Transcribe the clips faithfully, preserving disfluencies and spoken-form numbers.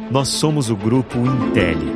Nós somos o Grupo Intelli.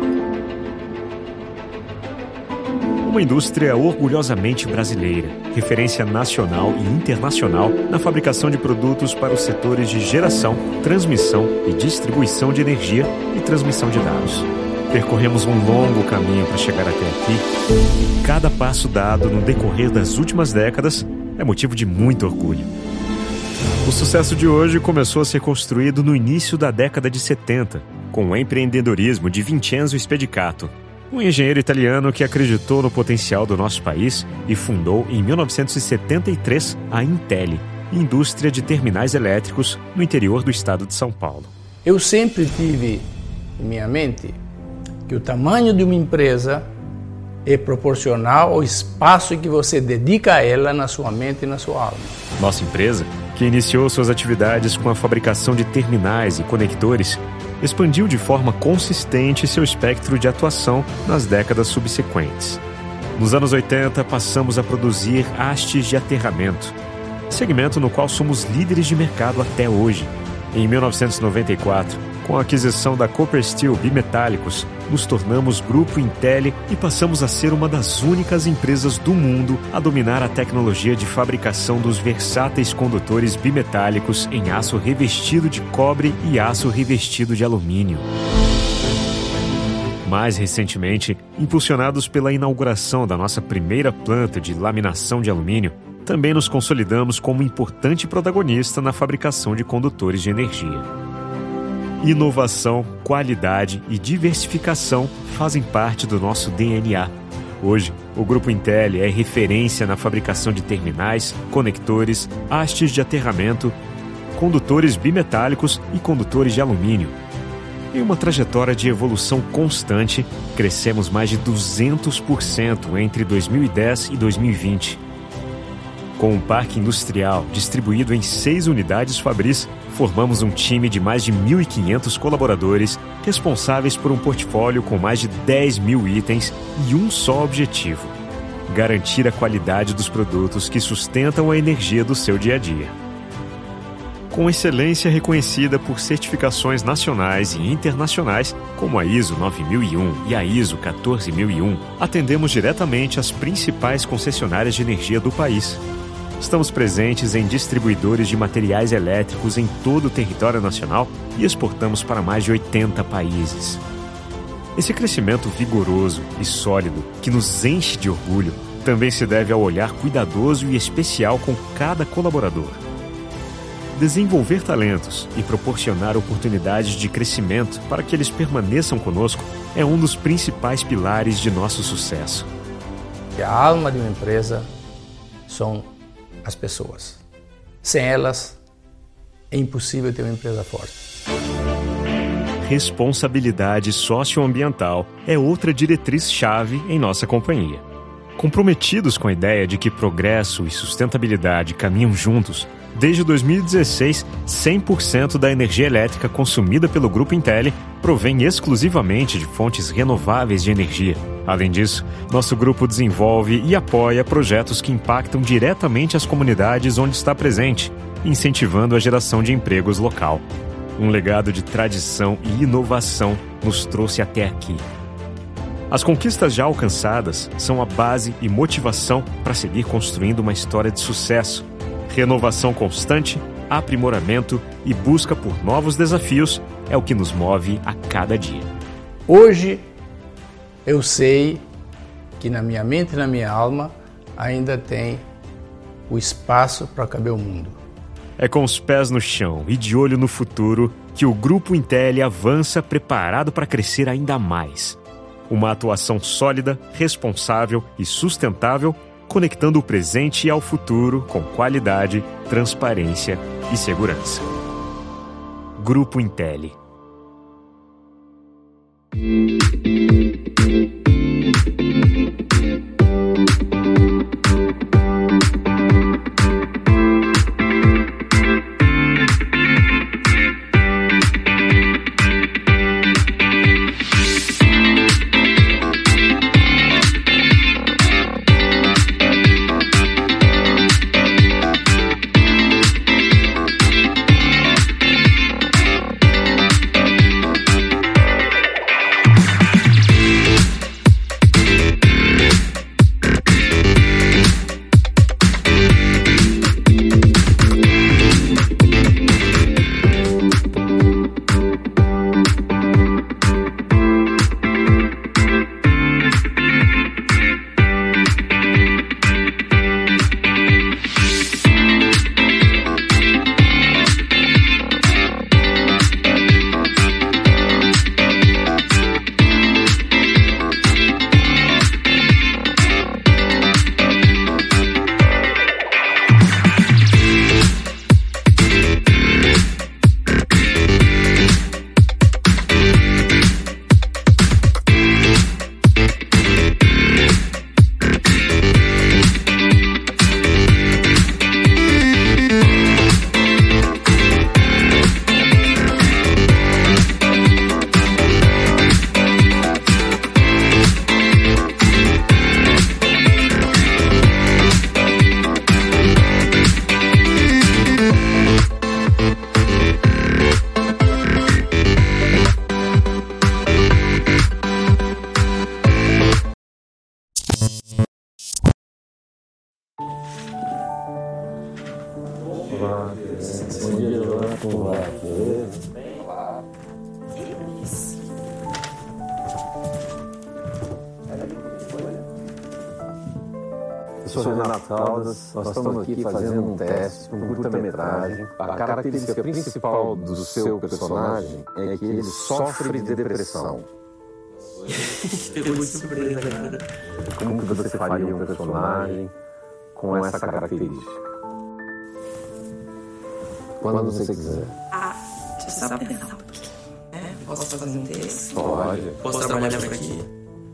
Uma indústria orgulhosamente brasileira, referência nacional e internacional na fabricação de produtos para os setores de geração, transmissão e distribuição de energia e transmissão de dados. Percorremos um longo caminho para chegar até aqui e cada passo dado no decorrer das últimas décadas é motivo de muito orgulho. O sucesso de hoje começou a ser construído no início da década de setenta, com o empreendedorismo de Vincenzo Spedicato, um engenheiro italiano que acreditou no potencial do nosso país e fundou em mil novecentos e setenta e três a Intelli, indústria de terminais elétricos no interior do estado de São Paulo. Eu sempre tive em minha mente que o tamanho de uma empresa é proporcional ao espaço que você dedica a ela na sua mente e na sua alma. Nossa empresa, que iniciou suas atividades com a fabricação de terminais e conectores, expandiu de forma consistente seu espectro de atuação nas décadas subsequentes. Nos anos oitenta, passamos a produzir hastes de aterramento, segmento no qual somos líderes de mercado até hoje. Em mil novecentos e noventa e quatro, com a aquisição da Copper Steel Bimetálicos, nos tornamos Grupo Intelli e passamos a ser uma das únicas empresas do mundo a dominar a tecnologia de fabricação dos versáteis condutores bimetálicos em aço revestido de cobre e aço revestido de alumínio. Mais recentemente, impulsionados pela inauguração da nossa primeira planta de laminação de alumínio, também nos consolidamos como importante protagonista na fabricação de condutores de energia. Inovação, qualidade e diversificação fazem parte do nosso D N A. Hoje, o Grupo Intelli é referência na fabricação de terminais, conectores, hastes de aterramento, condutores bimetálicos e condutores de alumínio. Em uma trajetória de evolução constante, crescemos mais de duzentos por cento entre dois mil e dez e dois mil e vinte. Com um parque industrial distribuído em seis unidades fabris, formamos um time de mais de mil e quinhentos colaboradores responsáveis por um portfólio com mais de dez mil itens e um só objetivo: garantir a qualidade dos produtos que sustentam a energia do seu dia a dia. Com excelência reconhecida por certificações nacionais e internacionais, como a ISO nove mil e um e a ISO quatorze mil e um, atendemos diretamente as principais concessionárias de energia do país. Estamos presentes em distribuidores de materiais elétricos em todo o território nacional e exportamos para mais de oitenta países. Esse crescimento vigoroso e sólido, que nos enche de orgulho, também se deve ao olhar cuidadoso e especial com cada colaborador. Desenvolver talentos e proporcionar oportunidades de crescimento para que eles permaneçam conosco é um dos principais pilares de nosso sucesso. A alma de uma empresa são as pessoas. Sem elas, é impossível ter uma empresa forte. Responsabilidade socioambiental é outra diretriz-chave em nossa companhia. Comprometidos com a ideia de que progresso e sustentabilidade caminham juntos, desde dois mil e dezesseis, cem por cento da energia elétrica consumida pelo Grupo Intelli provém exclusivamente de fontes renováveis de energia. Além disso, nosso grupo desenvolve e apoia projetos que impactam diretamente as comunidades onde está presente, incentivando a geração de empregos local. Um legado de tradição e inovação nos trouxe até aqui. As conquistas já alcançadas são a base e motivação para seguir construindo uma história de sucesso. Renovação constante, aprimoramento e busca por novos desafios é o que nos move a cada dia. Hoje, eu sei que na minha mente e na minha alma ainda tem o espaço para caber o mundo. É com os pés no chão e de olho no futuro que o Grupo Intelli avança preparado para crescer ainda mais. Uma atuação sólida, responsável e sustentável, conectando o presente ao futuro com qualidade, transparência e segurança. Grupo Intelli. Não vai, beleza? Bem, claro. Que isso? Eu sou Renato Caldas, nós estamos aqui fazendo um teste, um curta-metragem. A característica principal do seu personagem é que ele sofre de depressão. Pegou de surpresa, cara. Como que você faria um personagem com essa característica? Quando você quiser. Ah, deixa eu só pensar um pouquinho. É, posso fazer um texto? Pode. Posso trabalhar por aqui?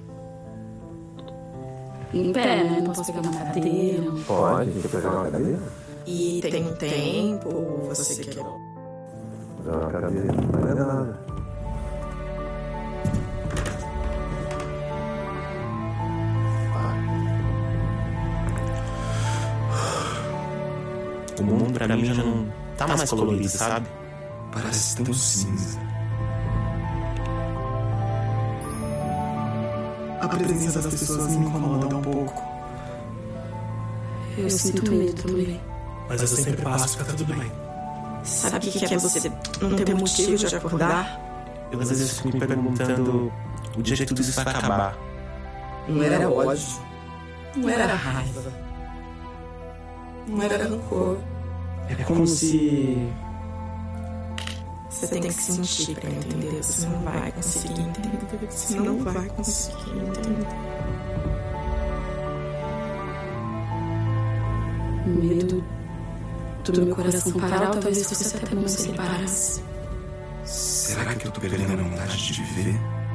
Em pé, né? Não posso pegar uma cadeira. Pode, quer pegar uma cadeira? E tem um tempo, ou você quer... Pegar uma cadeira, não é nada. O mundo pra mim já não tá mais colorido, sabe? Parece tão cinza. A presença das pessoas me incomoda um pouco. Eu sinto medo também. Mas eu sempre passo, fica tudo bem. Sabe o que, que é você não ter motivo de acordar? Eu às vezes fico me perguntando o dia que tudo isso vai acabar. Não era ódio. Não era raiva. Não era rancor. É como se... Você tem que sentir pra entender. Você não vai conseguir entender. Você não vai conseguir entender. Medo do meu coração parar, talvez fosse até bom se ele parasse. Será que eu tô perdendo a vontade de viver?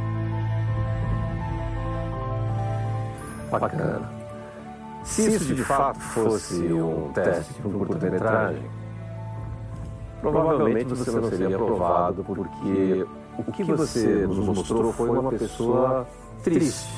Bacana. Se isso de fato fosse um teste de um curta-metragem, provavelmente você não seria aprovado, porque o que você nos mostrou foi uma pessoa triste.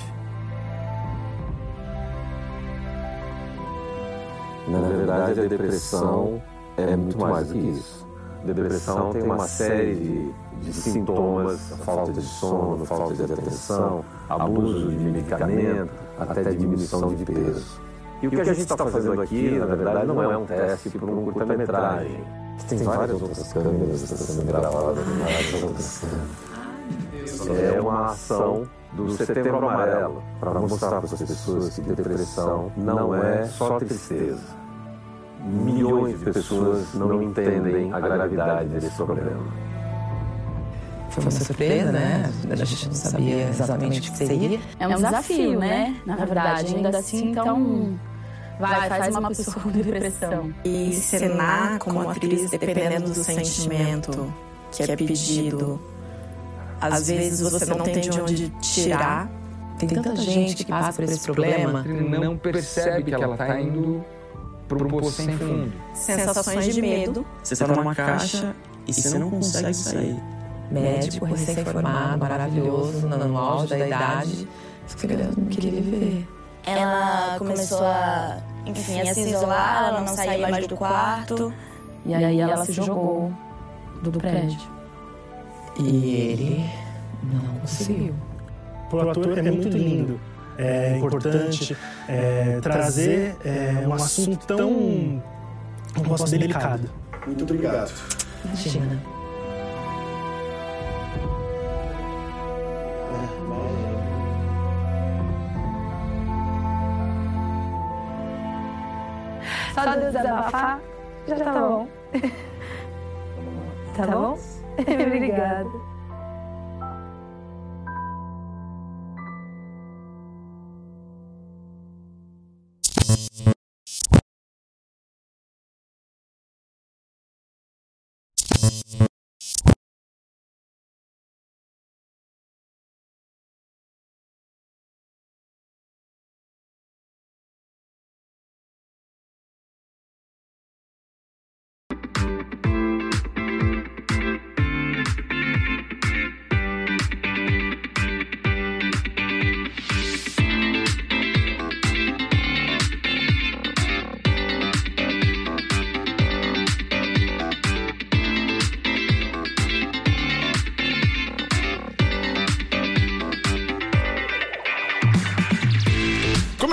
Na verdade, a depressão é muito mais do que isso. A depressão tem uma série de, de sintomas, falta de sono, falta de atenção, abuso de medicamento, até diminuição de peso. E o que a gente está fazendo aqui, na verdade, não é um teste para um curta-metragem. Tem várias outras câmeras sendo gravadas, várias outras câmeras. É uma ação do Setembro Amarelo para mostrar para as pessoas que depressão não é só tristeza. Milhões de pessoas não entendem a gravidade desse problema. Foi uma surpresa, né? A gente não sabia exatamente o que seria. É um desafio, né? Na verdade, ainda assim, então... Vai, faz uma pessoa com depressão. E encenar como atriz, dependendo do sentimento que é pedido, às vezes você não tem de onde tirar. Tem tanta gente que passa por esse problema que não percebe que ela está indo para um poço sem fundo. Sensações de medo. Você tá numa caixa e você não consegue sair. Médico, recém-formado, maravilhoso, no auge da idade, não queria viver. Ela começou a, enfim, a se isolar, ela não saía mais do quarto. E aí ela se jogou do prédio. E ele não conseguiu. Para o ator é muito lindo, é importante é, trazer é, um assunto tão, um assunto delicado. Muito obrigado. Imagina. Só desabafar, já tá bom. Tá bom? Obrigada.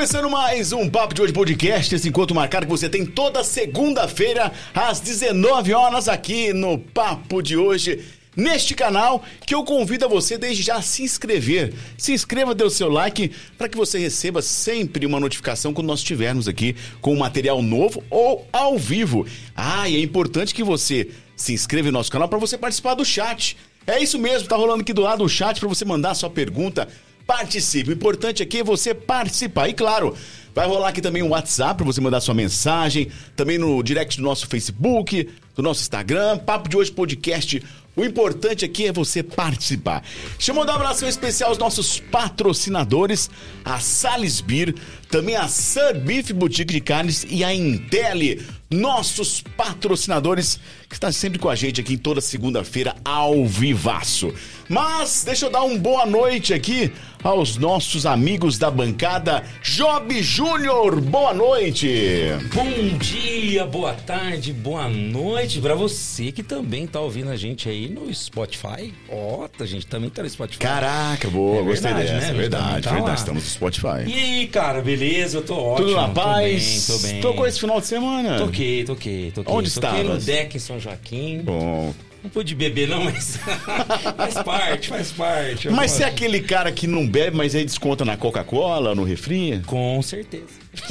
Começando mais um Papo de Hoje Podcast, esse encontro marcado que você tem toda segunda-feira às dezenove horas aqui no Papo de Hoje, neste canal que eu convido a você desde já a se inscrever. Se inscreva, dê o seu like para que você receba sempre uma notificação quando nós estivermos aqui com um material novo ou ao vivo. Ah, e é importante que você se inscreva no nosso canal para você participar do chat. É isso mesmo, tá rolando aqui do lado o chat para você mandar a sua pergunta. Participe, o importante aqui é você participar. E claro, vai rolar aqui também um WhatsApp para você mandar sua mensagem, também no direct do nosso Facebook, do nosso Instagram, Papo de Hoje Podcast. O importante aqui é você participar. Deixa eu mandar um abração especial aos nossos patrocinadores, a Salisbury, também a Sir Beef Boutique de Carnes e a Intelli, nossos patrocinadores que estão sempre com a gente aqui toda segunda-feira ao vivaço. Mas deixa eu dar uma boa noite aqui aos nossos amigos da bancada. Job Júnior, boa noite. Bom dia, boa tarde, boa noite pra você que também tá ouvindo a gente aí no Spotify. Ó, oh, a gente também tá no Spotify. Caraca, boa, é gostei verdade, dessa, né? é verdade, tá verdade, lá. estamos no Spotify. E aí, cara, beleza? Eu tô ótimo. Tudo na paz? Tô bem, tô bem. Tocou esse final de semana? Toquei, toquei, toquei. Onde toquei estavas? no deck em São Joaquim. Bom... Não pude beber não, mas faz parte, faz parte. Mas você é aquele cara que não bebe, mas aí desconta na Coca-Cola, no refri? Com certeza.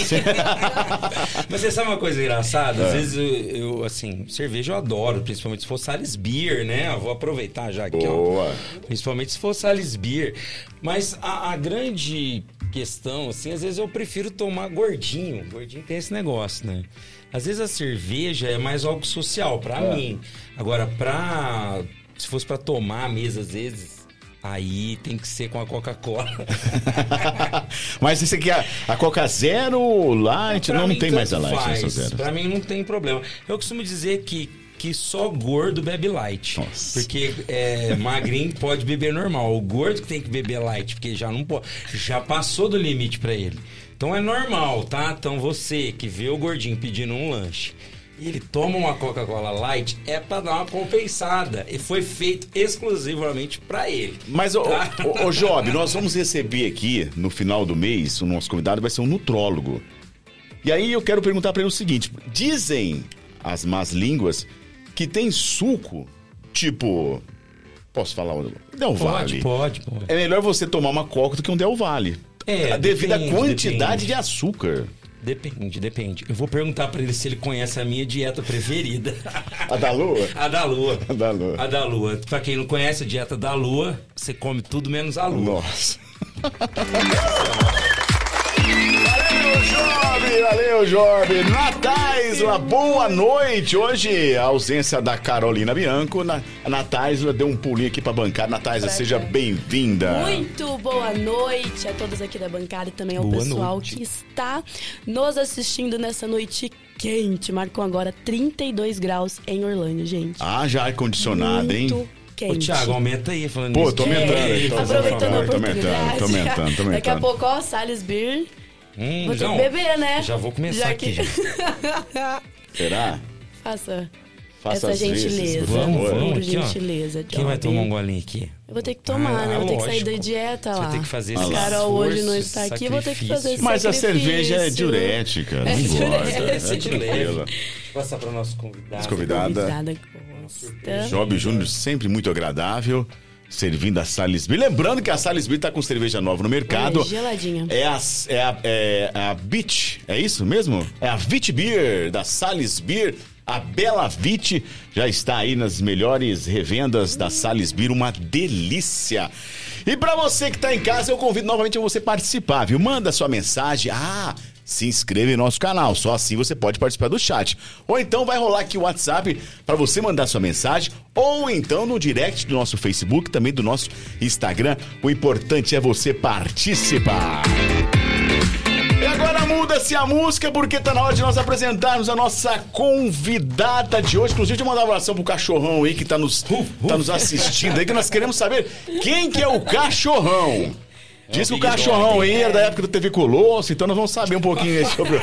Mas você sabe uma coisa engraçada? Às é. vezes eu, eu, assim, cerveja eu adoro, principalmente se for Salisbury, né? Eu vou aproveitar já aqui, Boa. ó. Principalmente se for Salisbury. Mas a, a grande questão, assim, às vezes eu prefiro tomar gordinho. Gordinho tem esse negócio, né? Às vezes a cerveja é mais algo social pra é. mim. Agora, pra... se fosse pra tomar à mesa, às vezes, aí tem que ser com a Coca-Cola. Mas isso aqui, a, a Coca Zero, Light, não, não tem mais a Light nessa zero. Pra mim não tem problema. Eu costumo dizer que, que só gordo bebe Light. Nossa. Porque é, magrinho pode beber normal. O gordo que tem que beber Light, porque já não pode, já passou do limite pra ele. Então é normal, tá? Então você que vê o gordinho pedindo um lanche e ele toma uma Coca-Cola Light, é pra dar uma compensada. E foi feito exclusivamente pra ele. Mas, tá? ô, ô, ô Job, nós vamos receber aqui, no final do mês, o nosso convidado vai ser um nutrólogo. E aí eu quero perguntar pra ele o seguinte. Dizem as más línguas que tem suco, tipo... Posso falar o Del Valle? Pode, pode, pode. É melhor você tomar uma Coca do que um Del Valle. É, devido à quantidade depende. de açúcar. Depende, depende. Eu vou perguntar pra ele se ele conhece a minha dieta preferida. A da Lua? A da Lua. A da Lua. A da Lua. Pra quem não conhece a dieta da Lua, você come tudo menos a Lua. Nossa. Valeu, Job! Valeu, Job! Nataisla, boa noite! Hoje, a ausência da Carolina Bianco, na, a Nataisla deu um pulinho aqui pra bancada. Nataisla, seja bem-vinda! Muito boa noite a todos aqui da bancada e também ao boa pessoal noite. Que está nos assistindo nessa noite quente. Marcou agora trinta e dois graus em Orlândia, gente. Ah, já ar-condicionado, hein? Muito quente. Ô, Thiago, aumenta aí, falando Pô, nisso. tô aumentando. É, tô aproveitando a oportunidade. Tô aumentando, tô aumentando, tô aumentando. Daqui a pouco, ó, Salisbury. Hum, vou ter não, que beber, né? Já vou começar já aqui. Que... Será? Faça, Faça essa gentileza. Vamos, vamos. Por Aqui, gentileza, Job. Quem vai tomar um golinho aqui? Eu vou ter que tomar, ah, né? Vou ter que sair lógico. da dieta lá. Você vai ter que fazer esse A Carol hoje não está aqui, vou ter que fazer esse Mas sacrifício. a cerveja é diurética, não É engorda. diurética. É tranquila. Passar para o nosso convidado. Convidada. Convidada gosta. Job Júnior, sempre muito agradável. Servindo a Salisbury. Lembrando que a Salisbury tá com cerveja nova no mercado. Olha, geladinha. É a, é a, é a Beach, é isso mesmo? É a Vit Beer da Salisbury. A Bela Vit já está aí nas melhores revendas da Salisbury, uma delícia. E para você que tá em casa, eu convido novamente a você participar, viu? Manda sua mensagem. Ah, se inscreva em nosso canal, só assim você pode participar do chat. Ou então vai rolar aqui o WhatsApp para você mandar sua mensagem, ou então no direct do nosso Facebook, também do nosso Instagram. O importante é você participar. E agora muda-se a música, porque tá na hora de nós apresentarmos a nossa convidada de hoje. Inclusive, de mandar um abração pro cachorrão aí que tá nos, tá nos assistindo aí, que nós queremos saber quem que é o cachorrão. Diz que o cachorrão aí era da época do T V Colosso, então nós vamos saber um pouquinho aí sobre,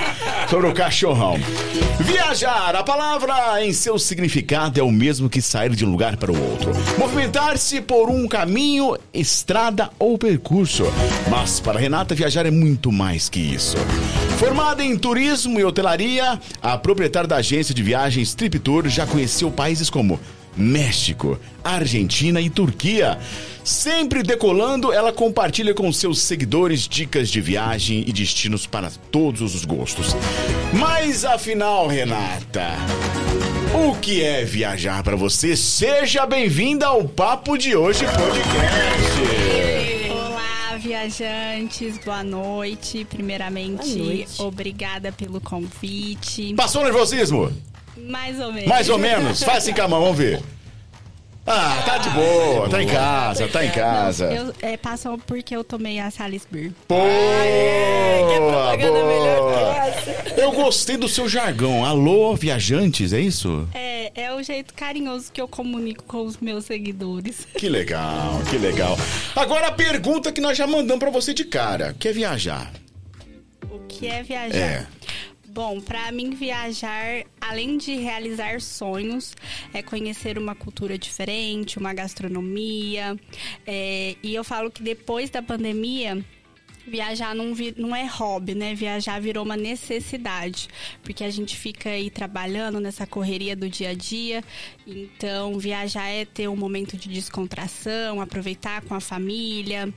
Sobre o cachorrão. Viajar, a palavra em seu significado é o mesmo que sair de um lugar para o outro. Movimentar-se por um caminho, estrada ou percurso. Mas para Renata, viajar é muito mais que isso. Formada em turismo e hotelaria, a proprietária da agência de viagens Trip Tour já conheceu países como México, Argentina e Turquia. Sempre decolando, ela compartilha com seus seguidores dicas de viagem e destinos para todos os gostos. Mas afinal, Renata, o que é viajar para você? Seja bem-vinda ao Papo de Hoje Podcast. Olá, viajantes, boa noite. Primeiramente, boa noite. Obrigada pelo convite. Passou o nervosismo? Mais ou menos. Mais ou menos? Faz assim com a mão, vamos ver. Ah, tá de boa, tá em casa, tá em casa. Não, eu, é, passou porque eu tomei a Salisbury. Boa, que propaganda melhor que essa. Eu gostei do seu jargão. Alô, viajantes, é isso? É, é o jeito carinhoso que eu comunico com os meus seguidores. Que legal, que legal. Agora a pergunta que nós já mandamos pra você de cara. O que é viajar? O que é viajar? É. Bom, para mim viajar, além de realizar sonhos, é conhecer uma cultura diferente, uma gastronomia. É, e eu falo que depois da pandemia, viajar não, vi, não é hobby, né? Viajar virou uma necessidade, porque a gente fica aí trabalhando nessa correria do dia a dia. Então, viajar é ter um momento de descontração, aproveitar com a família,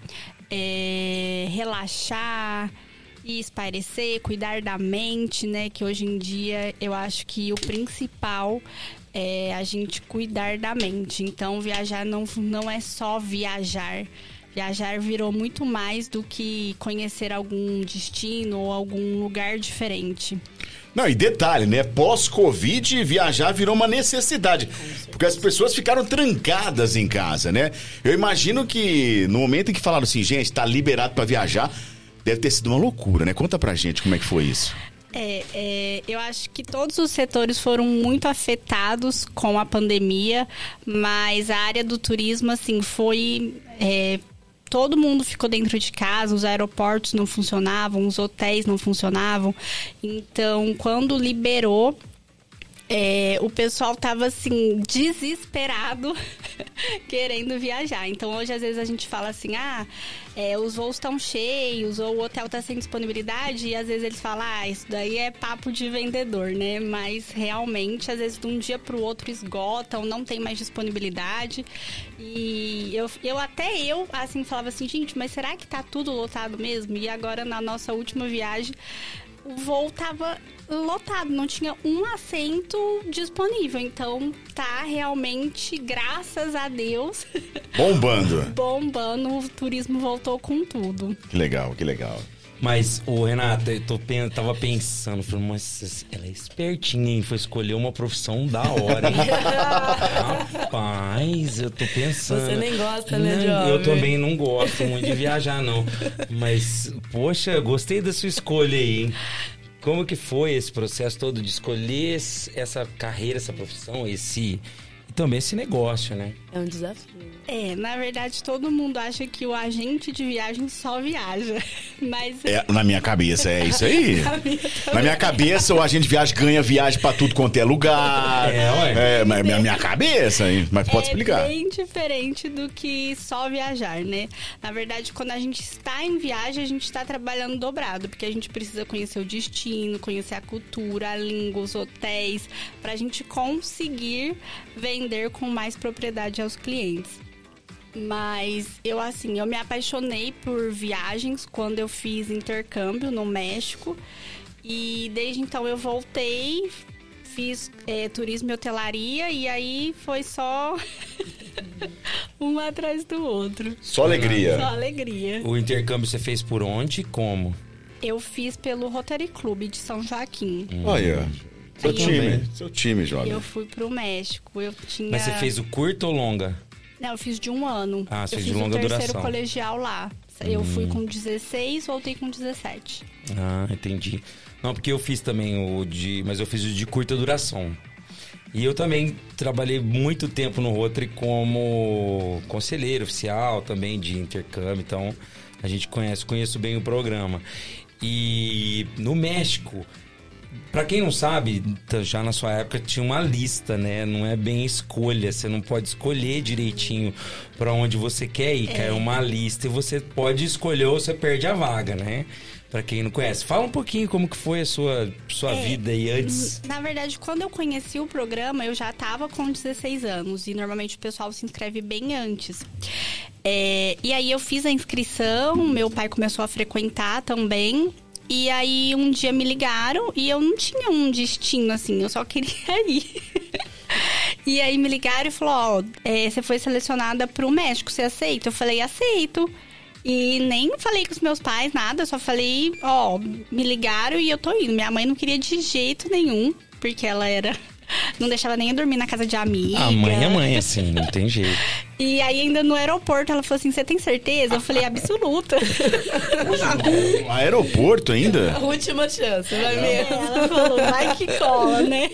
é, relaxar e espairecer, cuidar da mente, né? Que hoje em dia eu acho que o principal é a gente cuidar da mente. Então, viajar não, não é só viajar. Viajar virou muito mais do que conhecer algum destino ou algum lugar diferente. Não, e detalhe, né? Pós-Covid, viajar virou uma necessidade. Porque as pessoas ficaram trancadas em casa, né? Eu imagino que no momento em que falaram assim, gente, tá liberado pra viajar, deve ter sido uma loucura, né? Conta pra gente como é que foi isso. É, é, eu acho que todos os setores foram muito afetados com a pandemia, mas a área do turismo, assim, foi... É, todo mundo ficou dentro de casa, os aeroportos não funcionavam, os hotéis não funcionavam. Então, quando liberou, é, o pessoal tava, assim, desesperado, querendo viajar. Então, hoje, às vezes, a gente fala assim, ah, é, os voos estão cheios, ou o hotel tá sem disponibilidade, e às vezes eles falam, ah, isso daí é papo de vendedor, né? Mas, realmente, às vezes, de um dia pro outro esgotam, não tem mais disponibilidade. E eu, eu até eu, assim, falava assim, gente, mas será que tá tudo lotado mesmo? E agora, na nossa última viagem, o voo tava lotado, não tinha um assento disponível. Então, tá realmente, graças a Deus... Bombando. Bombando, o turismo voltou com tudo. Que legal, que legal. Mas, ô Renata, eu tô, tava pensando, falei, mas ela é espertinha, hein? Foi escolher uma profissão da hora, hein? Rapaz, eu tô pensando... Você nem gosta, né, não, Jovem? Eu também não gosto muito de viajar, não. Mas, poxa, gostei da sua escolha aí, hein? Como que foi esse processo todo de escolher essa carreira, essa profissão, esse... E também esse negócio, né? É um desafio. É, na verdade, todo mundo acha que o agente de viagem só viaja, mas... É, na minha cabeça, é isso aí. na, minha na minha cabeça, o agente de viagem ganha viagem pra tudo quanto é lugar. É, ué. É, na minha, minha cabeça, hein? Mas pode é explicar. É bem diferente do que só viajar, né? Na verdade, quando a gente está em viagem, a gente está trabalhando dobrado, porque a gente precisa conhecer o destino, conhecer a cultura, a língua, os hotéis, pra gente conseguir vender com mais propriedade aos clientes. Mas eu, assim, eu me apaixonei por viagens quando eu fiz intercâmbio no México. E desde então eu voltei, fiz é, turismo e hotelaria. E aí foi só um atrás do outro. Só alegria. Só alegria. O intercâmbio você fez por onde e como? Eu fiz pelo Rotary Club de São Joaquim. Hum. Olha, seu Aí time, eu, seu time, jovem. Eu fui pro México. Eu tinha... Mas você fez o curto ou longa? Não, eu fiz de um ano. Ah, você eu fez fiz de longa o terceiro duração. colegial lá. Eu Hum. fui com dezesseis, voltei com dezessete. Ah, entendi. Não, porque eu fiz também o de... Mas eu fiz o de curta duração. E eu também trabalhei muito tempo no Rotary como conselheiro oficial também de intercâmbio. Então, a gente conhece, conheço bem o programa. E no México... Pra quem não sabe, já na sua época tinha uma lista, né? Não é bem escolha, você não pode escolher direitinho pra onde você quer ir, é. É uma lista e você pode escolher ou você perde a vaga, né? Pra quem não conhece. Fala um pouquinho como que foi a sua, sua é, vida aí antes. Na verdade, quando eu conheci o programa, eu já tava com dezesseis anos e normalmente o pessoal se inscreve bem antes. É, e aí eu fiz a inscrição, meu pai começou a frequentar também. E aí um dia me ligaram e eu não tinha um destino, assim, eu só queria ir. E aí me ligaram e falaram, ó, é, você foi selecionada pro México, você aceita? Eu falei, aceito. E nem falei com os meus pais, nada, só falei, ó, me ligaram e eu tô indo. Minha mãe não queria de jeito nenhum, porque ela era... Não deixava nem eu dormir na casa de amiga. A mãe é mãe, assim, não tem jeito. E aí, ainda no aeroporto, ela falou assim, você tem certeza? Eu falei, absoluta. No aeroporto ainda? Última chance, vai mesmo. Ela falou, vai que cola, né?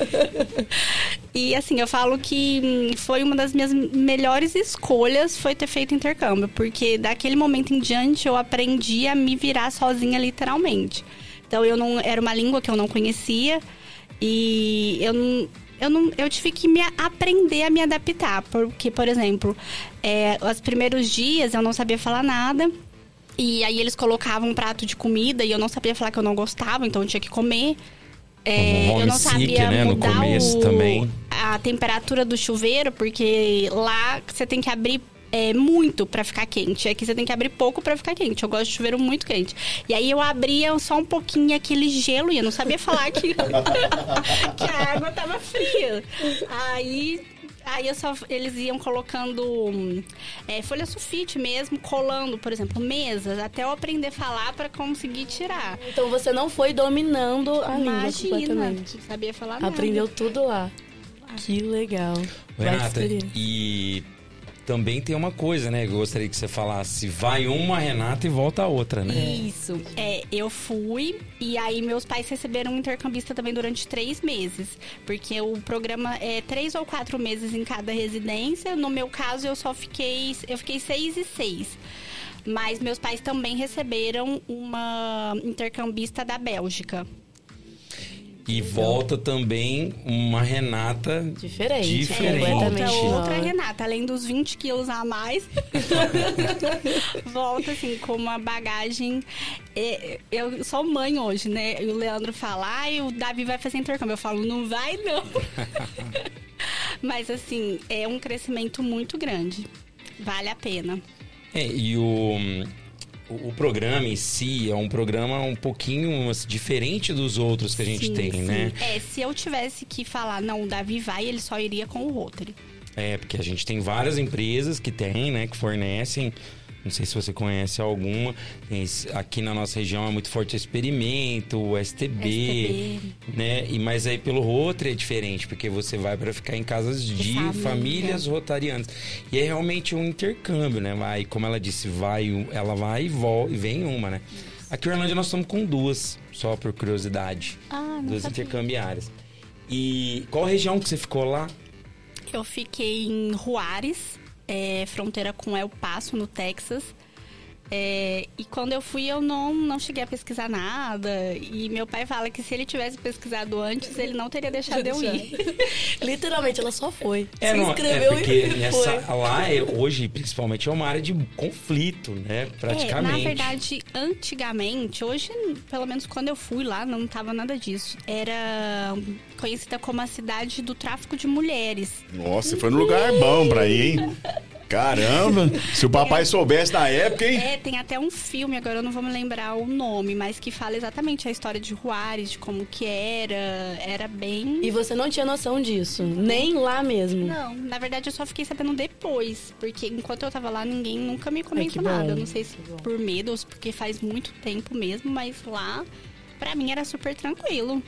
E assim, eu falo que foi uma das minhas melhores escolhas foi ter feito intercâmbio. Porque daquele momento em diante, eu aprendi a me virar sozinha, literalmente. Então, eu não era uma língua que eu não conhecia. E eu não, eu não, eu tive que me aprender a me adaptar, porque, por exemplo, é, os primeiros dias eu não sabia falar nada, e aí eles colocavam um prato de comida e eu não sabia falar que eu não gostava, então eu tinha que comer. É, eu não sabia né? mudar no começo o, também. a temperatura do chuveiro, porque lá você tem que abrir É, muito pra ficar quente. Aqui você tem que abrir pouco pra ficar quente. Eu gosto de chuveiro muito quente. E aí eu abria só um pouquinho aquele gelo e eu não sabia falar que, que a água tava fria. Aí, aí eu só, eles iam colocando é, folha sulfite mesmo, colando, por exemplo, mesas, até eu aprender a falar pra conseguir tirar. Então você não foi dominando a língua completamente. Não sabia falar nada. Aprendeu tudo lá. Que legal. Renata, e... também tem uma coisa, né? Que eu gostaria que você falasse. Vai uma Renata e volta a outra, né? Isso. É, eu fui e aí meus pais receberam um intercambista também durante três meses. Porque o programa é três ou quatro meses em cada residência. No meu caso, eu só fiquei... Eu fiquei seis e seis. Mas meus pais também receberam uma intercambista da Bélgica. E volta também uma Renata diferente. diferente. É, volta outra Renata, além dos vinte quilos a mais. Volta, assim, com uma bagagem... É, eu sou mãe hoje, né? E o Leandro fala, ah, o Davi vai fazer intercâmbio. Eu falo, não vai, não. Mas, assim, é um crescimento muito grande. Vale a pena. É, e o... O programa em si é um programa um pouquinho assim, diferente dos outros que a gente sim, tem, sim. né? É, se eu tivesse que falar, não, o Davi vai, ele só iria com o Rotary. É, porque a gente tem várias empresas que tem, né, que fornecem. Não sei se você conhece alguma. Tem, aqui na nossa região é muito forte o Experimento, o S T B, S T B. Né? E, mas aí pelo Rotary é diferente, porque você vai para ficar em casas de, de família. famílias rotarianas. E é realmente um intercâmbio, né? Vai, como ela disse, vai, ela vai e, volta, e vem uma, né? Aqui em Orlândia nós estamos com duas, só por curiosidade. Ah, duas sabia. intercambiárias. E qual região que você ficou lá? Eu fiquei em Juárez. É, fronteira com El Paso, no Texas. É, e quando eu fui, eu não, não cheguei a pesquisar nada. E meu pai fala que se ele tivesse pesquisado antes, ele não teria deixado eu ir. Literalmente, ela só foi. É, se não, inscreveu é porque e nessa, foi. Lá, é, hoje, principalmente, é uma área de conflito, né? Praticamente. É, na verdade, antigamente, hoje, pelo menos quando eu fui lá, não tava nada disso. Era conhecida como a cidade do tráfico de mulheres. Nossa, foi num lugar bom pra ir, hein? Caramba! Se o papai é, soubesse da época, hein? É, tem até um filme, agora eu não vou me lembrar o nome, mas que fala exatamente a história de Juárez, de como que era, era bem... E você não tinha noção disso? Nem lá mesmo? Não, na verdade eu só fiquei sabendo depois, porque enquanto eu tava lá, ninguém nunca me comentou Ai, nada. Eu não sei se por medo ou porque faz muito tempo mesmo, mas lá, pra mim, era super tranquilo.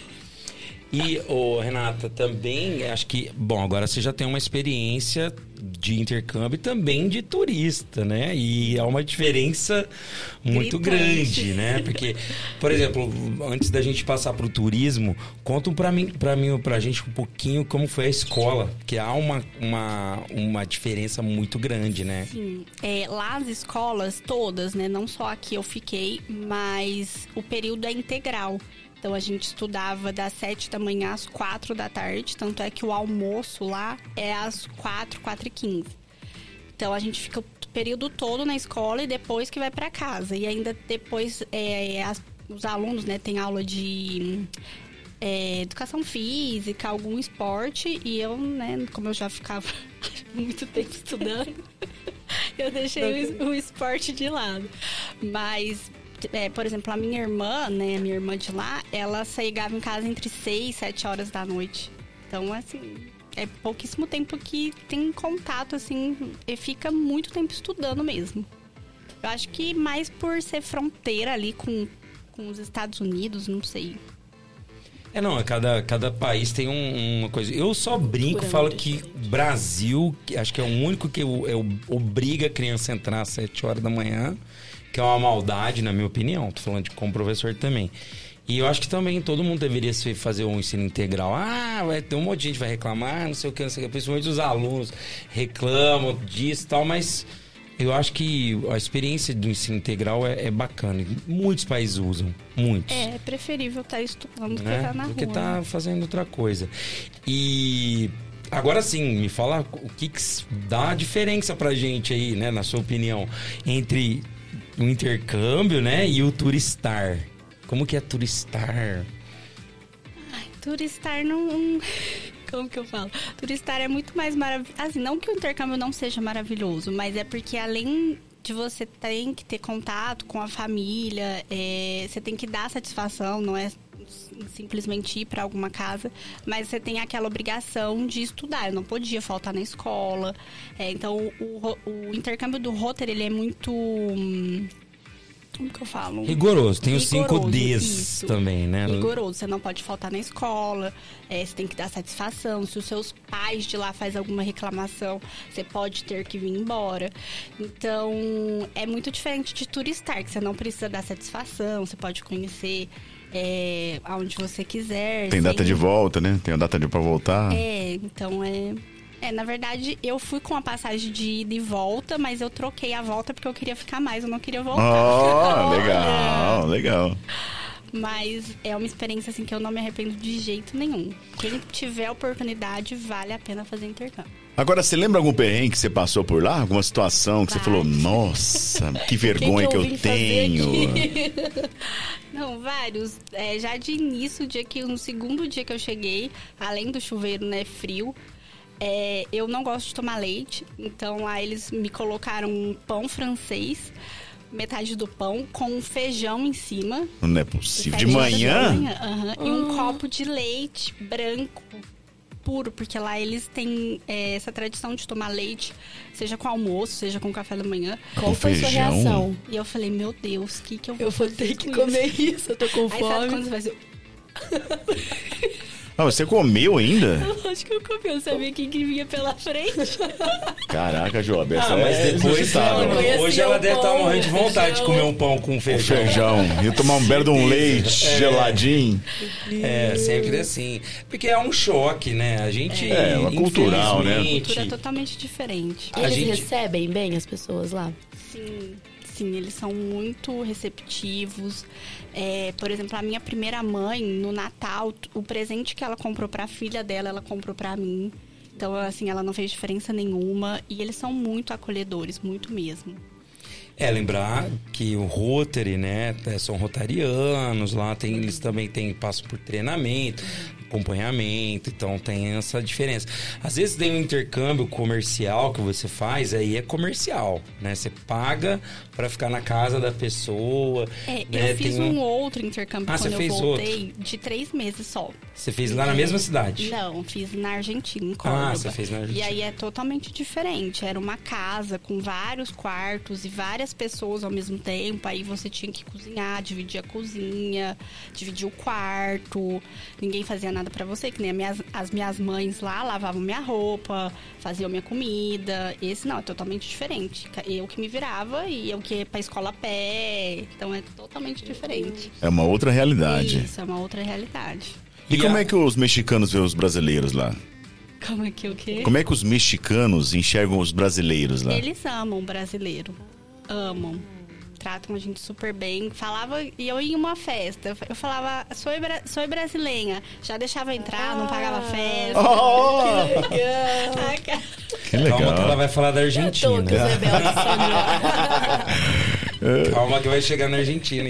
E, oh, Renata, também acho que... Bom, agora você já tem uma experiência de intercâmbio e também de turista, né? E é uma diferença muito Gritante. grande, né? Porque, por exemplo, antes da gente passar para o turismo, conta para mim, para mim, pra gente um pouquinho como foi a escola, porque há uma, uma, uma diferença muito grande, né? Sim. É, lá as escolas todas, né? Não só aqui eu fiquei, mas o período é integral. Então a gente estudava das sete da manhã às quatro da tarde, tanto é que o almoço lá é às quatro, quatro e quinze. Então a gente fica o período todo na escola e depois que vai para casa. E ainda depois é, as, os alunos, né, têm aula de é, educação física, algum esporte. E eu, né, como eu já ficava muito tempo estudando, eu deixei o, o esporte de lado. Mas... É, por exemplo, a minha irmã, né, a minha irmã de lá, ela chegava em casa entre seis e sete horas da noite. Então, assim, é pouquíssimo tempo que tem contato, assim, e fica muito tempo estudando mesmo. Eu acho que mais por ser fronteira ali com, com os Estados Unidos, não sei. É, não, cada, cada país tem um, uma coisa. Eu só brinco, falo que Brasil, acho que é o único que eu, eu, obriga a criança a entrar às sete horas da manhã, que é uma maldade, na minha opinião. Tô falando de como professor também. E eu acho que também todo mundo deveria fazer um ensino integral. Ah, vai ter um monte de gente que vai reclamar, não sei o que, não sei o que. Principalmente os alunos reclamam disso e tal, mas eu acho que a experiência do ensino integral é, é bacana. Muitos países usam, muitos. É, é preferível estar estudando do né? que estar na do rua. que estar fazendo outra coisa. E agora sim, me fala o que, que dá a diferença pra gente aí, né, na sua opinião, entre o intercâmbio, né, e o turistar. Como que é turistar? Ai, turistar não... Como que eu falo? Turistar é muito mais maravilhoso. Assim, não que o intercâmbio não seja maravilhoso, mas é porque além de você ter que ter contato com a família, é, você tem que dar satisfação, não é simplesmente ir para alguma casa, mas você tem aquela obrigação de estudar. Eu não podia faltar na escola. É, então, o, o intercâmbio do Rotary, ele é muito... Hum, como que eu falo? Rigoroso. Tem os cinco Ds isso. também, né? Rigoroso. Você não pode faltar na escola, é, você tem que dar satisfação. Se os seus pais de lá fazem alguma reclamação, você pode ter que vir embora. Então, é muito diferente de turistar, que você não precisa dar satisfação, você pode conhecer... É, aonde você quiser. Tem data sem... de volta, né? Tem a data de pra voltar. É, então é... É, na verdade, eu fui com a passagem de ida e volta, mas eu troquei a volta porque eu queria ficar mais, eu não queria voltar. Oh, legal, é. legal. Mas é uma experiência, assim, que eu não me arrependo de jeito nenhum. Quem tiver oportunidade, vale a pena fazer intercâmbio. Agora, você lembra algum perrengue que você passou por lá? Alguma situação que Vai. você falou, nossa, que vergonha que, que eu, que eu tenho? Não, vários. É, já de início, dia que, no segundo dia que eu cheguei, além do chuveiro, né, frio, é, eu não gosto de tomar leite. Então, lá eles me colocaram um pão francês, metade do pão, com um feijão em cima. Não é possível. De manhã? manhã uhum, e um copo de leite branco. Puro, porque lá eles têm é, essa tradição de tomar leite, seja com almoço, seja com café da manhã. Qual com foi feijão? Sua reação? E eu falei, meu Deus, o que, que eu vou Eu vou ter que comer isso? isso, eu tô com Aí, fome. Sabe quando você faz... Ah, você comeu ainda? Eu acho que eu comi, eu sabia quem que vinha pela frente. Caraca, Job, essa ah, mas é depois ela, hoje ela deve estar morrendo de vontade feijão. de comer um pão com feijão. feijão. E tomar um belo de um leite é. geladinho. É, sempre assim. Porque é um choque, né? A gente... É, é uma cultural, né? A cultura é totalmente diferente. E eles gente... recebem bem as pessoas lá? Sim. Sim, eles são muito receptivos. É, por exemplo, a minha primeira mãe, no Natal, o presente que ela comprou para a filha dela, ela comprou para mim. Então, assim, ela não fez diferença nenhuma. E eles são muito acolhedores, muito mesmo. É, lembrar que o Rotary, né, são rotarianos, lá tem, eles também têm, passam por treinamento, acompanhamento, então tem essa diferença. Às vezes tem um intercâmbio comercial que você faz, aí é comercial, né, você paga para ficar na casa da pessoa. É, né? eu fiz um... um outro intercâmbio ah, quando eu fez voltei, outro? de três meses só. Você fez lá na mesma cidade? Não, fiz na Argentina, em Córdoba. Ah, você fez na Argentina. E aí é totalmente diferente, era uma casa com vários quartos e várias pessoas ao mesmo tempo, aí você tinha que cozinhar, dividir a cozinha, dividir o quarto, ninguém fazia nada pra você, que nem as minhas, as minhas mães lá lavavam minha roupa, faziam minha comida. Esse não, é totalmente diferente. Eu que me virava e eu que ia pra escola a pé, então é totalmente diferente. É uma outra realidade. Isso, é uma outra realidade. E, e como a... é que os mexicanos veem os brasileiros lá? Como é que o quê? Como é que os mexicanos enxergam os brasileiros lá? Eles amam o brasileiro. Amam. tratam a gente super bem. Falava, e eu ia em uma festa, eu falava, sou, bra sou brasileira. Já deixava entrar, ah. não pagava festa. Oh. Que legal. Que legal. Calma que ela vai falar da Argentina. Calma que vai chegar na Argentina.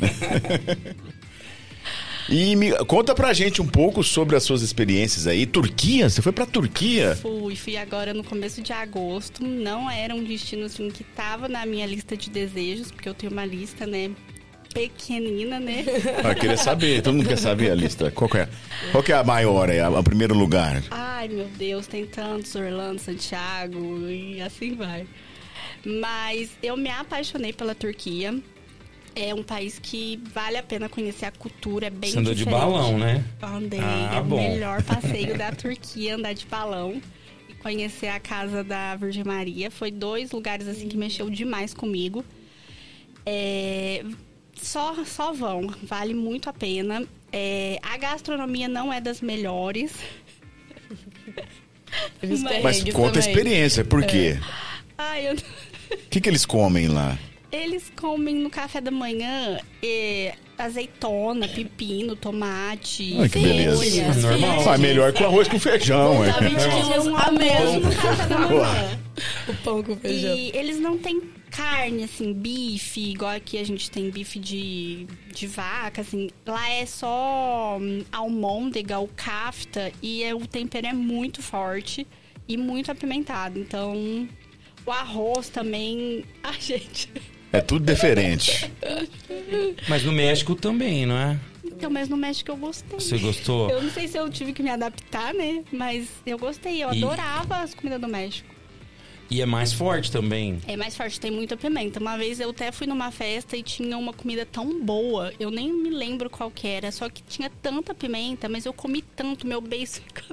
E me, conta pra gente um pouco sobre as suas experiências aí. Turquia? Você foi pra Turquia? Fui, fui agora no começo de agosto. Não era um destino assim que tava na minha lista de desejos, porque eu tenho uma lista, né, pequenina, né? Ah, queria saber, todo mundo quer saber a lista. Qual que é, qual que é a maior, é o primeiro lugar? Ai, meu Deus, tem tantos, Orlando, Santiago e assim vai. Mas eu me apaixonei pela Turquia. É um país que vale a pena conhecer a cultura, é bem Você andou diferente. de balão, né? Andei, ah, é bom. o melhor passeio da Turquia, andar de balão e conhecer a casa da Virgem Maria. Foi dois lugares assim que mexeu demais comigo. É, só, só vão, vale muito a pena. É, a gastronomia não é das melhores. Mas, Mas conta também. A experiência, por quê? É. Ai, eu... O que, que eles comem lá? Eles comem no café da manhã é, azeitona, pepino, tomate. Ai, que beleza. Normal. Ah, melhor que o arroz com feijão. É vinte quilos a menos no café da manhã. O pão com feijão. E eles não têm carne, assim, bife, igual aqui a gente tem bife de, de vaca, assim. Lá é só almôndega, o kafta, e é, o tempero é muito forte e muito apimentado. Então, o arroz também... Ai, gente... É tudo diferente. Mas no México também, não é? Então, mas no México eu gostei. Você gostou? Eu não sei se eu tive que me adaptar, né? Mas eu gostei, eu e... adorava as comidas do México. E é mais forte também. É mais forte, tem muita pimenta. Uma vez eu até fui numa festa e tinha uma comida tão boa, eu nem me lembro qual que era, só que tinha tanta pimenta, mas eu comi tanto, meu beiço ficou...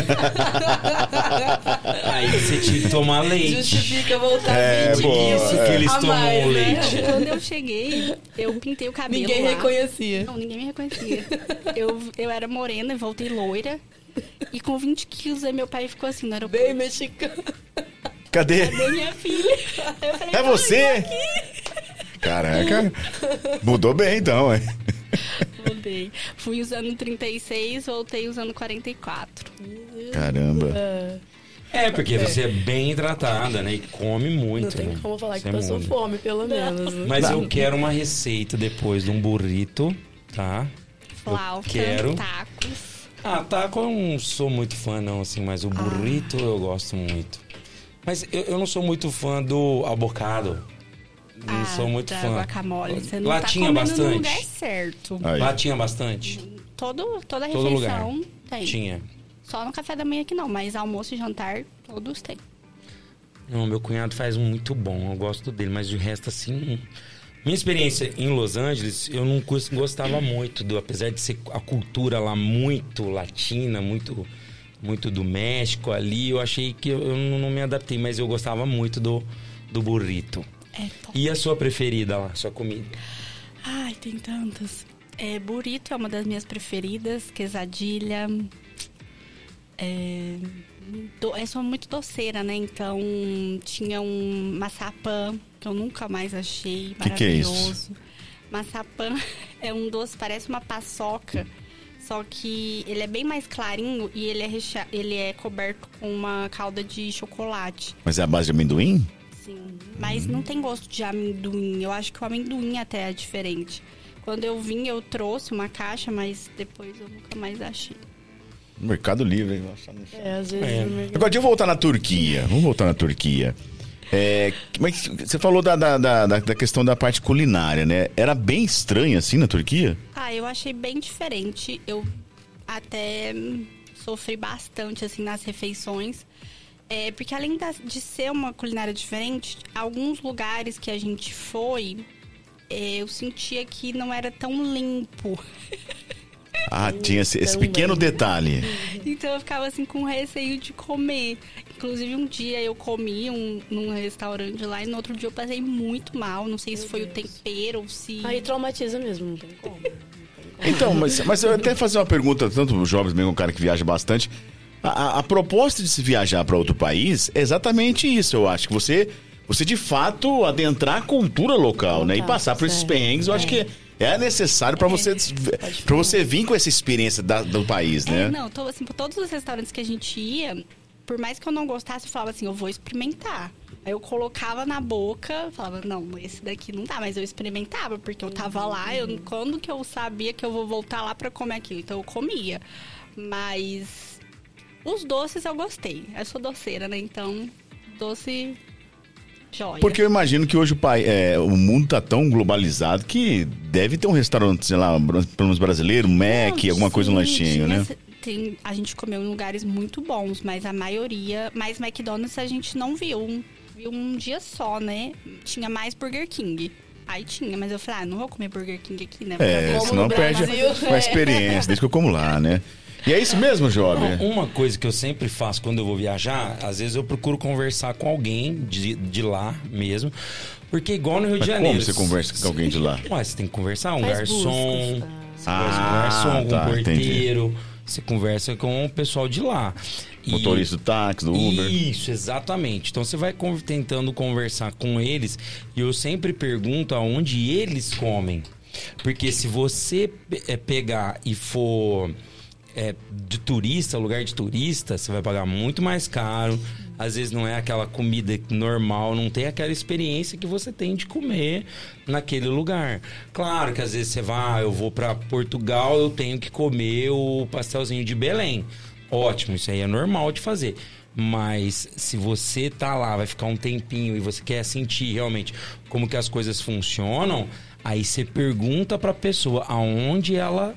Aí você tinha que tomar leite. Justifica voltar é, vinte boa, Isso é. que eles tomam mais, leite. Né? Quando eu cheguei, eu pintei o cabelo Ninguém lá. reconhecia. Não, ninguém me reconhecia. Eu, eu era morena e voltei loira. E com vinte quilos, aí meu pai ficou assim no aeroporto. Bem mexicano. Cadê? Cadê minha filha? Eu falei, é você? Caraca. Mudou bem, então, é. Mudei. Fui usando trinta e seis, voltei usando quarenta e quatro. Caramba. É, porque você é bem tratada, né? E come muito. Não tem né? como falar você que passou muda. fome, pelo menos. Mas não. Eu quero uma receita depois de um burrito, tá? Flauta, eu quero. tacos. Ah, taco eu não sou muito fã, não, assim, mas o burrito ah. eu gosto muito. Mas eu, eu não sou muito fã do abocado. Não ah, sou muito da fã. Guacamole. Você não Lá tá tinha bastante. No lugar certo. Aí. Lá tinha bastante. Todo, toda Todo refeição lugar. tem. Tinha. Só no café da manhã que não, mas almoço e jantar, todos tem. Não, meu cunhado faz um muito bom, eu gosto dele, mas de resto, assim... Minha experiência em Los Angeles, eu não gostava muito, do, apesar de ser a cultura lá muito latina, muito, muito do México ali, eu achei que eu, eu não me adaptei, mas eu gostava muito do, do burrito. É bom. E a sua preferida lá, sua comida? Ai, tem tantas. É, burrito é uma das minhas preferidas, quesadilha. É, do, eu sou muito doceira, né? Então, tinha um maçapã, que eu nunca mais achei, maravilhoso. Que que é isso? Maçapã é um doce, parece uma paçoca, só que ele é bem mais clarinho e ele é, reche... ele é coberto com uma calda de chocolate. Mas é a base de amendoim? Sim, mas hum. não tem gosto de amendoim. Eu acho que o amendoim até é diferente. Quando eu vim, eu trouxe uma caixa, mas depois eu nunca mais achei. Mercado Livre, hein? É, às vezes. É. Agora, deixa eu voltar na Turquia. Vamos voltar na Turquia. É, mas você falou da, da, da, da questão da parte culinária, né? Era bem estranho assim na Turquia? Ah, eu achei bem diferente. Eu até sofri bastante assim nas refeições. É, porque além da, de ser uma culinária diferente, alguns lugares que a gente foi, é, eu sentia que não era tão limpo. Ah, tinha esse, esse pequeno detalhe. Então eu ficava assim com receio de comer. Inclusive um dia eu comi um, num restaurante lá e no outro dia eu passei muito mal. Não sei se foi o tempero ou se... Aí traumatiza mesmo, não tem como. Então, mas, mas eu até fazer uma pergunta, tanto os jovens, mesmo um cara que viaja bastante. A, a, a proposta de se viajar para outro país é exatamente isso, eu acho. Que você você de fato adentrar a cultura local, né? E passar por esses perrengues, eu acho que é necessário para você, para você vir com essa experiência da, do país, né? É, não, tô, assim, por todos os restaurantes que a gente ia, por mais que eu não gostasse, eu falava assim, eu vou experimentar. Aí eu colocava na boca, falava, não, esse daqui não dá, mas eu experimentava, porque eu tava lá, eu, quando que eu sabia que eu vou voltar lá pra comer aquilo? Então eu comia. Mas os doces eu gostei. Eu sou doceira, né? Então, doce, joia. Porque eu imagino que hoje o, pai, é, o mundo tá tão globalizado que deve ter um restaurante, sei lá, pelo menos brasileiro, um Mac, não, alguma sim, coisa, um lanchinho, né? Tem, a gente comeu em lugares muito bons, mas a maioria, mais McDonald's a gente não viu. Um, viu um dia só, né? Tinha mais Burger King. Aí tinha, mas eu falei, ah, não vou comer Burger King aqui, né? É, senão perde a experiência, desde que eu como lá, né? E é isso mesmo, Job? Uma coisa que eu sempre faço quando eu vou viajar, às vezes eu procuro conversar com alguém de, de lá mesmo. Porque igual no Rio Mas de Janeiro... como você conversa com alguém de lá? Ué, você tem que conversar, um Faz garçom, buscas, você ah, conversa com um garçom, com tá, um porteiro, entendi. você conversa com o pessoal de lá. E... Motorista do táxi, do Uber. Isso, exatamente. Então você vai tentando conversar com eles e eu sempre pergunto aonde eles comem. Porque se você é, pegar e for... É, de turista, lugar de turista, você vai pagar muito mais caro. Às vezes não é aquela comida normal, não tem aquela experiência que você tem de comer naquele lugar. Claro que às vezes você vai, ah, eu vou para Portugal, eu tenho que comer o pastelzinho de Belém. Ótimo, isso aí é normal de fazer. Mas se você tá lá, vai ficar um tempinho e você quer sentir realmente como que as coisas funcionam, aí você pergunta pra pessoa aonde ela...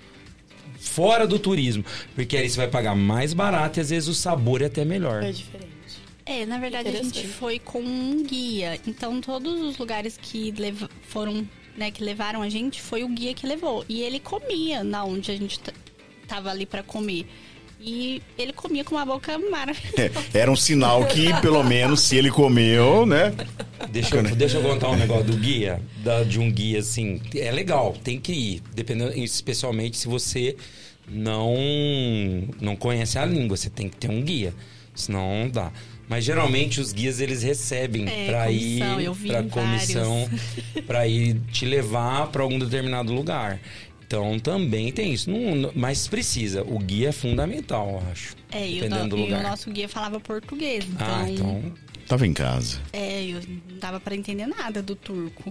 fora do turismo, porque aí você vai pagar mais barato e às vezes o sabor é até melhor. É diferente. É, na verdade a gente foi com um guia, então todos os lugares que lev- foram, né, que levaram a gente, foi o guia que levou. E ele comia na onde a gente t- tava ali pra comer. E ele comia com uma boca maravilhosa. É, era um sinal que, pelo menos, se ele comeu, né? Deixa eu, deixa eu contar um negócio do guia, da, de um guia, assim, é legal, tem que ir, dependendo, especialmente se você não, não conhece a língua, você tem que ter um guia, senão não dá. Mas geralmente os guias eles recebem é, para ir para comissão, para ir te levar para algum determinado lugar. Então também tem isso, não, mas precisa. O guia é fundamental, eu acho. É, e, dependendo o, do e lugar. o nosso guia falava português, então. Ah, então. Tava em casa. É, eu não dava para entender nada do turco.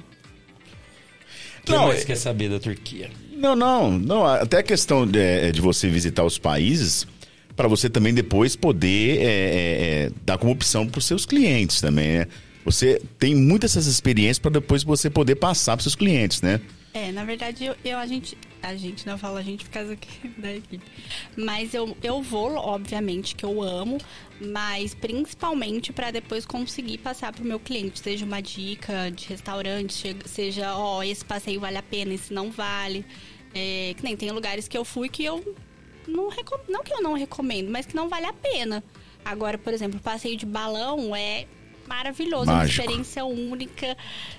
O que mais quer saber da Turquia? Não, não, não. Até a questão de, de você visitar os países, para você também depois poder é, é, dar como opção para os seus clientes também, né? Você tem muitas essas experiências para depois você poder passar para seus clientes, né? É, na verdade, eu, eu a gente... A gente não fala a gente por causa da equipe. Mas eu, eu vou, obviamente, que eu amo, mas principalmente para depois conseguir passar pro meu cliente. Seja uma dica de restaurante, seja, ó, oh, esse passeio vale a pena, esse não vale. É, que nem tem lugares que eu fui que eu não recomendo, não que eu não recomendo, mas que não vale a pena. Agora, por exemplo, o passeio de balão é maravilhoso, é uma experiência única.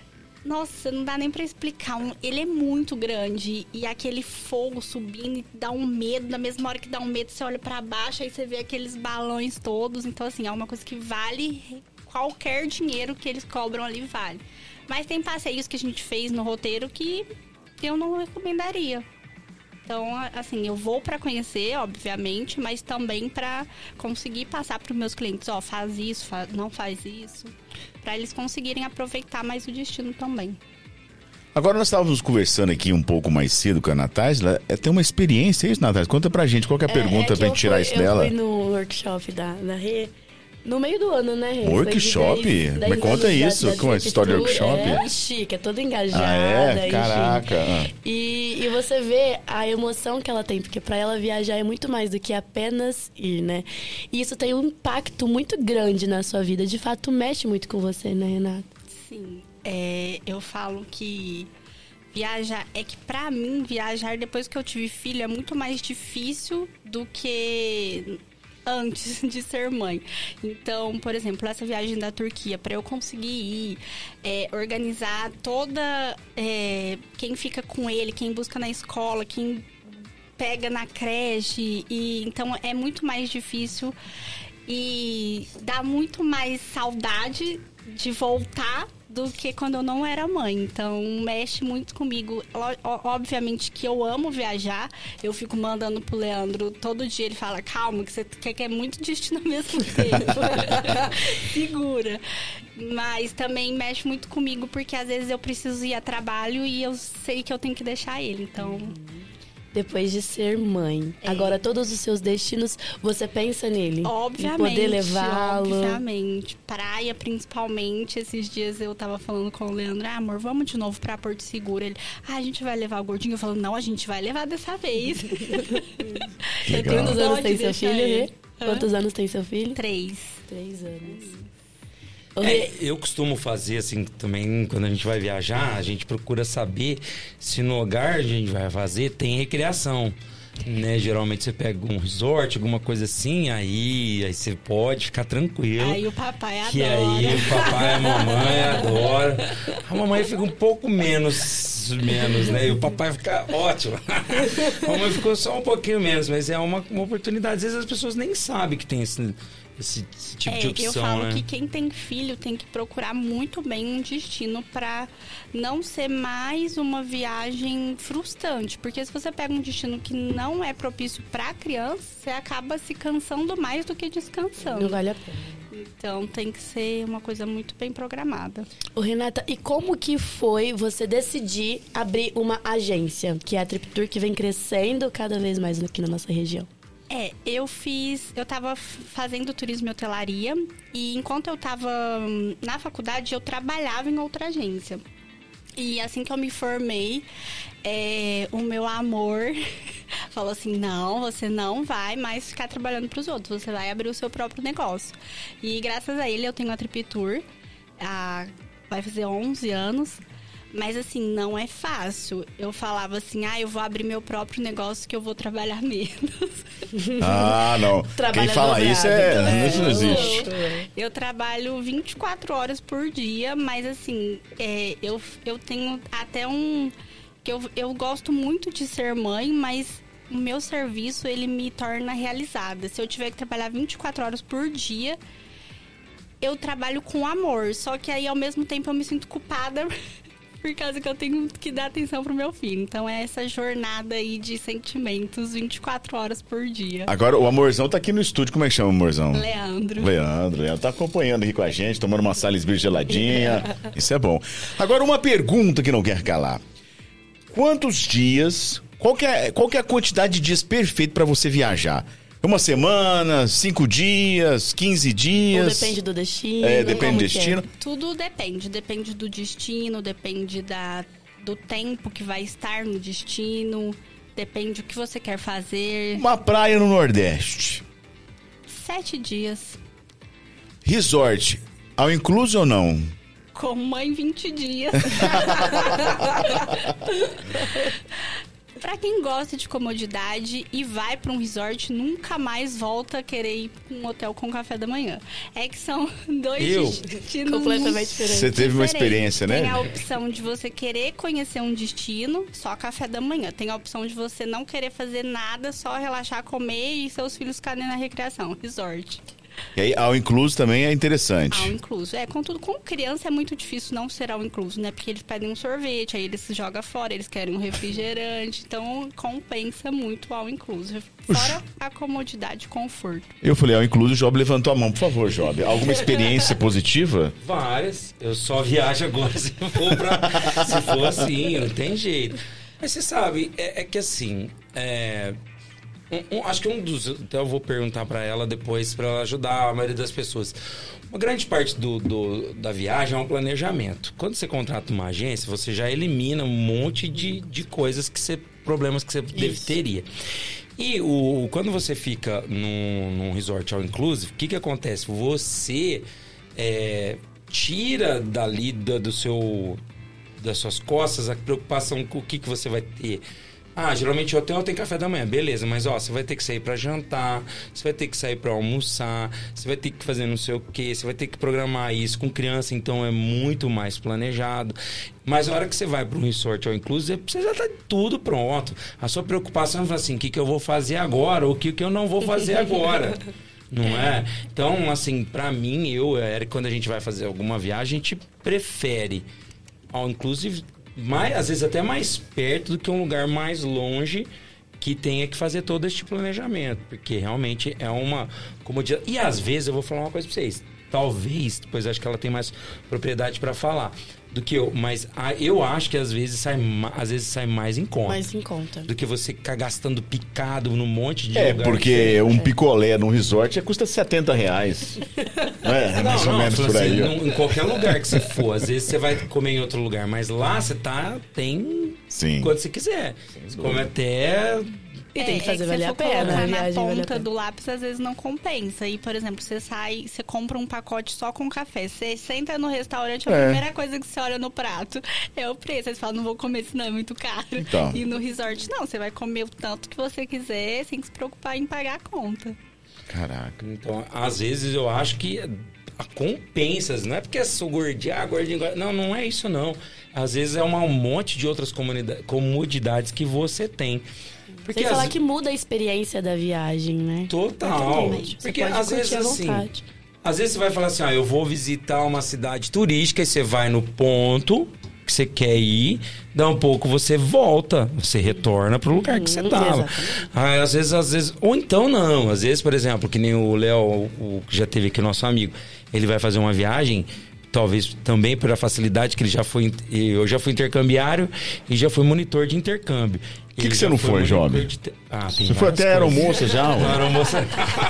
Nossa, não dá nem pra explicar. Ele é muito grande e aquele fogo subindo e dá um medo. Na mesma hora que dá um medo, você olha pra baixo, aí você vê aqueles balões todos. Então, assim, é uma coisa que vale qualquer dinheiro que eles cobram ali, vale. Mas tem passeios que a gente fez no roteiro que eu não recomendaria. Então, assim, eu vou pra conhecer, obviamente, mas também pra conseguir passar pros meus clientes. Ó, faz isso, faz, não faz isso. Pra eles conseguirem aproveitar mais o destino também. Agora nós estávamos conversando aqui um pouco mais cedo com a Natália. É, tem uma experiência, é isso, Natália? Conta pra gente, qual que é a é, pergunta é pra gente tirar fui, isso dela? Eu fui no workshop da, da Rê, no meio do ano, né, Rê? Workshop? dez, dez Me conta isso, da, como é essa história de workshop? É chique, é toda engajada. Ah, é? Caraca. E, e você vê a emoção que ela tem, porque pra ela viajar é muito mais do que apenas ir, né? E isso tem um impacto muito grande na sua vida, de fato mexe muito com você, né, Renata? Sim, é, eu falo que viajar, é que pra mim viajar depois que eu tive filho é muito mais difícil do que antes de ser mãe. Então, por exemplo, essa viagem da Turquia, para eu conseguir ir, é, organizar toda... É, quem fica com ele, quem busca na escola, quem pega na creche. E, então, é muito mais difícil. E dá muito mais saudade de voltar do que quando eu não era mãe. Então, mexe muito comigo. Obviamente que eu amo viajar. Eu fico mandando pro Leandro todo dia. Ele fala, calma, que você quer que é muito destino ao mesmo tempo. Segura. Mas também mexe muito comigo, porque às vezes eu preciso ir a trabalho e eu sei que eu tenho que deixar ele. Então... Depois de ser mãe, é. agora todos os seus destinos, você pensa nele? Obviamente. Em poder levá-lo? Obviamente. Praia, principalmente. Esses dias eu tava falando com o Leandro, ah, amor, vamos de novo pra Porto Seguro. Ele, ah, a gente vai levar o gordinho? Eu falo, não, a gente vai levar dessa vez. Quantos anos tem seu filho, Rê? Quantos anos tem seu filho? Três. Três anos. É, eu costumo fazer assim também, quando a gente vai viajar, a gente procura saber se no lugar que a gente vai fazer tem recreação, né? Geralmente você pega um resort, alguma coisa assim, aí, aí você pode ficar tranquilo. Aí o papai adora. Que aí o papai e a mamãe adoram. A mamãe fica um pouco menos, menos, né? E o papai fica ótimo. A mamãe ficou só um pouquinho menos, mas é uma, uma oportunidade. Às vezes as pessoas nem sabem que tem esse... Esse, esse tipo é, de opção, eu falo né? que quem tem filho tem que procurar muito bem um destino para não ser mais uma viagem frustrante, porque se você pega um destino que não é propício para criança, você acaba se cansando mais do que descansando. Não vale a pena. Então tem que ser uma coisa muito bem programada. Ô, Renata, e como que foi você decidir abrir uma agência, que é a Trip Tour, que vem crescendo cada vez mais aqui na nossa região? É, eu fiz, eu tava fazendo turismo e hotelaria e enquanto eu tava na faculdade eu trabalhava em outra agência. E assim que eu me formei, é, o meu amor falou assim, não, você não vai mais ficar trabalhando pros outros, você vai abrir o seu próprio negócio. E graças a ele eu tenho a Trip Tour, a, vai fazer onze anos. Mas, assim, não é fácil. Eu falava assim, ah, eu vou abrir meu próprio negócio que eu vou trabalhar menos. Ah, não. Quem fala isso é... Isso não existe. Eu trabalho vinte e quatro horas por dia, mas, assim, é, eu, eu tenho até um... que eu, eu gosto muito de ser mãe, mas o meu serviço, ele me torna realizada. Se eu tiver que trabalhar vinte e quatro horas por dia, eu trabalho com amor. Só que aí, ao mesmo tempo, eu me sinto culpada... por causa que eu tenho que dar atenção pro meu filho. Então é essa jornada aí de sentimentos vinte e quatro horas por dia. Agora o amorzão tá aqui no estúdio. Como é que chama o amorzão? Leandro. Leandro, ela tá acompanhando aqui com a gente, tomando uma Salisbury geladinha. Isso é bom. Agora uma pergunta que não quer calar. Quantos dias, qual que é, qual que é a quantidade de dias perfeito para você viajar? Uma semana, cinco dias, quinze dias? Ou depende do destino? É, depende do destino. É? Tudo depende. Depende do destino, depende da, do tempo que vai estar no destino, depende do que você quer fazer. Uma praia no Nordeste. Sete dias. Resort, ao incluso ou não? Com mãe, vinte dias. Pra quem gosta de comodidade e vai pra um resort, nunca mais volta a querer ir pra um hotel com café da manhã. É que são dois Eu? destinos completamente diferentes. Você teve uma experiência, né? Tem a opção de você querer conhecer um destino, só café da manhã. Tem a opção de você não querer fazer nada, só relaxar, comer e seus filhos ficarem na recreação. Resort. E aí, ao incluso também é interessante. Ao incluso. É, contudo, com criança é muito difícil não ser ao incluso, né? Porque eles pedem um sorvete, aí eles se jogam fora, eles querem um refrigerante. Então, compensa muito ao incluso. Fora a comodidade e conforto. Eu falei, ao incluso, o Job levantou a mão. Por favor, Job. Alguma experiência positiva? Várias. Eu só viajo agora se for, pra, se for assim, não tem jeito. Mas você sabe, é, é que assim... É... Um, um, acho que um dos... Até eu vou perguntar pra ela depois, pra ela ajudar a maioria das pessoas. Uma grande parte do, do, da viagem é um planejamento. Quando você contrata uma agência, você já elimina um monte de, de coisas que você... Problemas que você deve, teria. E o, quando você fica num, num resort all inclusive, o que que acontece? Você é, tira dali do, do seu... das suas costas a preocupação com o que que você vai ter. Ah, geralmente o hotel tem café da manhã, beleza, mas ó, você vai ter que sair pra jantar, você vai ter que sair pra almoçar, você vai ter que fazer não sei o quê, você vai ter que programar isso com criança, então é muito mais planejado. Mas a hora que você vai para um resort all inclusive, você já tá tudo pronto. A sua preocupação é falar assim, o que que eu vou fazer agora ou o que que eu não vou fazer agora. Não é? Então, assim, pra mim, eu, Eric, quando a gente vai fazer alguma viagem, a gente prefere, ó, inclusive, mais, às vezes até mais perto do que um lugar mais longe que tenha que fazer todo este planejamento. Porque realmente é uma comodidade. E às vezes, eu vou falar uma coisa pra vocês. Talvez, depois acho que ela tem mais propriedade pra falar do que eu, mas a, eu acho que às vezes sai, às vezes sai mais em conta. Mais em conta. Do que você ficar gastando picado num monte de É, lugar porque diferente. um picolé num resort custa setenta reais. Não é? É mais não, ou não, menos assim, por aí. ó. num- em qualquer lugar que você for, às vezes você vai comer em outro lugar, mas lá você tá, tem Sim. quando você quiser. Você come até... E tem que fazer é, valer se a for pena, colocar a na viagem vale a ponta pena. do lápis, às vezes não compensa. E, por exemplo, você sai, você compra um pacote só com café. Você senta no restaurante, a É. primeira coisa que você olha no prato é o preço. Aí você fala, não vou comer, senão é muito caro. Então. E no resort, não. Você vai comer o tanto que você quiser, sem se preocupar em pagar a conta. Caraca. Então, às vezes eu acho que a compensas, não é porque eu sou gordinho, ah, gordinho, gordinho. Não, não é isso não. Às vezes é uma- um monte de outras comunidade- comodidades que você tem. Porque Sem falar às- que muda a experiência da viagem, né? Total. Totalmente. Você Porque pode às curtir vezes à assim, vontade. às vezes você vai falar assim, ah, eu vou visitar uma cidade turística e você vai no ponto que você quer ir, dá um pouco, você volta, você retorna pro lugar que você Hum, tava. exatamente. Aí, às vezes, às vezes, ou então não, às vezes, por exemplo, que nem o Léo, o que já teve aqui, nosso amigo, ele vai fazer uma viagem, talvez também pela facilidade que ele já foi, eu já fui intercambiário e já fui monitor de intercâmbio. O que, que você não foi, jovem? De... Ah, tem Você foi várias até coisas. aeromoça já? ué? Aeromoça.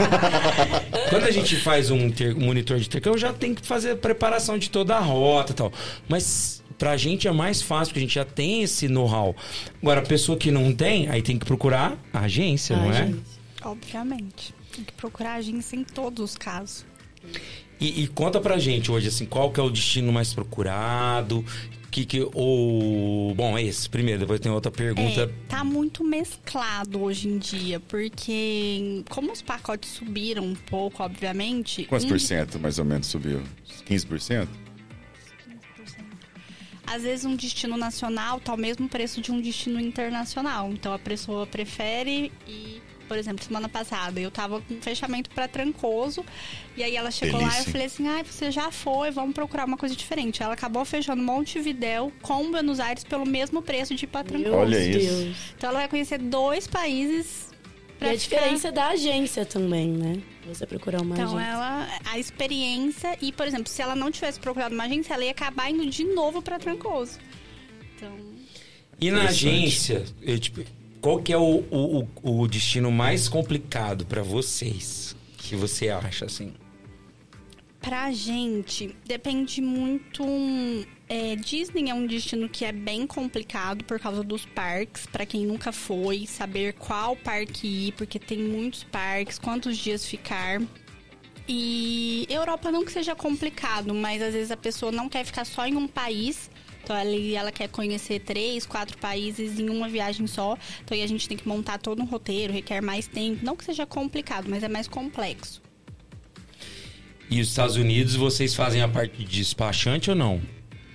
Quando a gente faz um inter- monitor de intercâmbio, já tem que fazer a preparação de toda a rota e tal. Mas pra gente é mais fácil, porque a gente já tem esse know-how. Agora, a pessoa que não tem, aí tem que procurar a agência, não é? Obviamente. Tem que procurar agência em todos os casos. E, e conta pra gente hoje, assim, qual que é o destino mais procurado? Que que o bom, é esse primeiro, depois tem outra pergunta. É, tá muito mesclado hoje em dia, porque como os pacotes subiram um pouco, obviamente... Quantos um- por cento mais ou menos subiu? quinze por cento? Às vezes um destino nacional tá o mesmo preço de um destino internacional. Então a pessoa prefere ir... Por exemplo, semana passada eu tava com fechamento pra Trancoso. E aí ela chegou lá e eu Delícia. falei assim: ai, você já foi, vamos procurar uma coisa diferente. Ela acabou fechando Montevidéu com Buenos Aires pelo mesmo preço de ir pra Trancoso. Olha isso. Então ela vai conhecer dois países. E pra a ficar- diferença da agência também, né? Você procurar uma Então, agência. ela, a experiência, e, por exemplo, se ela não tivesse procurado uma agência, ela ia acabar indo de novo pra Trancoso. Então, E na Interessante. agência, eu, tipo, qual que é o, o, o- o destino mais complicado pra vocês? Que você acha, assim? pra gente, depende muito. hum, É, Disney é um destino que é bem complicado por causa dos parques. Pra quem nunca foi, saber qual parque ir, porque tem muitos parques, quantos dias ficar. E Europa não que seja complicado, mas às vezes a pessoa não quer ficar só em um país. Então ela, ela quer conhecer três, quatro países em uma viagem só. Então aí a gente tem que montar todo um roteiro, requer mais tempo. Não que seja complicado, mas é mais complexo. E os Estados Unidos, vocês fazem a parte de despachante ou não?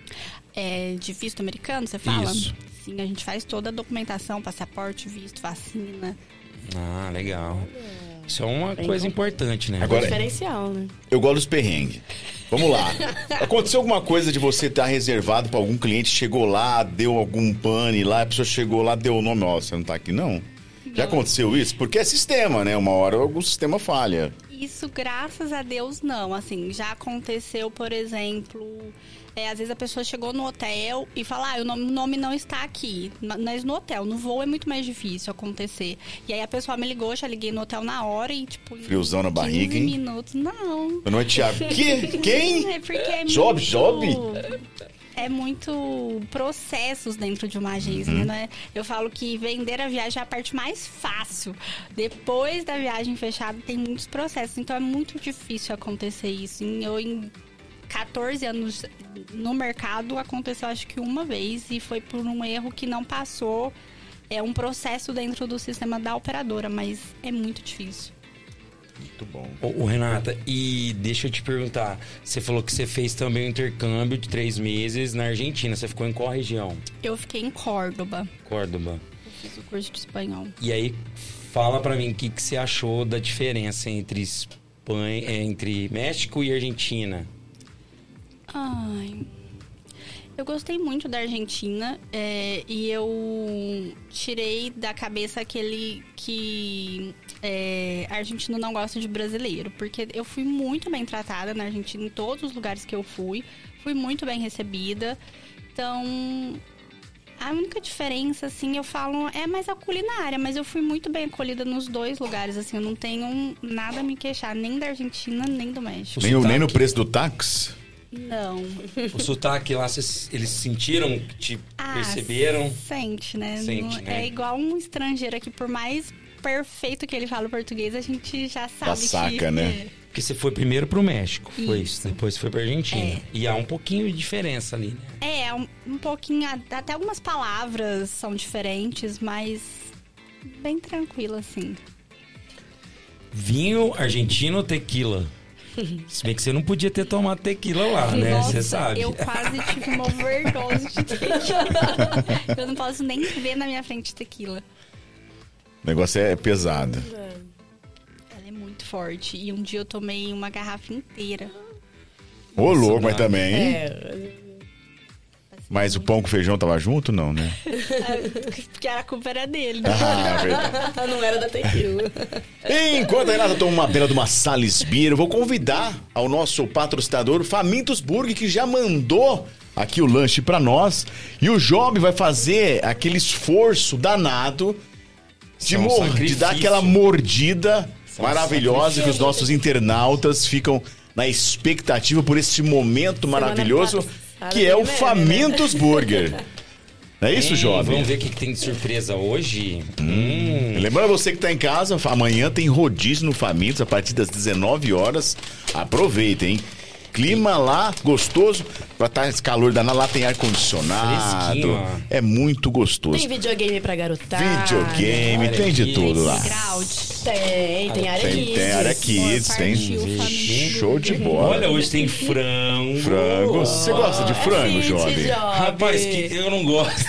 É de visto americano, você fala? Isso. Sim, a gente faz toda a documentação, passaporte, visto, vacina. Ah, legal. Isso é uma Bem coisa com- importante, né? Agora- Diferencial, né? Eu gosto dos perrengues. Vamos lá. Aconteceu alguma coisa de você estar reservado para algum cliente, chegou lá, deu algum pane lá, a pessoa chegou lá, deu o nome, ó, você não tá aqui não? Já aconteceu isso? Porque é sistema, né? Uma hora algum sistema falha. Isso, graças a Deus, não. Assim, já aconteceu, por exemplo... É, às vezes a pessoa chegou no hotel e fala, ah, o nome, o nome não está aqui. Mas no hotel, no voo é muito mais difícil acontecer. E aí a pessoa me ligou, já liguei no hotel na hora e, tipo... em Friozão na barriga, quinze hein? minutos, não. Meu nome é Thiago. Que? Quem? É porque é Job, muito... Job? É muito processos dentro de uma agência, Uhum. né? Eu falo que vender a viagem é a parte mais fácil. Depois da viagem fechada tem muitos processos, então é muito difícil acontecer isso. Em- Eu em quatorze anos no mercado aconteceu acho que uma vez e foi por um erro que não passou. É um processo dentro do sistema da operadora, mas é muito difícil. Muito bom. Ô, ô, Renata, e deixa eu te perguntar, você falou que você fez também um intercâmbio de três meses na Argentina, você ficou em qual região? Eu fiquei em Córdoba. Córdoba. Eu fiz o curso de espanhol. E aí, fala pra mim o que, que você achou da diferença entre Espanha, entre México e Argentina? Ai, eu gostei muito da Argentina é, e eu tirei da cabeça aquele que é, argentino não gosta de brasileiro, porque eu fui muito bem tratada na Argentina em todos os lugares que eu fui, fui muito bem recebida, então a única diferença, assim, eu falo, é mais a culinária, mas eu fui muito bem acolhida nos dois lugares, assim, eu não tenho nada a me queixar, nem da Argentina, nem do México. Nem, nem no preço do táxi? Não. O sotaque lá, cês, eles sentiram, te ah, perceberam? Sente, né? Sente, não, né? É igual um estrangeiro aqui, por mais perfeito que ele fala português, a gente já sabe já saca, que... né? É. Porque você foi primeiro pro México, isso. foi isso. Depois foi pra Argentina. É. E há um pouquinho de diferença ali, né? É, um, um pouquinho, até algumas palavras são diferentes, mas bem tranquilo, assim. Vinho argentino ou tequila? Se bem que você não podia ter tomado tequila lá, né? Nossa, você sabe. Eu quase tive uma overdose de tequila. Eu não posso nem ver na minha frente tequila. O negócio é pesado. Ela é muito forte. E um dia eu tomei uma garrafa inteira. Ô, louco, mas também. É. Mas o pão com feijão tava junto, não, né? Porque a culpa era dele. Ah, verdade. Não era da tequila. Enquanto a Renata toma uma bela de uma Salisbury, eu vou convidar ao nosso patrocinador Famintos Burger, que já mandou aqui o lanche pra nós. E o Job vai fazer aquele esforço danado de, um mor- de dar aquela mordida São maravilhosa que os nossos internautas ficam na expectativa por esse momento Semana maravilhoso. passada. Que é o Famintos Burger. Não é isso, Hum, jovem? Vamos ver o que, que tem de surpresa hoje. Hum. Lembrando você que tá em casa, amanhã tem rodízio no Famintos a partir das dezenove horas. Aproveitem, hein? Clima lá gostoso, pra estar esse calor danado, lá tem ar-condicionado. É muito gostoso. Tem videogame pra garotar. Videogame, tem de tudo lá. Tem, tem área Tem, kids. tem área kids, tem show de bola. Olha, hoje tem frango. Frango. Você gosta de frango, É fit, jovem? jovem? Rapaz, que eu não gosto.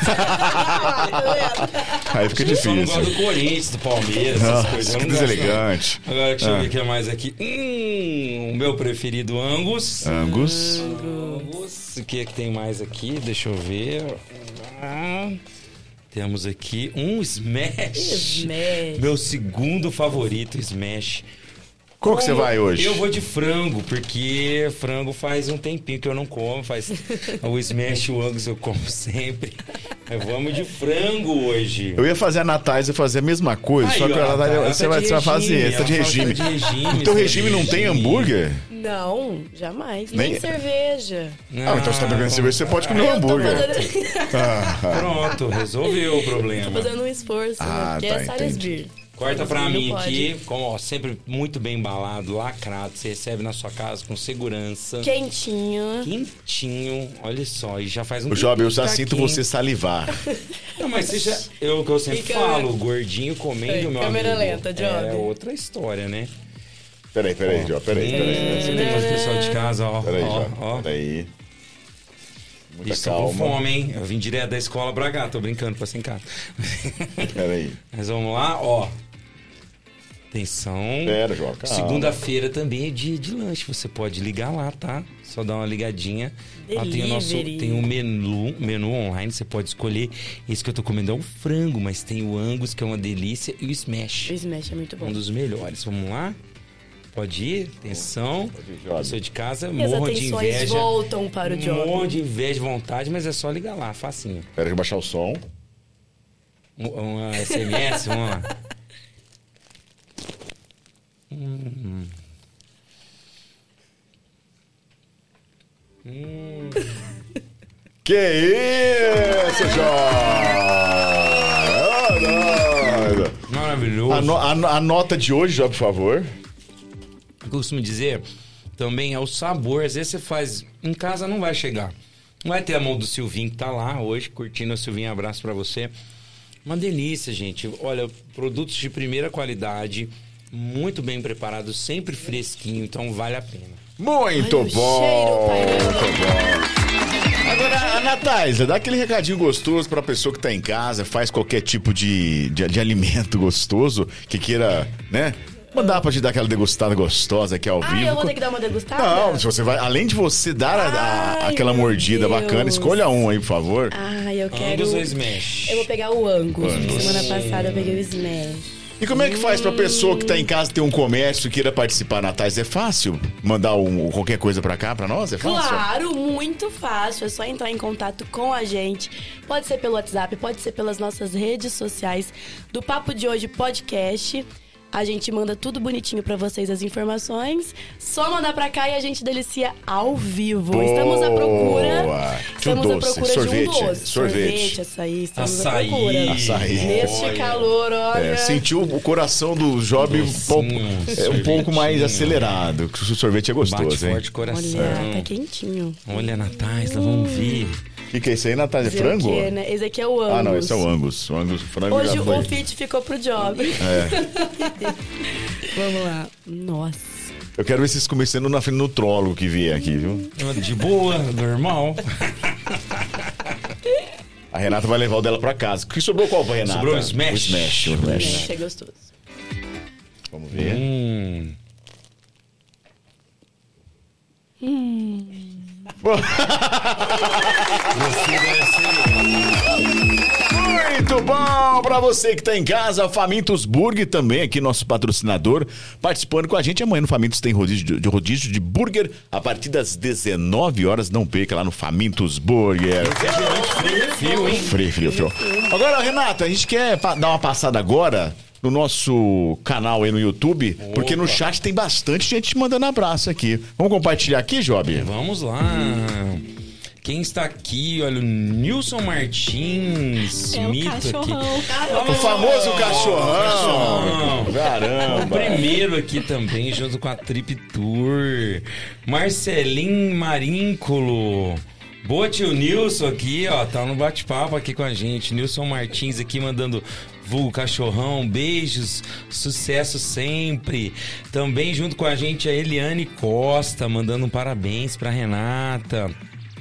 Aí fica Eu só não difícil. gosto do Corinthians, do Palmeiras, essas Nossa, coisas. Eu que não gosto, deselegante. não. Agora, deixa eu Ah. ver o que é mais aqui. Hum, o meu preferido, Angus. Angus. Angus. O que é que tem mais aqui? Deixa eu ver. Ah, temos aqui um Smash. Smash. Meu segundo favorito, Smash. Qual que você vai hoje? Eu vou de frango, porque frango faz um tempinho que eu não como. Faz o Smash, o Angus eu como sempre. Mas vamos de frango hoje. Eu ia fazer a Natália fazer a mesma coisa, Aí, só que ó, a Natália, ela você, tá vai, de você vai fazer, regime, você tá de ela regime. tá de regime, O teu tá de regime não tem regime. hambúrguer? Não, jamais. Nem- Nem, cerveja. Ah, então você tá bebendo cerveja, você pode comer um hambúrguer. Ah, Pronto, resolveu o problema. Tô fazendo um esforço, Ah, né? Porque tá, é Salisbury. Corta pra Não mim pode. aqui, como ó, sempre muito bem embalado, lacrado, você recebe na sua casa com segurança. Quentinho. Quentinho, olha só, e já faz um O Jovem, eu tempinho já que tá sinto aqui. você salivar. Não, mas você já, eu que eu sempre Fica- falo, o gordinho comendo, meu Câmera amigo. lenta, É Jovem. outra história, né? Peraí, peraí, Jovem, peraí, peraí. Hum, peraí. tem mais pessoal de casa, ó. Peraí, ó, Jovem, ó. peraí. Muita Estou com calma. fome, hein? Eu vim direto da escola pra cá, tô brincando, passei em casa. Peraí. Mas vamos lá, ó. Atenção. Pera, João, calma. Segunda-feira também é dia de lanche. Você pode ligar lá, tá? Só dá uma ligadinha. Lá tem o nosso Delivery. tem um menu, menu online. Você pode escolher. Esse que eu tô comendo é o frango, mas tem o Angus, que é uma delícia, e o Smash. O Smash é muito bom. Um dos melhores. Vamos lá? Pode ir? Atenção. Jovem. Pessoa de casa, E as morro de atenções inveja. voltam para o job. Morro de inveja de vontade, mas é só ligar lá, facinho. Pera, deixa eu baixar o som. Um- Uma S M S, vamos lá. Hum. Hum. Que isso, Jovem! Maravilhoso. A, no- a no- a nota de hoje, Jovem, por favor. Eu costumo dizer também é o sabor. Às vezes você faz em casa, não vai chegar. Não vai ter a mão do Silvinho que tá lá hoje, curtindo o Silvinho. Abraço pra você. Uma delícia, gente. Olha, produtos de primeira qualidade, muito bem preparados, sempre fresquinho, então vale a pena. Muito Ai, o bom! cheiro, pai. Muito bom! Agora, a Natália, dá aquele recadinho gostoso pra pessoa que tá em casa, faz qualquer tipo de, de, de alimento gostoso, que queira, né? Não dá pra te dar aquela degustada gostosa aqui ao ah, vivo. Ah, eu vou ter que dar uma degustada? Não, se você vai, além de você dar a, a, aquela mordida Deus. bacana, escolha um aí, por favor. Ah, eu quero... Angus ou Smash? Eu vou pegar o Angus. Angus. Semana passada eu peguei o Smash. E como é que faz pra pessoa que tá em casa ter um comércio e queira participar, Natais? É fácil mandar um, qualquer coisa pra cá, pra nós? É fácil? Claro, muito fácil. É só entrar em contato com a gente. Pode ser pelo WhatsApp, pode ser pelas nossas redes sociais do Papo de Hoje Podcast. A gente manda tudo bonitinho pra vocês, as informações. Só mandar pra cá e a gente delicia ao vivo. Boa. Estamos à procura. Estamos um à doce. procura sorvete, de um doce. Sorvete. Sorvete, açaí. Estamos açaí. à procura. Açaí. Neste olha. calor, olha. É, sentiu o coração do Job um pouco, é, um pouco mais acelerado. O sorvete é gostoso, Bate hein? forte coração. Olha, tá quentinho. Olha, Natais, nós vamos ver. O que, que é isso aí, Natália? É Esse frango? aqui, né? Esse aqui é o Angus. Ah, não, esse é o Angus. O Angus, frango Hoje já foi. o fit ficou pro Job. É. Vamos lá. Nossa. Eu quero ver vocês começando na frente do nutrólogo que vier aqui, viu? De boa, normal. A Renata vai levar o dela pra casa. O que sobrou qual pra Renata? Sobrou o Smash. O Smash. O Smash. Smash é gostoso. Vamos ver. Hum. Hum. Muito bom pra você que tá em casa. Famintos Burger também aqui, nosso patrocinador, participando com a gente. Amanhã no Famintos tem rodízio de, rodízio de burger a partir das dezenove horas. Não perca lá no Famintos Burger. Frio, hein? Frio, frio, frio. Agora, Renata, a gente quer dar uma passada agora no nosso canal aí no YouTube, Opa. porque no chat tem bastante gente mandando abraço aqui. Vamos compartilhar aqui, Job? Vamos lá. Quem está aqui, olha, o Nilson Martins, é mito o aqui. O famoso cachorrão. cachorrão. Caramba. O primeiro aqui também, junto com a Trip Tour. Marcelinho Maríncolo. Boa, tio Nilson aqui, ó, tá no bate-papo aqui com a gente. Nilson Martins aqui mandando vulgo cachorrão, beijos, sucesso sempre. Também junto com a gente a Eliane Costa, mandando um parabéns pra Renata.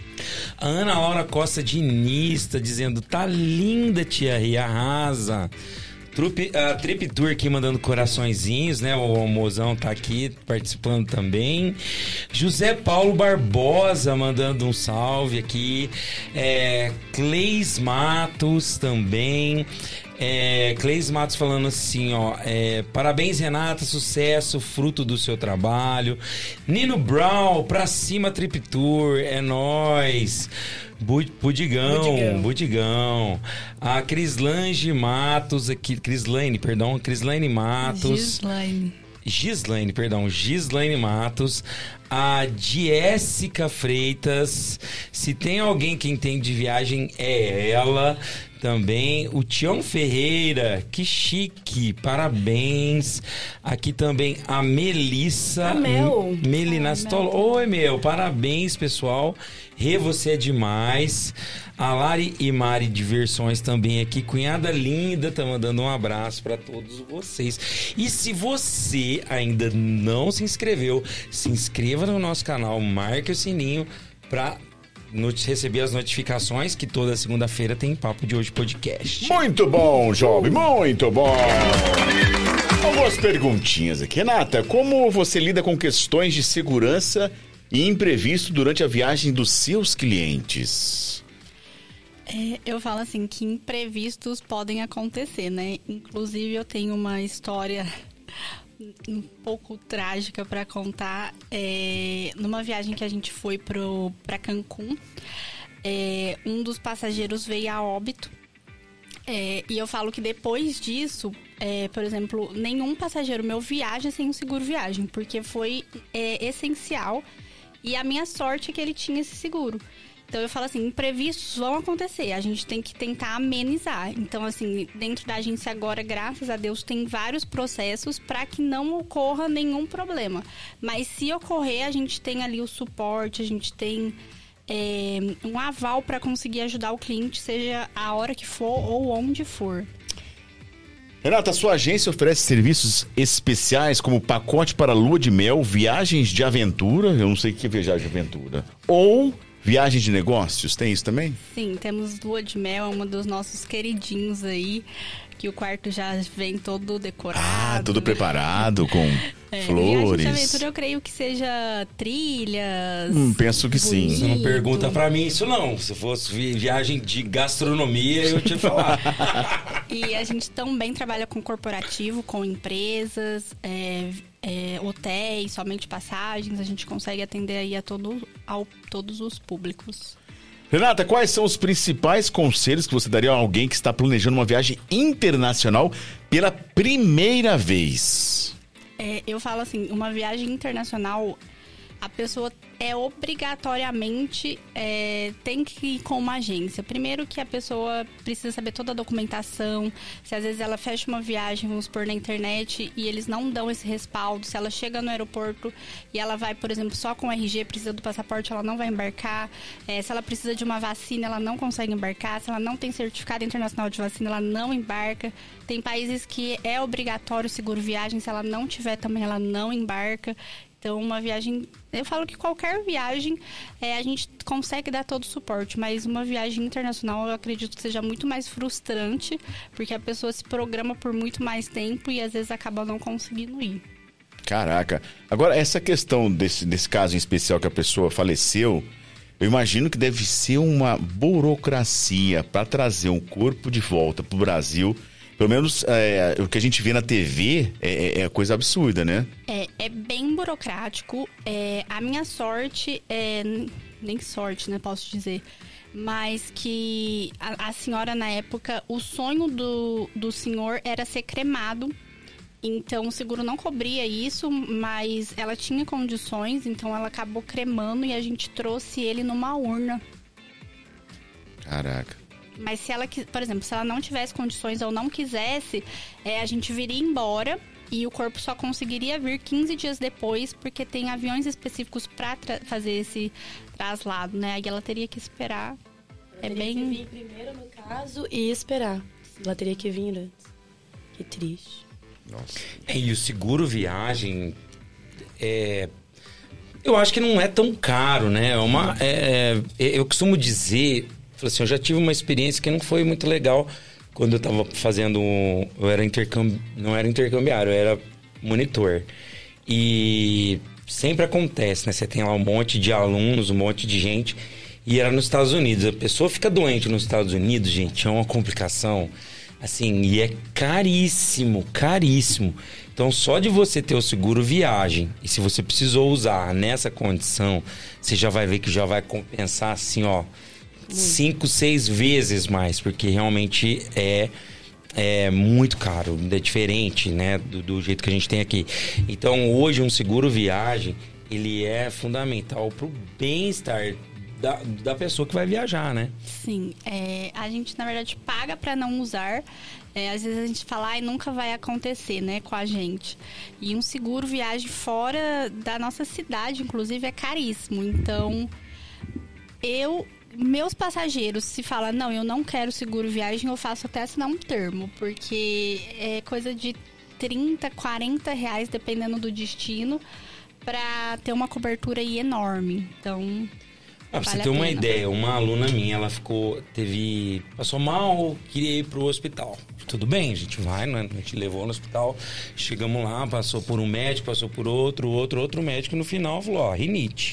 A Ana Laura Costa Diniz tá dizendo, tá linda, tia Ria, arrasa. Trupe, a Trip Tour aqui mandando coraçõezinhos, né? O Mozão tá aqui participando também. José Paulo Barbosa mandando um salve aqui. É, Cleis Matos também. É, Cleis Matos falando assim, ó, é, parabéns, Renata, sucesso, fruto do seu trabalho. Nino Brown, pra cima, Trip Tour, é nóis. Bu- Budigão, Budigão, Budigão. A Crislange Matos aqui, Crislaine, perdão, Crislaine Matos. Gislaine. Gislaine, perdão, Gislaine Matos. A Jéssica Freitas. Se tem alguém que entende de viagem, é ela. Também o Tião Ferreira, que chique, parabéns. Aqui também a Melissa. A Mel. Melinastolo. Oi, Mel, parabéns, pessoal. Rê, você é demais. A Lari e Mari Diversões também aqui. Cunhada linda, tá mandando um abraço para todos vocês. E se você ainda não se inscreveu, se inscreva no nosso canal, marque o sininho para receber as notificações que toda segunda-feira tem Papo de Hoje Podcast. Muito bom, Job, muito bom. Algumas perguntinhas aqui. Renata, como você lida com questões de segurança e imprevisto durante a viagem dos seus clientes? É, eu falo assim que imprevistos podem acontecer, né? Inclusive eu tenho uma história um pouco trágica para contar. É, numa viagem que a gente foi para Cancún, é, um dos passageiros veio a óbito. É, e eu falo que depois disso, é, por exemplo, nenhum passageiro meu viaja sem um seguro viagem, porque foi é, essencial. E a minha sorte é que ele tinha esse seguro. Então eu falo assim, imprevistos vão acontecer, a gente tem que tentar amenizar. Então assim, dentro da agência agora, graças a Deus, tem vários processos para que não ocorra nenhum problema. Mas se ocorrer, a gente tem ali o suporte, a gente tem é, um aval para conseguir ajudar o cliente, seja a hora que for ou onde for. Renata, sua agência oferece serviços especiais como pacote para lua de mel, viagens de aventura, eu não sei o que é viajar de aventura, ou Viagem de negócios, tem isso também? Sim, temos lua de mel, é um dos nossos queridinhos aí, que o quarto já vem todo decorado. Ah, tudo preparado, com é, flores. Viagem de aventura eu creio que seja trilhas. Hum, penso que bonito. sim. Você não pergunta pra mim isso não. Se fosse viagem de gastronomia, eu te falar. E a gente também trabalha com corporativo, com empresas, é, é, hotéis, somente passagens. A gente consegue atender aí a todo, ao, todos os públicos. Renata, quais são os principais conselhos que você daria a alguém que está planejando uma viagem internacional pela primeira vez? É, eu falo assim, uma viagem internacional, a pessoa é obrigatoriamente é, tem que ir com uma agência. Primeiro que a pessoa precisa saber toda a documentação. Se às vezes ela fecha uma viagem, vamos supor, na internet e eles não dão esse respaldo. Se ela chega no aeroporto e ela vai, por exemplo, só com R G, precisa do passaporte, ela não vai embarcar. É, se ela precisa de uma vacina, ela não consegue embarcar. Se ela não tem certificado internacional de vacina, ela não embarca. Tem países que é obrigatório o seguro viagem. Se ela não tiver também, ela não embarca. Então, uma viagem... Eu falo que qualquer viagem é, a gente consegue dar todo o suporte, mas uma viagem internacional eu acredito que seja muito mais frustrante, porque a pessoa se programa por muito mais tempo e às vezes acaba não conseguindo ir. Caraca. Agora, essa questão desse, desse caso em especial que a pessoa faleceu, eu imagino que deve ser uma burocracia para trazer um corpo de volta pro Brasil. Pelo menos é, o que a gente vê na T V é, é coisa absurda, né? É, é bem burocrático. É, a minha sorte, é, nem sorte, né, posso dizer, mas que a, a senhora, na época, o sonho do, do senhor era ser cremado. Então, o seguro não cobria isso, mas ela tinha condições, então ela acabou cremando e a gente trouxe ele numa urna. Caraca. Mas se ela, por exemplo, se ela não tivesse condições ou não quisesse, é, a gente viria embora e o corpo só conseguiria vir quinze dias depois, porque tem aviões específicos para fazer esse traslado, né? Aí ela teria que esperar. Ela é teria bem... que vir primeiro, no caso, e esperar. Ela teria que vir antes. Que triste. Nossa. É, e o seguro viagem, é... eu acho que não é tão caro, né? É uma, é... Eu costumo dizer... Falei assim, eu já tive uma experiência que não foi muito legal quando eu tava fazendo... Eu era intercambi... Não era intercambiário, eu era monitor. E sempre acontece, né? Você tem lá um monte de alunos, um monte de gente. E era nos Estados Unidos. A pessoa fica doente nos Estados Unidos, gente, é uma complicação. Assim, e é caríssimo, caríssimo. Então, só de você ter o seguro viagem, e se você precisou usar nessa condição, você já vai ver que já vai compensar assim, ó... Cinco, seis vezes mais, porque realmente é, é muito caro, é diferente, né, do, do jeito que a gente tem aqui. Então, hoje, um seguro viagem, ele é fundamental para o bem-estar da, da pessoa que vai viajar, né? Sim, é, a gente, na verdade, paga para não usar. É, às vezes a gente fala, ai, nunca vai acontecer, né, com a gente. E um seguro viagem fora da nossa cidade, inclusive, é caríssimo. Então, eu... Meus passageiros, se fala, não, eu não quero seguro viagem, eu faço até assinar um termo, porque é coisa de trinta, quarenta reais, dependendo do destino, para ter uma cobertura aí enorme. Então, ah, pra vale você ter uma pena. ideia, uma aluna minha, ela ficou, teve, passou mal, queria ir pro hospital. Tudo bem, a gente vai, né? A gente levou no hospital, chegamos lá, passou por um médico, passou por outro, outro, outro médico, e no final falou, ó, rinite.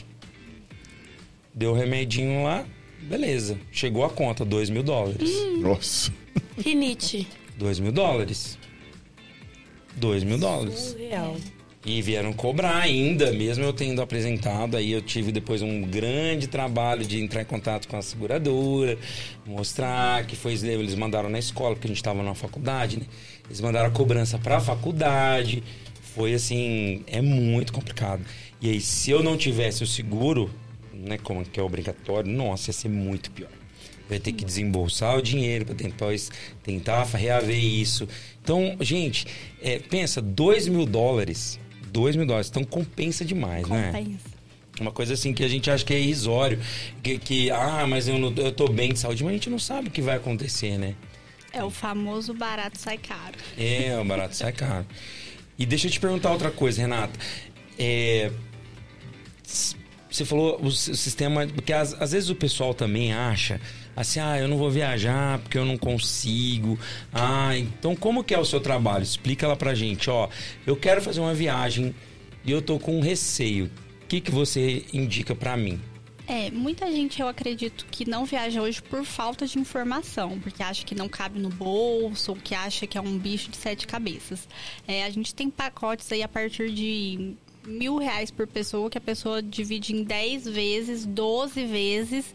Deu o remedinho lá. Beleza, chegou a conta, dois mil dólares. Hum. Nossa. Rinite. Dois mil dólares. Dois mil dólares. Surreal. E vieram cobrar ainda, mesmo eu tendo apresentado. Aí eu tive depois um grande trabalho de entrar em contato com a seguradora, mostrar que foi... Eles mandaram na escola, porque a gente estava na faculdade, né? Eles mandaram a cobrança para a faculdade. Foi assim, é muito complicado. E aí, se eu não tivesse o seguro... Né, como que é obrigatório, nossa, ia ser muito pior. Vai ter que desembolsar o dinheiro para depois tentar reaver isso. Então, gente, é, pensa, dois mil dólares, dois mil dólares, então compensa demais, compensa. Né? Uma coisa assim que a gente acha que é irrisório, que, que ah, mas eu, não, eu tô bem de saúde, mas a gente não sabe o que vai acontecer, né? É o famoso barato sai caro. É, o barato sai caro. E deixa eu te perguntar outra coisa, Renata. É... você falou o, o sistema... Porque às, às vezes o pessoal também acha assim, ah, eu não vou viajar porque eu não consigo. Ah, então como que é o seu trabalho? Explica lá pra gente, ó. Eu quero fazer uma viagem e eu tô com receio. O que, que você indica pra mim? É, muita gente, eu acredito, que não viaja hoje por falta de informação, porque acha que não cabe no bolso, ou que acha que é um bicho de sete cabeças. É, a gente tem pacotes aí a partir de mil reais por pessoa, que a pessoa divide em dez vezes, doze vezes,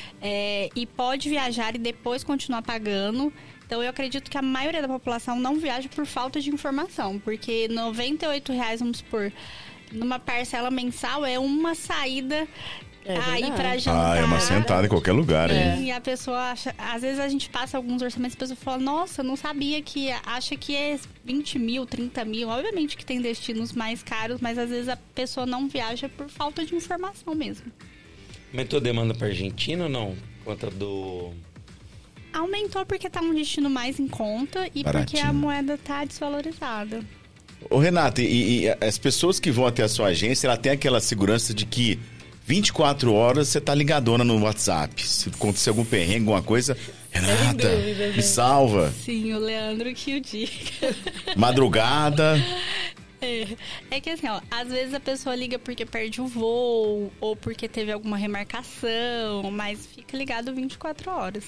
é, e pode viajar e depois continuar pagando. Então, eu acredito que a maioria da população não viaja por falta de informação, porque noventa e oito reais, vamos supor, numa parcela mensal é uma saída... É aí pra jantar. Ah, é uma sentada em qualquer lugar, é. hein? E a pessoa acha... Às vezes a gente passa alguns orçamentos e a pessoa fala, nossa, não sabia que... Acha que é vinte mil, trinta mil. Obviamente que tem destinos mais caros, mas às vezes a pessoa não viaja por falta de informação mesmo. Aumentou a demanda pra Argentina ou não? Conta do... Aumentou porque tá um destino mais em conta e Baratinho. Porque a moeda tá desvalorizada. Ô, Renata, e, e as pessoas que vão até a sua agência, ela tem aquela segurança de que vinte e quatro horas você tá ligadona no WhatsApp. Se acontecer algum perrengue, alguma coisa, Renata, dúvida, me né? salva. Sim, o Leandro que o diga. Madrugada. É, é que assim, ó, às vezes a pessoa liga porque perde o voo ou porque teve alguma remarcação, mas fica ligado vinte e quatro horas.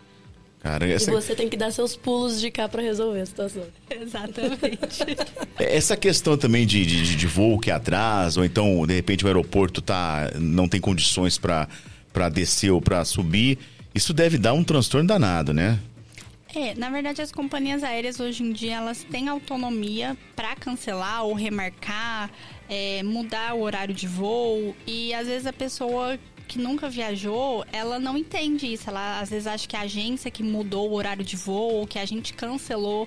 Cara, essa... E você tem que dar seus pulos de cá pra resolver a situação. Exatamente. Essa questão também de, de, de voo que atrasa, ou então, de repente, o aeroporto tá, não tem condições pra, pra descer ou pra subir, isso deve dar um transtorno danado, né? É, na verdade, as companhias aéreas hoje em dia, elas têm autonomia para cancelar ou remarcar, é, mudar o horário de voo, e às vezes a pessoa que nunca viajou, ela não entende isso. Ela às vezes acha que a agência que mudou o horário de voo, ou que a gente cancelou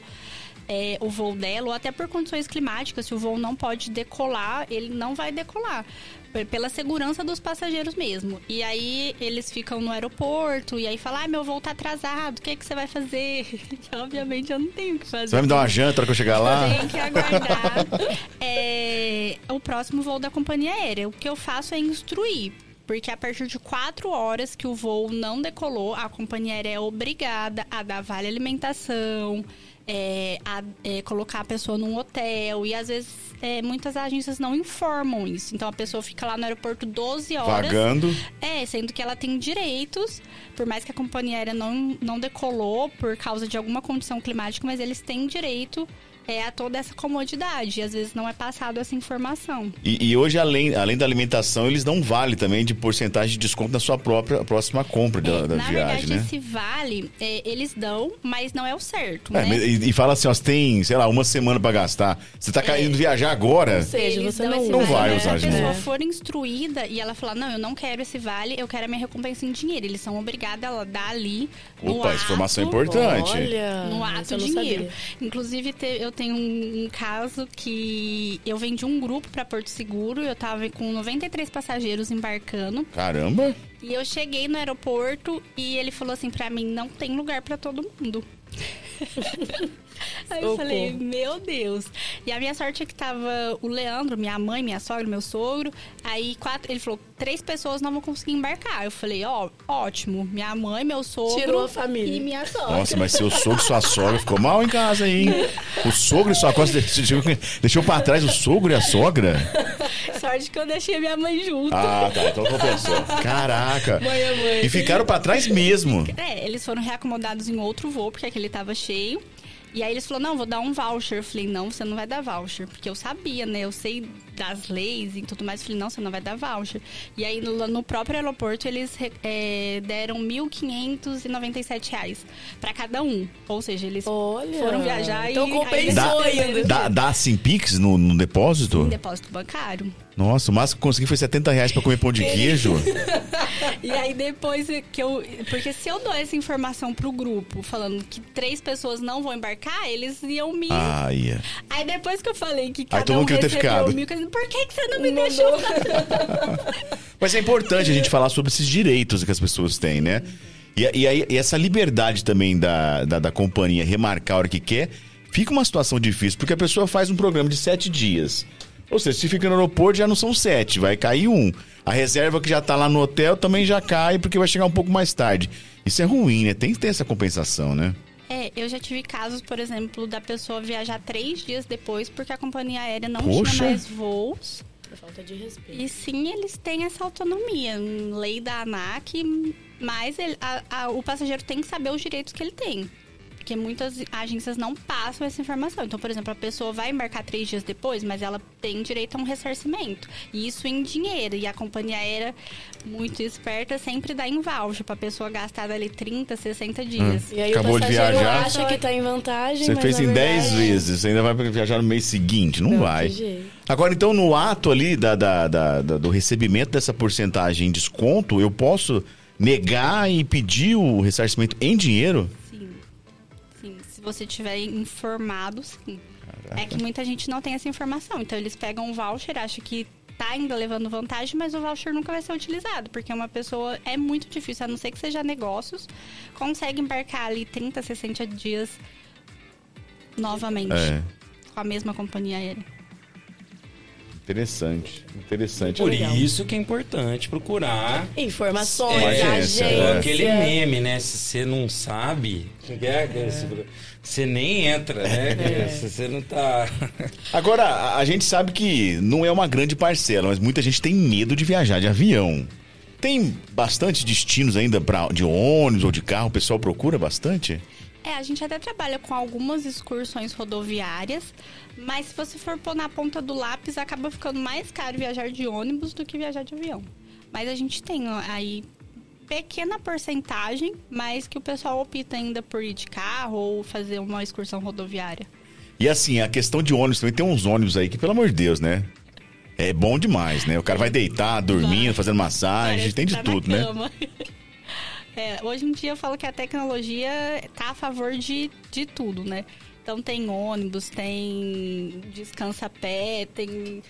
é, o voo dela, ou até por condições climáticas, se o voo não pode decolar, ele não vai decolar. Pela segurança dos passageiros mesmo. E aí eles ficam no aeroporto e aí falam, ah, meu voo tá atrasado, o que é que você vai fazer? E, obviamente eu não tenho o que fazer. Você vai me dar uma janta na hora que eu chegar lá? Tem que aguardar é, o próximo voo da companhia aérea. O que eu faço é instruir. Porque a partir de quatro horas que o voo não decolou, a companhia aérea é obrigada a dar vale alimentação, é, a é, colocar a pessoa num hotel. E às vezes é, muitas agências não informam isso. Então a pessoa fica lá no aeroporto doze horas. Vagando. É, sendo que ela tem direitos, por mais que a companhia aérea não, não decolou por causa de alguma condição climática, mas eles têm direito é, a toda essa comodidade. E às vezes não é passado essa informação. E, e hoje, além, além da alimentação, eles dão um vale também de porcentagem de desconto na sua própria próxima compra da, é, da na viagem, verdade, né? esse vale, é, eles dão, mas não é o certo, É, né? e, e fala assim, ó, você tem, sei lá, uma semana pra gastar. Você tá caindo viajar agora? Ou seja, Eles você dão não, esse não vale, vai né? usar de Se a pessoa novo. for instruída e ela falar, não, eu não quero esse vale, eu quero a minha recompensa em dinheiro. Eles são obrigados a dar ali no Opa, ato, essa informação é importante. Olha, no essa ato eu não dinheiro. sabia. Inclusive, te- eu tenho um, um caso que eu vendi um grupo para Porto Seguro, eu tava com noventa e três passageiros embarcando. Caramba! E eu cheguei no aeroporto e ele falou assim pra mim, não tem lugar pra todo mundo. Aí eu falei, meu Deus. E a minha sorte é que tava o Leandro, minha mãe, minha sogra, meu sogro. Aí quatro, ele falou, três pessoas não vão conseguir embarcar. Eu falei, ó, ótimo. Minha mãe, meu sogro Tirou a família. e minha sogra. Nossa, mas seu sogro e sua sogra ficou mal em casa, hein? O sogro e sua sogra deixou, deixou pra trás o sogro e a sogra? Sorte que eu deixei minha mãe junto. Ah, tá, então compensou. Caraca! Mãe é mãe. E ficaram pra trás mesmo. É, eles foram reacomodados em outro voo, porque aquele tava cheio. E aí eles falaram, não, vou dar um voucher. Eu falei, não, você não vai dar voucher. Porque eu sabia, né? Eu sei das leis e tudo mais. Eu falei, não, você não vai dar voucher. E aí no, no próprio aeroporto eles é, deram mil quinhentos e noventa e sete reais pra cada um. Ou seja, eles Olha, foram viajar então e... compensou aí, ainda. Dá, dá assim Pix no, no depósito? Sim, depósito bancário. Nossa, o máximo que eu consegui foi setenta reais pra comer pão de queijo. E aí depois que eu... Porque se eu dou essa informação pro grupo, falando que três pessoas não vão embarcar, eles iam me... Ah, ia. Aí depois que eu falei que Aí cada todo um mundo queria ter recebeu ficado. mil, por que, que você não me deixou? Mas é importante a gente falar sobre esses direitos que as pessoas têm, né? E, e, aí, e essa liberdade também da, da, da companhia remarcar a hora que quer, fica uma situação difícil, porque a pessoa faz um programa de sete dias. Ou seja, se fica no aeroporto já não são sete, vai cair um. A reserva que já tá lá no hotel também já cai porque vai chegar um pouco mais tarde. Isso é ruim, né? Tem que ter essa compensação, né? É, eu já tive casos, por exemplo, da pessoa viajar três dias depois porque a companhia aérea não Poxa. tinha mais voos. Por falta de respeito. E sim, eles têm essa autonomia, lei da ANAC, mas ele, a, a, o passageiro tem que saber os direitos que ele tem. Porque muitas agências não passam essa informação. Então, por exemplo, a pessoa vai embarcar três dias depois, mas ela tem direito a um ressarcimento. E isso em dinheiro. E a companhia aérea, muito esperta, sempre dá em voucher pra pessoa gastar ali trinta, sessenta dias. Hum. E aí Acabou o de passageiro viajar. acha que tá em vantagem, Você mas fez na em dez verdade... vezes, você ainda vai viajar no mês seguinte, não, Não, vai. de jeito. Agora, então, no ato ali da, da, da, da- do recebimento dessa porcentagem em desconto, eu posso negar e pedir o ressarcimento em dinheiro? Sim. Sim, se você tiver informado, sim. É que muita gente não tem essa informação. Então, eles pegam um voucher, acham que tá ainda levando vantagem, mas o voucher nunca vai ser utilizado. Porque uma pessoa, é muito difícil, a não ser que seja negócios, consegue embarcar ali trinta, sessenta dias novamente. É. Com a mesma companhia aérea. Interessante, interessante. Por isso que é importante procurar informações, é, agência. é aquele meme, né? Se você não sabe, você nem entra, né? É. Se você não tá... Agora, a- a gente sabe que não é uma grande parcela, mas muita gente tem medo de viajar de avião. Tem bastante destinos ainda pra, de ônibus ou de carro, o pessoal procura bastante? É, a gente até trabalha com algumas excursões rodoviárias, mas se você for pôr na ponta do lápis, acaba ficando mais caro viajar de ônibus do que viajar de avião. Mas a gente tem ó, aí pequena porcentagem, mas que o pessoal opta ainda por ir de carro ou fazer uma excursão rodoviária. E assim, a questão de ônibus também, tem uns ônibus aí que, pelo amor de Deus, né? É bom demais, né? O cara vai deitar, dormindo, fazendo massagem, Parece tem que de tá tudo, na né? cama. É, hoje em dia eu falo que a tecnologia tá a favor de, de tudo, né? Então tem ônibus, tem descansa-pé, tem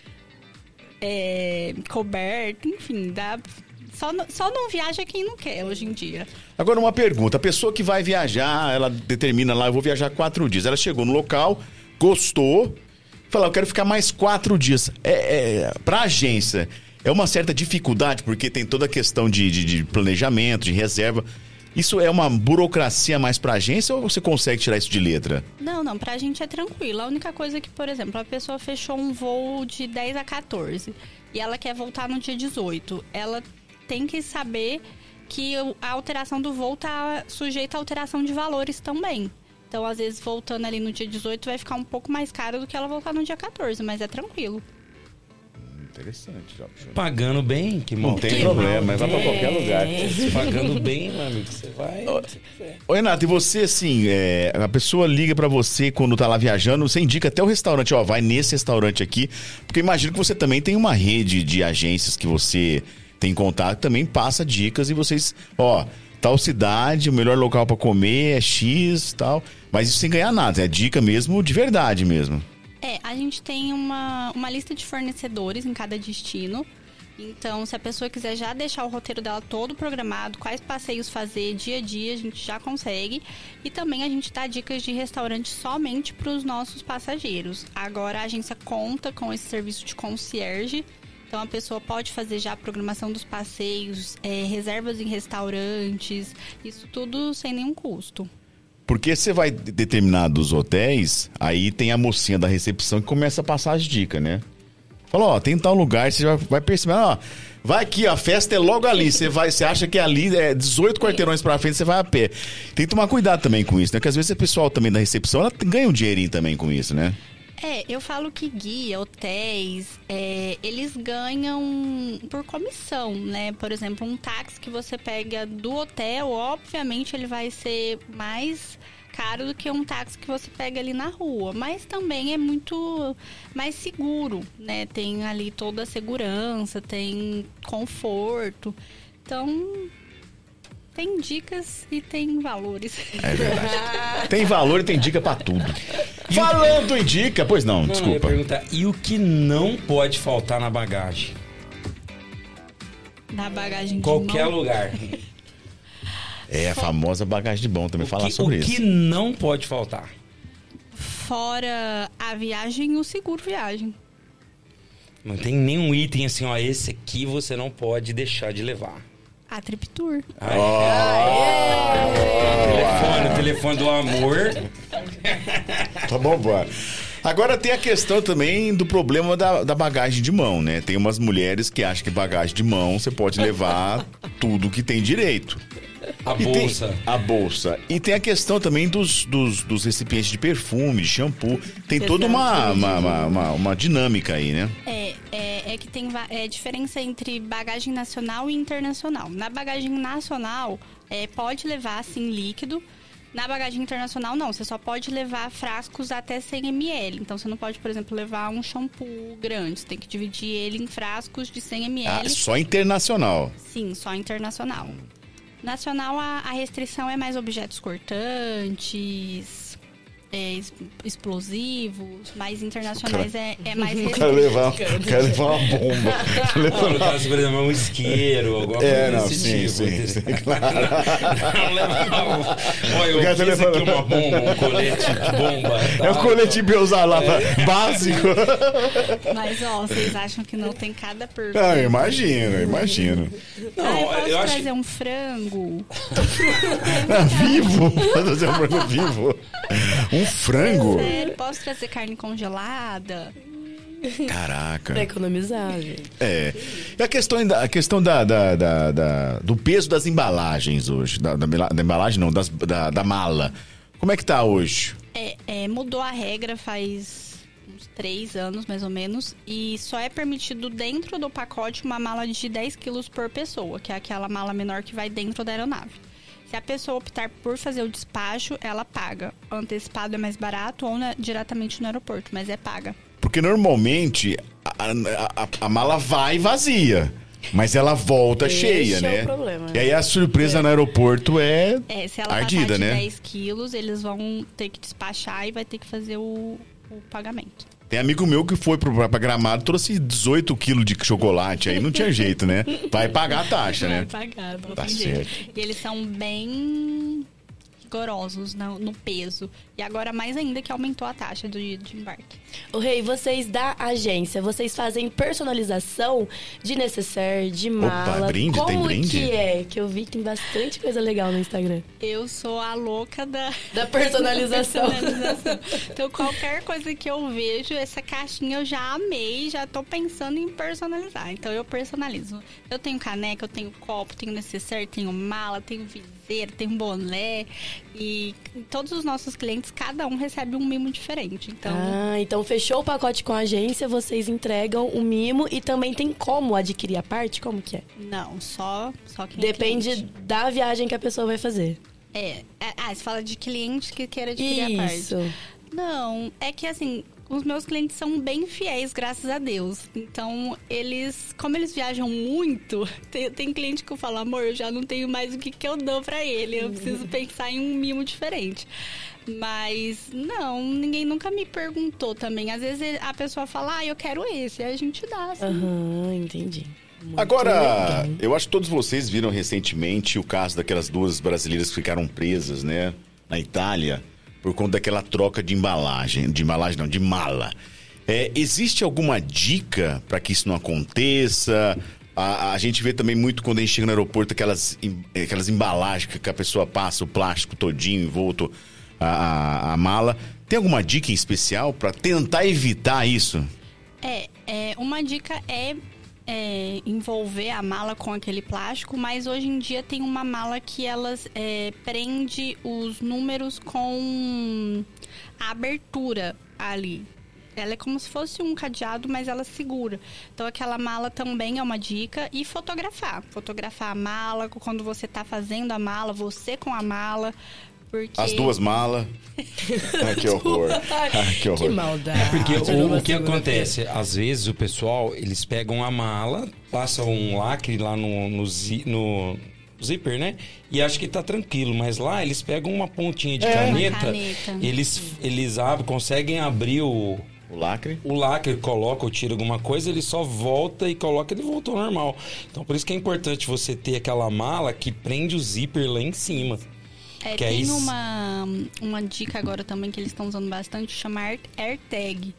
é, coberto, enfim, dá, só, não- só não viaja quem não quer hoje em dia. Agora uma pergunta, a pessoa que vai viajar, ela determina lá, eu vou viajar quatro dias. Ela chegou no local, gostou, falou, eu quero ficar mais quatro dias. É, é, pra agência, é uma certa dificuldade, porque tem toda a questão de, de, de planejamento, de reserva. Isso é uma burocracia mais pra agência ou você consegue tirar isso de letra? Não, não, pra gente é tranquilo. A única coisa é que, por exemplo, a pessoa fechou um voo de dez a quatorze e ela quer voltar no dia dezoito. Ela tem que saber que o- a alteração do voo tá sujeita a alteração de valores também. Então, às vezes, voltando ali no dia dezoito vai ficar um pouco mais caro do que ela voltar no dia quatorze, mas é tranquilo. Interessante, Jobson. Pagando bem, que Não mal. tem Que problema, mal. mas vai pra qualquer lugar. Pagando bem, meu amigo, você vai... Ô, Renato, e você, assim, é, a pessoa liga pra você quando tá lá viajando, você indica até o restaurante, ó, vai nesse restaurante aqui, porque eu imagino que você também tem uma rede de agências que você tem contato, também passa dicas e vocês, ó, tal cidade, o melhor local pra comer é X, tal, mas isso sem ganhar nada, é dica mesmo de verdade mesmo. É, a gente tem uma, uma lista de fornecedores em cada destino. Então, se a pessoa quiser já deixar o roteiro dela todo programado, quais passeios fazer dia a dia, a gente já consegue. E também a gente dá dicas de restaurante somente para os nossos passageiros. Agora, a agência conta com esse serviço de concierge. Então, a pessoa pode fazer já a programação dos passeios, é, reservas em restaurantes, isso tudo sem nenhum custo. Porque você vai em determinados hotéis, aí tem a mocinha da recepção que começa a passar as dicas, né? Fala, ó, tem tal lugar, você já vai perceber, ó, vai aqui, ó, a festa é logo ali, você vai, você acha que é ali, é dezoito quarteirões pra frente, você vai a pé. Tem que tomar cuidado também com isso, né? Porque às vezes o pessoal também da recepção, ela ganha um dinheirinho também com isso, né? É, eu falo que guia, hotéis, é, eles ganham por comissão, né? Por exemplo, um táxi que você pega do hotel, obviamente ele vai ser mais caro do que um táxi que você pega ali na rua. Mas também é muito mais seguro, né? Tem ali toda a segurança, tem conforto. Então, tem dicas e tem valores. É verdade. Tem valor e tem dica pra tudo. Falando em dica, pois não, Não, desculpa. eu ia perguntar, e o que não pode faltar na bagagem? Na bagagem de Qualquer mão. lugar. É a famosa bagagem de bom, também falar Que- sobre o isso. que não pode faltar? Fora a viagem, o seguro viagem. Não tem nenhum item assim, ó, esse aqui você não pode deixar de levar. A Triptour. Ai, oh, telefone, o telefone do amor. Tá bom, bora. Agora tem a questão também do problema da, da bagagem de mão, né? Tem umas mulheres que acham que bagagem de mão você pode levar tudo que tem direito. A e bolsa. Tem a bolsa. E tem a questão também dos, dos, dos recipientes de perfume, de shampoo. Tem toda uma, uma, uma, uma, uma dinâmica aí, né? É, é, é que tem é, diferença entre bagagem nacional e internacional. Na bagagem nacional, é, pode levar, sim, líquido. Na bagagem internacional, não. Você só pode levar frascos até cem mililitros. Então, você não pode, por exemplo, levar um shampoo grande. Você tem que dividir ele em frascos de cem mililitros. Ah, só internacional? Sim, só internacional. Nacional, a, a restrição é mais objetos cortantes, é, explosivos, mas internacionais é, é mais restrito. Quero levar, quero levar uma bomba. Não, no caso, por exemplo, um isqueiro, alguma coisa é, não, desse sim, tipo. Sim, sim, claro. Não, levar Olha, eu fiz telefone... aqui uma bomba, um colete de bomba. Tá? É o colete pra usar lá, é. Básico. Mas, ó, vocês acham que não tem cada pergunta? Ah, eu imagino, eu imagino. Não, ah, eu posso eu trazer acho... um frango? Ah, vivo? Posso trazer um frango vivo? Um frango? É sério, posso trazer carne congelada? Caraca. Pra economizar, gente. É. E a questão, da, a questão da, da, da, da, do peso das embalagens hoje. Da, da, da embalagem, não, das, da, da mala. Como é que tá hoje? É, é, mudou a regra faz uns três anos, mais ou menos. E só é permitido dentro do pacote uma mala de dez quilos por pessoa, que é aquela mala menor que vai dentro da aeronave. Se a pessoa optar por fazer o despacho, ela paga. O antecipado é mais barato ou na, diretamente no aeroporto, mas é paga. Porque normalmente a, a, a mala vai vazia, mas ela volta Esse cheia, é né? O problema. E aí a surpresa é. no aeroporto é, é se ela ardida, passar de né? dez quilos, eles vão ter que despachar e vai ter que fazer o, o pagamento. Tem amigo meu que foi pra, pra Gramado, trouxe dezoito quilos de chocolate, aí não tinha jeito, né? Vai pagar a taxa, né? Vai pagar, não tá tem certo. jeito. E eles são bem rigorosos no, no peso. E agora mais ainda que aumentou a taxa do, de embarque. O Rei, vocês da agência, vocês fazem personalização de necessaire, de mala. Opa, brinde, Como tem brinde? que é? Que eu vi que tem bastante coisa legal no Instagram. Eu sou a louca da, da personalização. da personalização. Então, qualquer coisa que eu vejo, essa caixinha eu já amei, já tô pensando em personalizar. Então, eu personalizo. Eu tenho caneca, eu tenho copo, tenho necessaire, tenho mala, tenho viseira, tenho boné. E todos os nossos clientes, cada um recebe um mimo diferente. Então, ah, então fechou o pacote com a agência, vocês entregam o mimo e também tem como adquirir a parte? Como que é? Não, só, só quem Depende é cliente. da viagem que a pessoa vai fazer. É, é, ah, você fala de cliente que queira adquirir Isso. a parte. Não, é que assim, os meus clientes são bem fiéis, graças a Deus. Então, eles, como eles viajam muito, tem, tem cliente que eu falo, amor, eu já não tenho mais o que, que eu dou pra ele. Eu preciso pensar em um mimo diferente. Mas, não, ninguém nunca me perguntou também. Às vezes a pessoa fala, ah, eu quero esse. Aí a gente dá, assim. Aham, uhum, entendi. Muito Agora, legal. eu acho que todos vocês viram recentemente o caso daquelas duas brasileiras que ficaram presas, né? Na Itália, por conta daquela troca de embalagem. De embalagem não, de mala. É, existe alguma dica para que isso não aconteça? A, a gente vê também muito quando a gente chega no aeroporto aquelas, aquelas embalagens que a pessoa passa, o plástico todinho envolto a, a, a mala. Tem alguma dica em especial para tentar evitar isso? É, é uma dica é... É, envolver a mala com aquele plástico, mas hoje em dia tem uma mala que elas é, prende os números com a abertura ali. Ela é como se fosse um cadeado, mas ela segura. Então, aquela mala também é uma dica. E fotografar. Fotografar a mala, quando você tá fazendo a mala, você com a mala. Porque... As duas malas. Ai, que horror. Ai, que horror. Que maldade. É porque o, o que acontece? Às vezes o pessoal, eles pegam a mala, passam um lacre lá no, no, zi, no zíper, né? E acham que tá tranquilo. Mas lá eles pegam uma pontinha de é. caneta, caneta. Eles, eles abrem, conseguem abrir o... O lacre? O lacre coloca ou tira alguma coisa, ele só volta e coloca, ele voltou ao normal. Então por isso que é importante você ter aquela mala que prende o zíper lá em cima. É, que tem é uma, uma dica agora também que eles estão usando bastante, chama AirTag.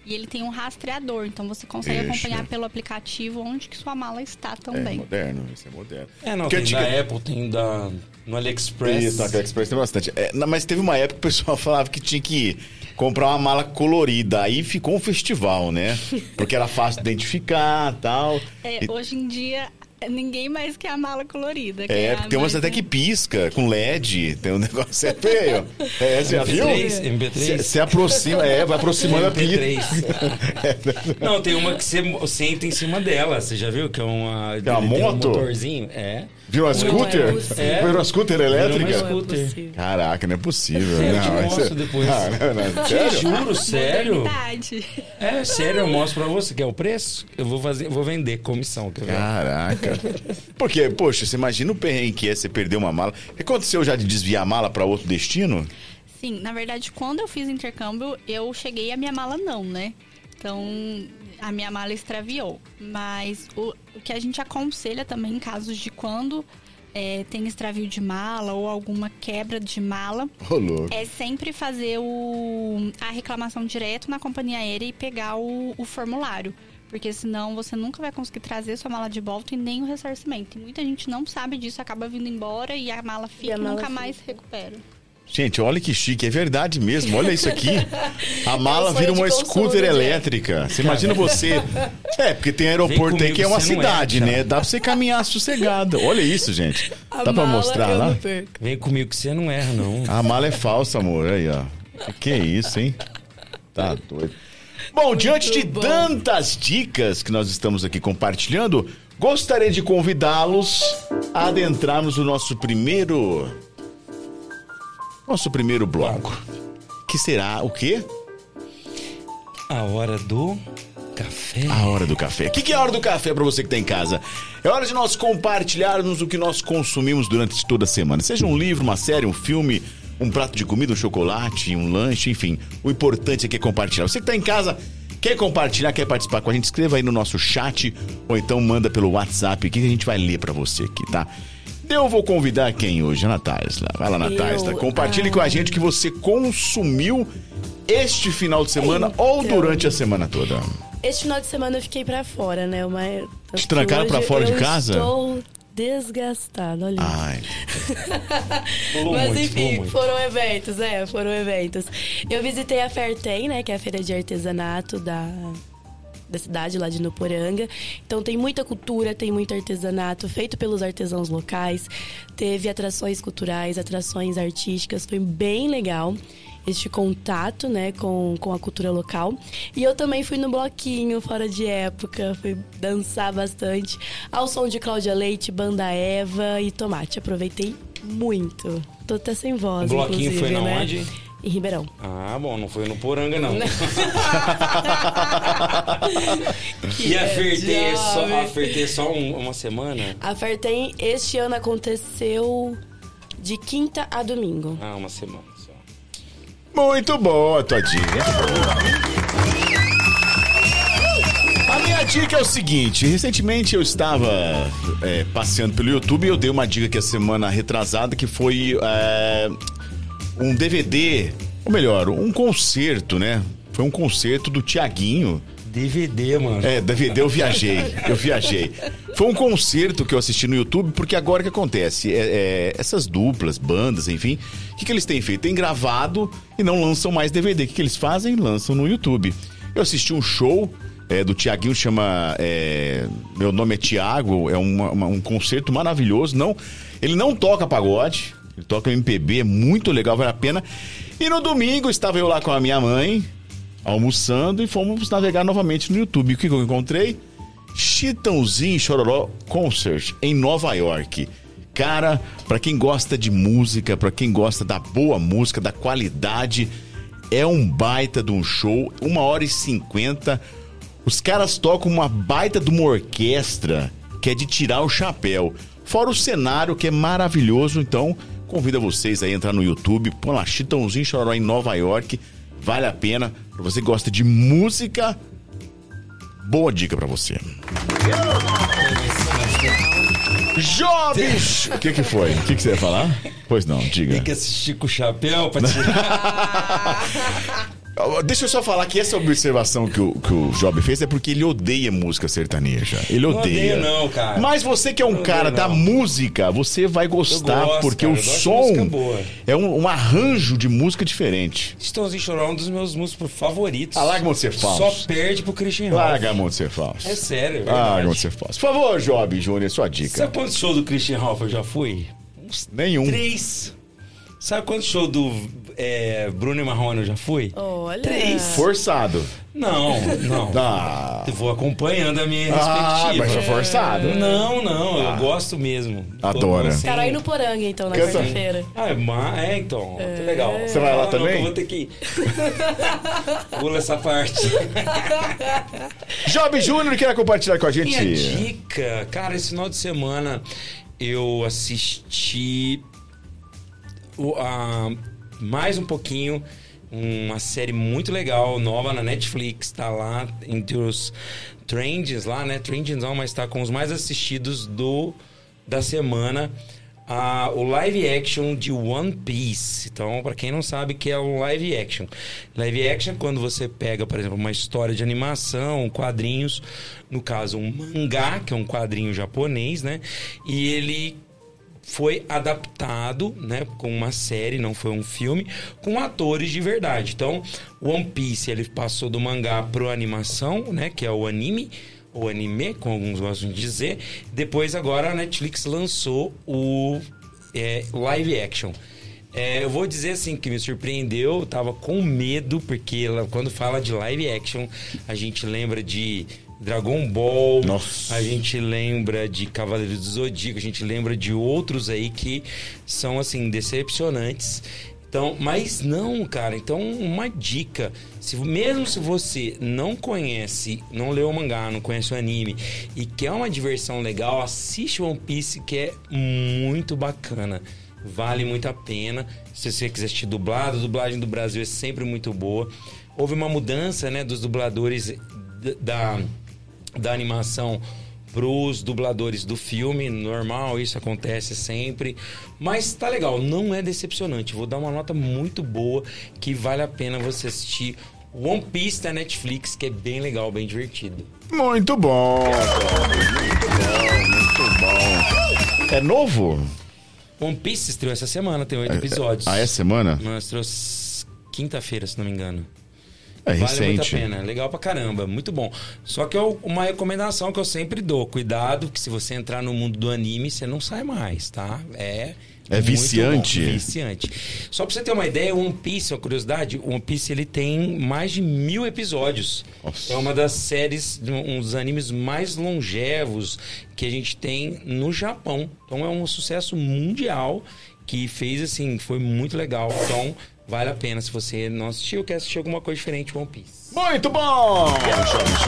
E ele tem um rastreador, então você consegue Ixi. acompanhar pelo aplicativo onde que sua mala está É também. moderno, isso é moderno. É, não, Porque tem antiga- da Apple, tem da... No AliExpress. Isso, na AliExpress tem bastante. É, não, mas teve uma época que o pessoal falava que tinha que comprar uma mala colorida. Aí ficou um festival, né? Porque era fácil de identificar e tal. É, E- hoje em dia, ninguém mais quer a mala colorida. É, quer porque a tem umas mais- até que pisca, com L E D, tem um negócio é feio. É, você já M P viu? três, M P três. Você aproxima, é, vai aproximando a M P três. pisca. Não, tem uma que você senta em cima dela, você já viu? Que é uma... Que é uma ele tem um moto? motorzinho, é. Viu uma scooter? É. Viu uma scooter elétrica? Virou uma scooter. Caraca, não é possível. É, eu não, te mas mostro você- depois. Ah, não, não, Te sério? juro, sério. Modernidade. É, sério, eu mostro pra você. Quer o preço? Eu vou fazer, vou vender comissão. Quer ver? Caraca. Porque, poxa, você imagina o perrengue que é você perder uma mala. Aconteceu já de desviar a mala para outro destino? Sim, na verdade, quando eu fiz intercâmbio, eu cheguei a minha mala não, né? Então, a minha mala extraviou. Mas o, o que a gente aconselha também em casos de quando é, tem extravio de mala ou alguma quebra de mala, Ô, louco. é sempre fazer o, a reclamação direto na companhia aérea e pegar o, o formulário. Porque senão você nunca vai conseguir trazer sua mala de volta e nem o ressarcimento. E muita gente não sabe disso, acaba vindo embora e a mala fica e, a mala nunca fica. mais recupera. Gente, olha que chique, é verdade mesmo. Olha isso aqui. A mala É o sonho vira de uma consumo scooter do Jack. elétrica. Você imagina você. É, porque tem aeroporto aí que é uma comigo, você não é, cidade, né? Thiago. Dá pra você caminhar sossegado. Olha isso, gente. A Dá pra mala mostrar eu lá? não perco. Vem comigo que você não erra, não. A mala é falsa, amor. Aí, ó. Que, que é isso, hein? Tá doido. Bom, diante de bom. tantas dicas que nós estamos aqui compartilhando, gostaria de convidá-los a adentrarmos no nosso primeiro. Nosso primeiro bloco. Que será o quê? A hora do café. A hora do café. O que, que é a hora do café para você que está em casa? É hora de nós compartilharmos o que nós consumimos durante toda a semana. Seja um livro, uma série, um filme, um prato de comida, um chocolate, um lanche, enfim. O importante é que é compartilhar. Você que está em casa, quer compartilhar, quer participar com a gente, escreva aí no nosso chat ou então manda pelo WhatsApp aqui que a gente vai ler para você aqui, tá? Eu vou convidar quem hoje? A Natália. Vai lá, Natália. Compartilhe ah. com a gente o que você consumiu este final de semana Então. ou durante a semana toda. Este final de semana eu fiquei pra fora, né? Uma... Te trancaram pra fora de casa? Eu estou desgastada, olha isso. Ai. Pulou Mas muito, pulou enfim, muito. foram eventos, é, foram eventos. Eu visitei a Fertem, né, que é a feira de artesanato da, da cidade, lá de Nuporanga. Então tem muita cultura, tem muito artesanato feito pelos artesãos locais. Teve atrações culturais, atrações artísticas, foi bem legal este contato, né, com, com a cultura local. E eu também fui no bloquinho, fora de época, fui dançar bastante, ao som de Cláudia Leite, Banda Eva e Tomate. Aproveitei muito. Tô até sem voz, O bloquinho inclusive, foi na né? onde? Em Ribeirão. Ah, bom, não foi no Poranga, não. Que E a é Ferté é só, a jovem. Ferté é só um- uma semana? A Fertem, este ano aconteceu de quinta a domingo. Ah, uma semana só. Muito boa, tua dica. A minha dica é o seguinte: recentemente eu estava é, passeando pelo YouTube e eu dei uma dica que a semana retrasada que foi é, um D V D, ou melhor, um concerto, né? Foi um concerto do Thiaguinho. D V D, mano. É, D V D eu viajei, eu viajei. Foi um concerto que eu assisti no YouTube, porque agora o que acontece? É, é, essas duplas, bandas, enfim, o que, que eles têm feito? Tem gravado e não lançam mais D V D. O que, que eles fazem? Lançam no YouTube. Eu assisti um show é, do Thiaguinho, chama é, Meu Nome é Thiago, é uma, uma, um concerto maravilhoso. Não, ele não toca pagode, ele toca M P B, é muito legal, vale a pena. E no domingo estava eu lá com a minha mãe, almoçando, e fomos navegar novamente no YouTube. O que, que eu encontrei? Chitãozinho e Chororó Concert em Nova York. Cara, pra quem gosta de música, pra quem gosta da boa música, da qualidade, é um baita de um show, uma hora e cinquenta. Os caras tocam uma baita de uma orquestra que é de tirar o chapéu. Fora o cenário que é maravilhoso, então convido vocês a entrar no YouTube, põe lá Chitãozinho e Chororó em Nova York. Vale a pena, pra você que gosta de música, boa dica pra você. Jovens! O que que foi? O que que você ia falar? Pois não, diga. Tem que assistir com o chapéu pra tirar. Deixa eu só falar que essa observação que o, que o Job fez é porque ele odeia música sertaneja. Ele Não odeia. odeio não, cara. Mas você que é um Não cara odeio, da não. música, você vai gostar, gosto, porque cara, o eu gosto de som música boa. é um, um arranjo de música diferente. Estãozinho Chorão é um dos meus músicos favoritos. Ah, larga a mão de ser falso. Só perde pro Christian Ralph. Larga a mão de ser falso. É sério, é Larga a verdade. mão de ser falso. Por favor, Job Júnior, sua dica. Sabe quantos shows do Christian Ralph eu já fui? Uns Nenhum. Três. Sabe quantos shows do é, Bruno e Marrone eu já fui? Olha. Três. Forçado. Não, não. Ah. Eu vou acompanhando a minha Ah, respectiva. mas foi forçado. Não, não, Ah. eu gosto mesmo. Adora. Assim, Cara, aí no Poranga, então, na Canta. quarta-feira. Ah, é, ma- é então, que legal. Você vai lá Ah, não, também? que eu vou ter que ir. Pula essa parte. Job Júnior quer compartilhar com a gente? Minha dica, cara, esse final de semana eu assisti o- a- mais um pouquinho uma série muito legal, nova na Netflix, tá lá entre os trends lá, né? Trends não, mas tá com os mais assistidos do da semana. Ah, o live action de One Piece. Então, pra quem não sabe, que é o live action. Live action é quando você pega, por exemplo, uma história de animação, quadrinhos, no caso, um mangá, que é um quadrinho japonês, né? E ele foi adaptado, né, com uma série, não foi um filme, com atores de verdade. Então, One Piece, ele passou do mangá pro animação, né, que é o anime, ou anime, como alguns gostam de dizer. Depois, agora, a Netflix lançou o é, live action. É, eu vou dizer assim, que me surpreendeu, eu tava com medo, porque ela, quando fala de live action, a gente lembra de Dragon Ball, Nossa. a gente lembra de Cavaleiro do Zodíaco, a gente lembra de outros aí que são, assim, decepcionantes. Então, mas não, cara, então uma dica, se, mesmo se você não conhece, não leu o mangá, não conhece o anime e quer uma diversão legal, assiste One Piece, que é muito bacana. Vale muito a pena. Se você quiser assistir dublado, a dublagem do Brasil é sempre muito boa. Houve uma mudança, né, dos dubladores da, da animação pros dubladores do filme. Normal, isso acontece sempre. Mas tá legal, não é decepcionante. Vou dar uma nota muito boa, que vale a pena você assistir One Piece da Netflix, que é bem legal, bem divertido. Muito bom, muito bom, muito bom. É novo? One Piece estreou essa semana, tem oito episódios. Ah, é semana? Não, estreou s- quinta-feira, se não me engano. É Vale recente. muito a pena, legal pra caramba, muito bom. Só que eu, uma recomendação que eu sempre dou, cuidado, que se você entrar no mundo do anime, você não sai mais, tá? É... É muito viciante. bom, viciante. Só pra você ter uma ideia, o One Piece, uma curiosidade, o One Piece ele tem mais de mil episódios. Nossa. É uma das séries, um dos animes mais longevos que a gente tem no Japão. Então é um sucesso mundial que fez assim, foi muito legal. Então vale a pena, se você não assistiu, quer assistir alguma coisa diferente, One Piece. Muito bom, Job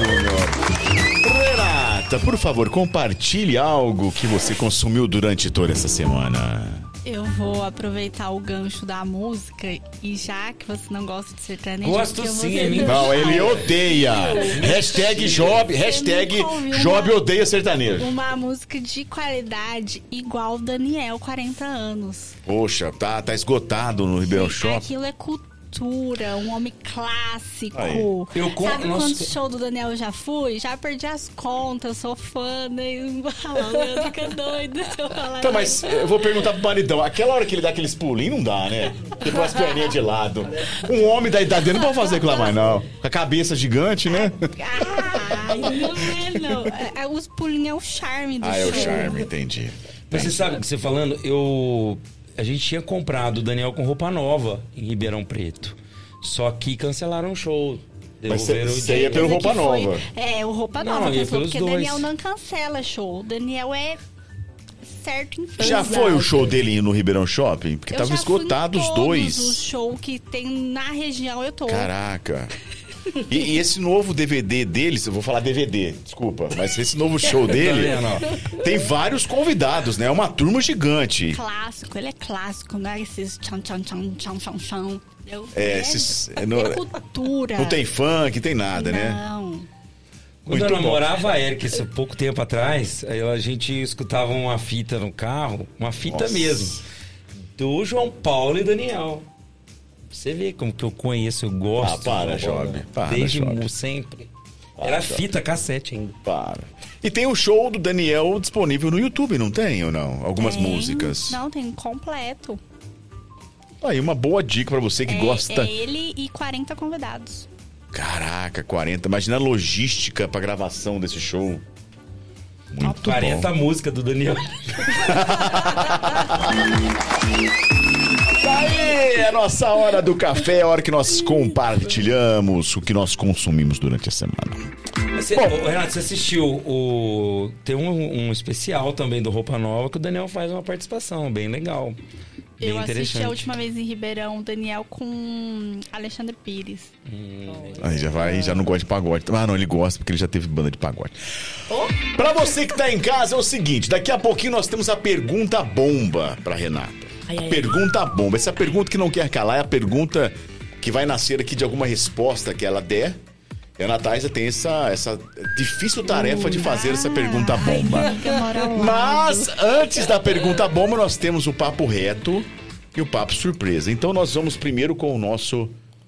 Júnior. Renata, por favor, compartilhe algo que você consumiu durante toda essa semana. Eu vou aproveitar o gancho da música e já que você não gosta de sertanejo... Gosto porque eu vou sim, ser- hein? Não, ele odeia. Hashtag Job, hashtag nunca ouviu Job uma- odeia sertanejo. Uma música de qualidade igual Daniel, quarenta anos. Poxa, tá, tá esgotado no Ribeirão Shopping. Aquilo é cultura, um homem clássico. Aí. Eu com- Sabe nossa, quantos shows do Daniel eu já fui? Já perdi as contas, sou fã, né? Ela fica doida se eu falar Então, mas isso. eu vou perguntar pro maridão, aquela hora que ele dá aqueles pulinhos, não dá, né? Tipo as perninhas de lado. Um homem da idade dele não pode fazer aquilo lá mais, não. Com a cabeça gigante, né? Ai, não é, não. É, é, os pulinhos é o charme do Ah, é show. o charme, entendi. Mas você sabe o que você falando? Eu... A gente tinha comprado o Daniel com roupa nova em Ribeirão Preto. Só que cancelaram o show. Mas Devolveram você o ia dinheiro. pelo Mas roupa é que foi- nova. É, o roupa Não, nova ia cancelou, pelos porque dois. Daniel não cancela show. Daniel é certo em Já Exato. foi o show dele no Ribeirão Shopping? Porque Eu tava já fui em esgotado os todos dois. os shows que tem na região, eu tô. Caraca. E, e esse novo D V D deles, eu vou falar D V D, desculpa, mas esse novo show dele Tá vendo, ó? tem vários convidados, né? É uma turma gigante. Clássico, ele é clássico, não é esses tcham, tcham, tcham, tcham, tcham, tcham. Eu- É, é, esses- é, não- cultura. Não tem funk, tem nada, né? Não. Quando Muito eu bom. namorava a Erika, esse pouco tempo atrás, aí a gente escutava uma fita no carro, uma fita Nossa. mesmo, do João Paulo e Daniel. Você vê como que eu conheço, eu gosto. Ah, para, de bola. Job. Para, Desde Job. sempre. Para, Era Job. fita cassete ainda. Para. E tem o show do Daniel disponível no YouTube, não tem ou não? Algumas Tem. músicas. Não, tem completo. Aí, uma boa dica pra você que é, gosta. É ele e quarenta convidados. Caraca, quarenta. Imagina a logística pra gravação desse show. Muito quarenta bom. músicas do Daniel. Aí, é a nossa hora do café, a hora que nós compartilhamos o que nós consumimos durante a semana. Você, ô, Renato, você assistiu o... Tem um, um especial também do Roupa Nova que o Daniel faz uma participação bem legal. Bem Eu assisti interessante. a última vez em Ribeirão, o Daniel com Alexandre Pires. Hum. Aí já vai, já não gosta de pagode. Ah, não, ele gosta porque ele já teve banda de pagode. Oh. Pra você que tá em casa, é o seguinte, daqui a pouquinho nós temos a pergunta bomba pra Renata. Ai, ai, pergunta bomba. Essa pergunta que não quer calar é a pergunta que vai nascer aqui de alguma resposta que ela der. E a Natália tem essa, essa difícil tarefa uh, de fazer ah, essa pergunta bomba. Ai, mas antes da pergunta bomba, nós temos o papo reto e o papo surpresa. Então nós vamos primeiro com o nosso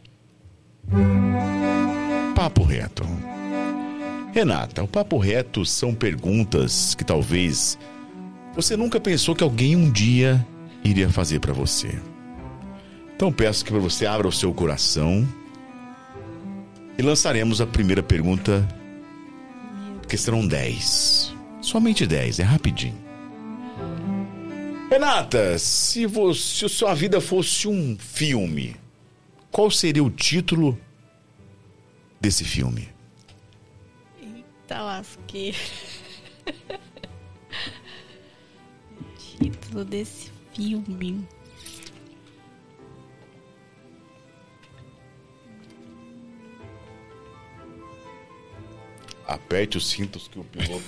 papo reto. Renata, o papo reto são perguntas que talvez você nunca pensou que alguém um dia iria fazer para você. Então peço que você abra o seu coração e lançaremos a primeira pergunta, porque serão dez. Somente dez, é rapidinho. Renata, se, você, se sua vida fosse um filme, qual seria o título desse filme? Eita lasqueira. O título desse filme... Aperte os cintos que o piloto...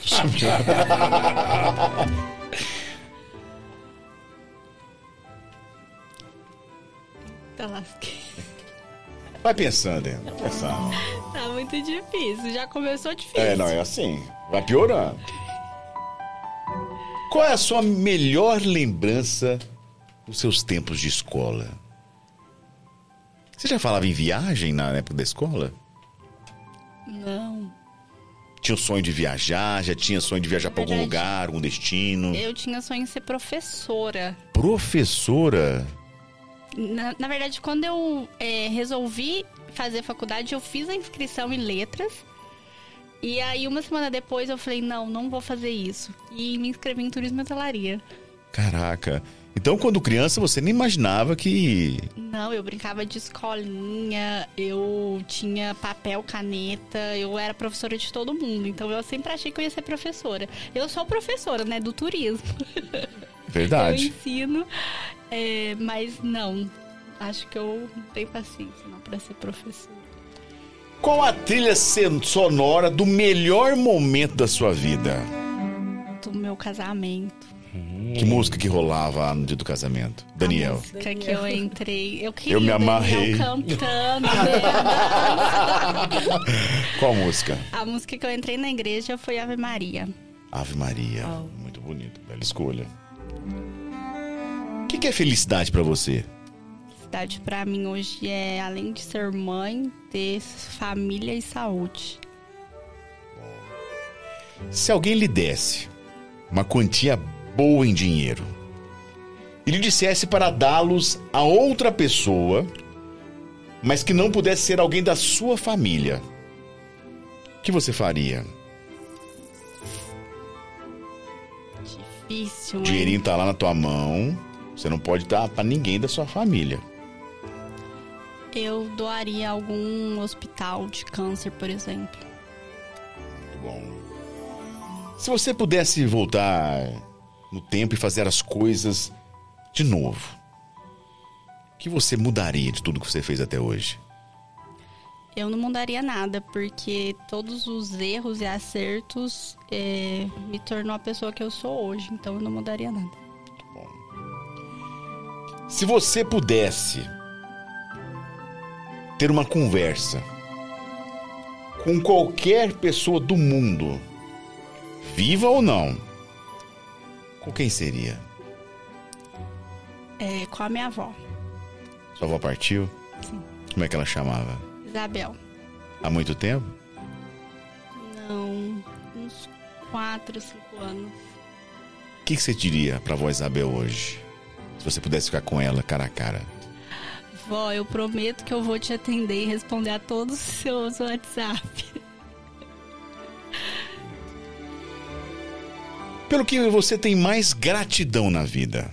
Tá lasqueira. Vai pensando, hein? Vai pensando. Tá muito difícil. Já começou difícil. É, não, é assim. Vai piorando. Qual é a sua melhor lembrança dos seus tempos de escola? Você já falava em viagem na época da escola? Não. Tinha o sonho de viajar? Já tinha sonho de viajar para algum lugar, algum destino? Eu tinha sonho em ser professora. Professora? Na, na verdade, quando eu é, resolvi fazer faculdade, eu fiz a inscrição em letras. E aí, uma semana depois, eu falei, não, não vou fazer isso. E me inscrevi em turismo e hotelaria. Caraca. Então, quando criança, você nem imaginava que... Não, eu brincava de escolinha, eu tinha papel, caneta, eu era professora de todo mundo. Então, eu sempre achei que eu ia ser professora. Eu sou professora, né, do turismo. Verdade. Eu ensino, é, mas não, acho que eu não tenho paciência não pra ser professora. Qual a trilha sonora do melhor momento da sua vida? Do meu casamento. Que música que rolava no dia do casamento? Daniel. A música que eu entrei. Eu queria eu me amarrei. Daniel cantando. Qual música? A música que eu entrei na igreja foi Ave Maria. Ave Maria. Oh. Muito bonito. Bela escolha. O que, que é felicidade pra você? Felicidade pra mim hoje é, além de ser mãe, ter família e saúde. Se alguém lhe desse uma quantia boa em dinheiro e lhe dissesse para dá-los a outra pessoa, mas que não pudesse ser alguém da sua família, o que você faria? Difícil, O dinheirinho tá lá na tua mão, você não pode dar para ninguém da sua família. Eu doaria a algum hospital de câncer, por exemplo. Muito bom. Se você pudesse voltar no tempo e fazer as coisas de novo, o que você mudaria de tudo que você fez até hoje? Eu não mudaria nada, porque todos os erros e acertos é, me tornou a pessoa que eu sou hoje, então eu não mudaria nada. Muito bom. Se você pudesse ter uma conversa com qualquer pessoa do mundo, viva ou não, com quem seria? É, com a minha avó. Sua avó partiu? Sim. Como é que ela chamava? Isabel. Há muito tempo? Não, uns quatro, cinco anos. O que, que você diria pra avó Isabel hoje? Se você pudesse ficar com ela cara a cara. Vó, eu prometo que eu vou te atender e responder a todos os seus WhatsApp. Pelo que você tem mais gratidão na vida?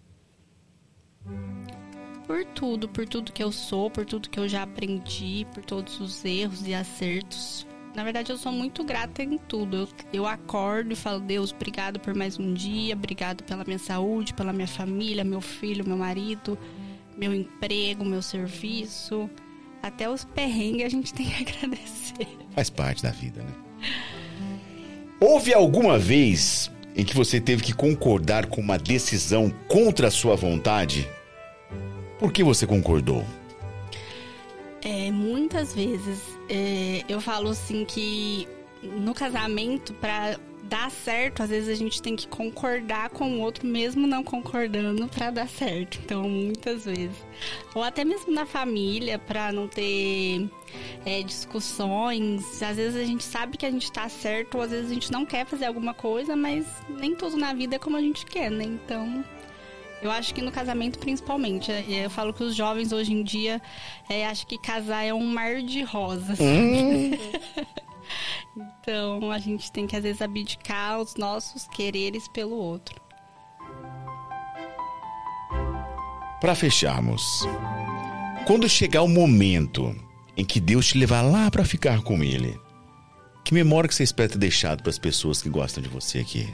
Por tudo, por tudo que eu sou, por tudo que eu já aprendi, por todos os erros e acertos. Na verdade, eu sou muito grata em tudo. Eu, eu acordo e falo, Deus, obrigado por mais um dia, obrigado pela minha saúde, pela minha família, meu filho, meu marido, meu emprego, meu serviço. Até os perrengues a gente tem que agradecer. Faz parte da vida, né? Houve alguma vez em que você teve que concordar com uma decisão contra a sua vontade? Por que você concordou? É, muitas vezes é, eu falo assim que no casamento, para dar certo, às vezes a gente tem que concordar com o outro, mesmo não concordando, para dar certo. Então, muitas vezes. Ou até mesmo na família, para não ter é, discussões. Às vezes a gente sabe que a gente tá certo, ou às vezes a gente não quer fazer alguma coisa, mas nem tudo na vida é como a gente quer, né? Então, eu acho que no casamento, principalmente. Eu falo que os jovens hoje em dia é, acham que casar é um mar de rosas. Hum. Então, a gente tem que, às vezes, abdicar os nossos quereres pelo outro. Para fecharmos, quando chegar o momento em que Deus te levar lá para ficar com Ele, que memória que você espera ter deixado para as pessoas que gostam de você aqui?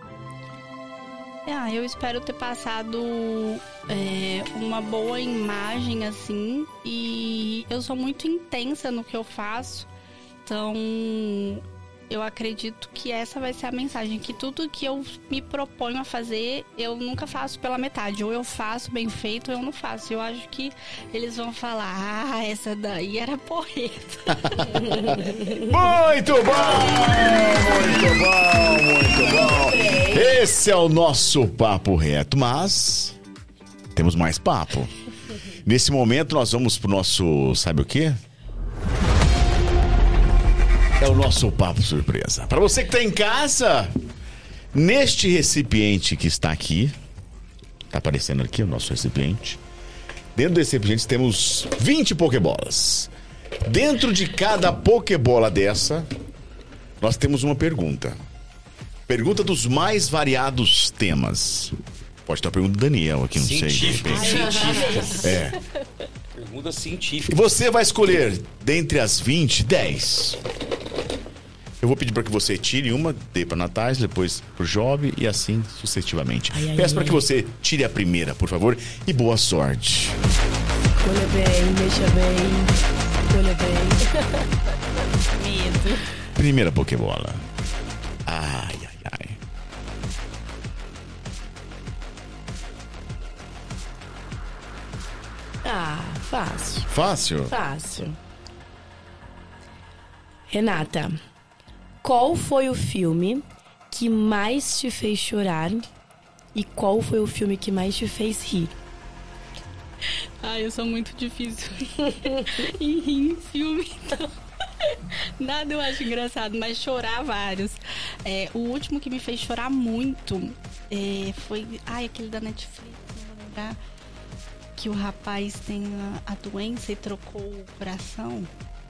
Ah, eu espero ter passado é, uma boa imagem, assim, e eu sou muito intensa no que eu faço. Então, eu acredito que essa vai ser a mensagem, que tudo que eu me proponho a fazer, eu nunca faço pela metade. Ou eu faço bem feito, ou eu não faço. Eu acho que eles vão falar, ah, essa daí era porreta. Muito bom! Muito bom, muito bom! Esse é o nosso Papo Reto, mas temos mais papo. Nesse momento, nós vamos pro nosso, sabe o quê? É o nosso Papo Surpresa. Para você que tá em casa, neste recipiente que está aqui, tá aparecendo aqui o nosso recipiente. Dentro desse recipiente temos vinte pokebolas. Dentro de cada pokebola dessa, nós temos uma pergunta. Pergunta dos mais variados temas. Pode ter uma pergunta do Daniel aqui, não Científica, sei. científicas. É. Pergunta científica. E você vai escolher, dentre as vinte, dez. Eu vou pedir para que você tire uma, dê para Natália, depois pro Job e assim sucessivamente. Ai, ai, Peço para que você tire a primeira, por favor, e boa sorte. Escolha bem, deixa bem. Escolha bem. Medo. Primeira pokebola. Ai, ai, ai. Ah, fácil. Fácil? Fácil. Renata, qual foi o filme que mais te fez chorar e qual foi o filme que mais te fez rir? Ah, eu sou muito difícil em rir em filme, então nada eu acho engraçado, mas chorar vários. É, o último que me fez chorar muito é, foi... Ai, aquele da Netflix, não vou lembrar. Que o rapaz tem a, a doença e trocou o coração.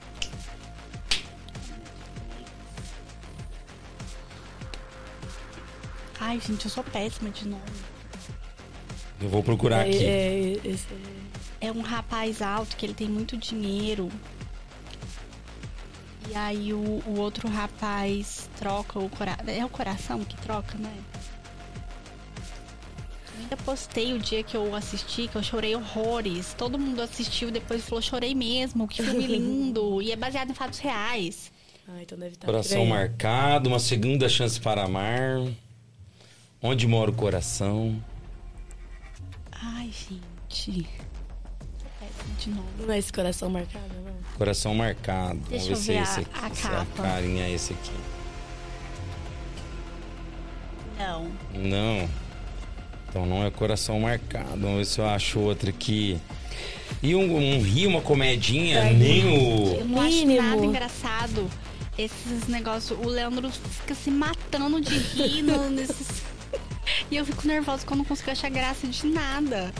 Ai, gente, eu sou péssima de nome. Eu vou procurar aqui. É, é, é um rapaz alto que ele tem muito dinheiro. E aí o, o outro rapaz troca o coração. É o coração que troca, né? Eu ainda postei o dia que eu assisti, que eu chorei horrores. Todo mundo assistiu e depois falou, chorei mesmo, que filme lindo. E é baseado em fatos reais. Ah, então deve estar Coração marcado, uma segunda chance para amar. Onde mora o coração? Ai, gente. Péssimo de novo. Não é esse coração marcado, não? Coração marcado. Deixa Vamos ver, eu ver se é a, esse aqui. a Se é capa. a carinha é esse aqui. Não. Não. Então não é coração marcado. Vamos ver se eu acho outro aqui. E um, um rio, uma comedinha, é, nem o... Eu não acho nada engraçado. Esses negócios, o Leandro fica se matando de rir no, nesses... E eu fico nervosa quando não consigo achar graça de nada.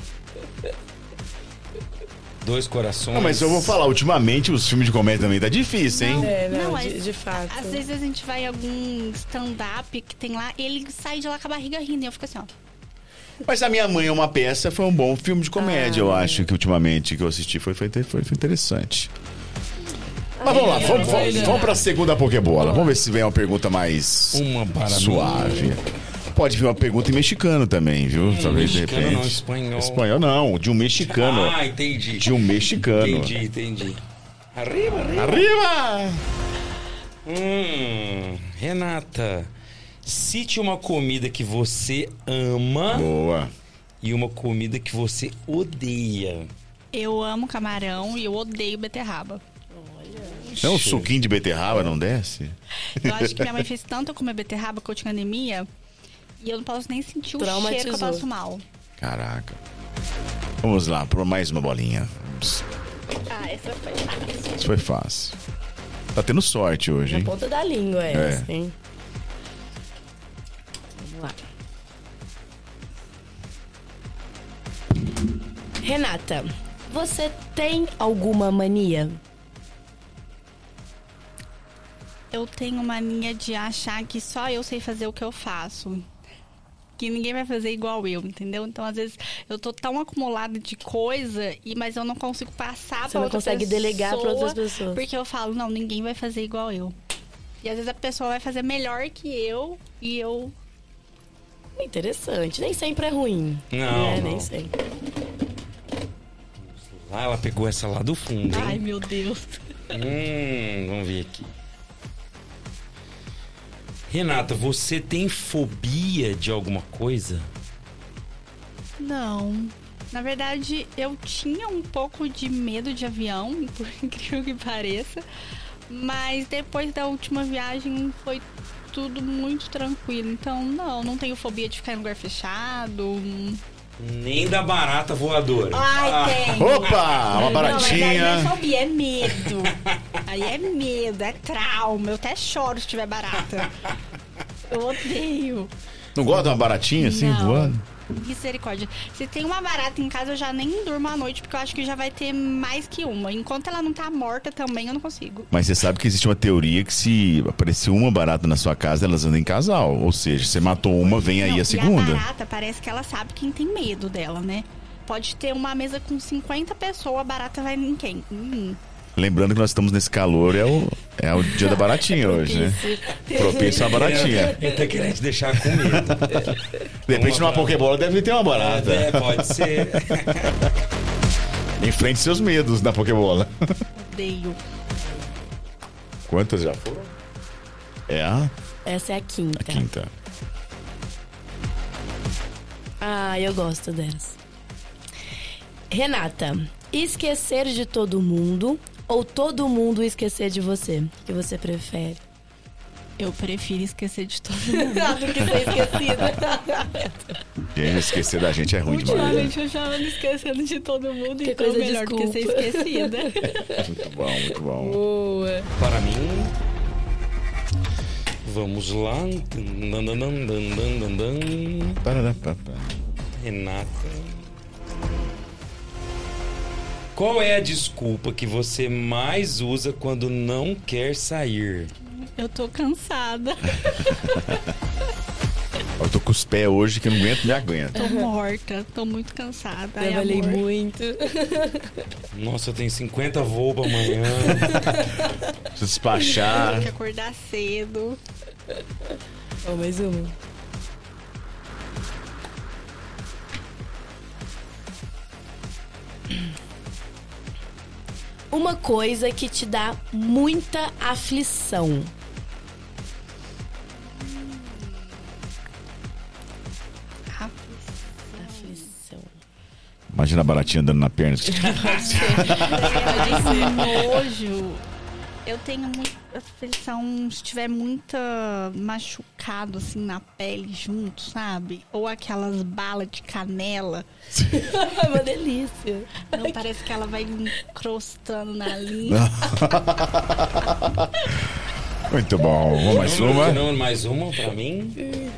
Dois corações. Não, mas eu vou falar, ultimamente os filmes de comédia também tá difícil, hein? Não, é, não, não de, de fato. Às vezes a gente vai em algum stand-up que tem lá, ele sai de lá com a barriga rindo e eu fico assim, ó. Mas A Minha Mãe é uma Peça foi um bom filme de comédia, ah, eu acho, que ultimamente que eu assisti foi, foi, foi, foi interessante. Mas vamos lá, vamos, vamos, vamos pra segunda Pokébola. Vamos ver se vem uma pergunta mais uma para suave. Mim. Pode vir uma pergunta em mexicano também, viu? Hum, Talvez mexicano de repente. não, espanhol. Espanhol não, de um mexicano. Ah, entendi. De um mexicano. Entendi, entendi. Arriba, arriba. Arriba! Hum, Renata, cite uma comida que você ama. Boa. E uma comida que você odeia. Eu amo camarão e eu odeio beterraba. Não, um suquinho de beterraba não desce? Eu acho que minha mãe fez tanto eu comer beterraba que eu tinha anemia e eu não posso nem sentir o cheiro que eu passo mal. Caraca. Vamos lá, por mais uma bolinha. Ah, essa foi fácil. Isso foi fácil. Tá tendo sorte hoje, hein? Na ponta da língua essa, é. hein? Vamos lá. Renata, você tem alguma mania? Eu tenho mania de achar que só eu sei fazer o que eu faço. Que ninguém vai fazer igual eu, entendeu? Então, às vezes, eu tô tão acumulada de coisa, e, mas eu não consigo passar pra outra pessoa. Você não consegue delegar pra outras pessoas. Porque eu falo, não, ninguém vai fazer igual eu. E, às vezes, a pessoa vai fazer melhor que eu, e eu... Interessante. Nem sempre é ruim. Não, é, não. Nem sempre. Ah, ela pegou essa lá do fundo, hein? Ai, meu Deus. Hum, vamos ver aqui. Renata, você tem fobia de alguma coisa? Não. Na verdade, eu tinha um pouco de medo de avião, por incrível que pareça. Mas depois da última viagem foi tudo muito tranquilo. Então, não, não tenho fobia de ficar em lugar fechado. Nem da barata voadora. Ai, ah. tem. Opa, uma baratinha. Não, mas aí não é fobia, é medo. Aí é medo, é trauma. Eu até choro se tiver barata. Eu odeio. Não gosta de uma baratinha assim, não. voando? Misericórdia. Se tem uma barata em casa, eu já nem durmo à noite, porque eu acho que já vai ter mais que uma. Enquanto ela não tá morta também, eu não consigo. Mas você sabe que existe uma teoria que se aparecer uma barata na sua casa, elas andam em casal. Ou seja, você matou uma, vem aí não, a segunda. E a barata, parece que ela sabe quem tem medo dela, né? Pode ter uma mesa com cinquenta pessoas, a barata vai em quem? Hum. Lembrando que nós estamos nesse calor, é o, é o dia da baratinha hoje, né? Propício a baratinha. Ele tá querendo te deixar com medo. De repente, numa Pokébola deve ter uma barata. É, pode ser. Enfrente seus medos na Pokébola. Odeio. Quantas já foram? É a... Essa é a quinta. A quinta. Ah, eu gosto dessa. Renata, esquecer de todo mundo ou todo mundo esquecer de você? O que você prefere? Eu prefiro esquecer de todo mundo. Do que ser esquecida. Gente, esquecer da gente é ruim demais. Ultimamente eu já ando esquecendo de todo mundo, que então coisa é melhor do que ser esquecida. Muito bom, muito bom. Boa. Para mim... Vamos lá. Renata... Qual é a desculpa que você mais usa quando não quer sair? Eu tô cansada. Eu tô com os pés hoje que eu não aguento, me aguento. Tô morta, tô muito cansada. Trabalhei Ai, muito. Nossa, eu tenho cinquenta voos pra amanhã. Preciso despachar. Tem que acordar cedo. Ó, mais uma. Uma coisa que te dá muita aflição. Aflição. Imagina a baratinha andando na perna. Pode ser. Nojo. Eu tenho muita aflição se tiver muito machucado assim na pele junto, sabe? Ou aquelas balas de canela. É uma delícia. Não, parece que ela vai encrostando na língua. Muito bom. Vamos mais uma? Não, mais uma pra mim.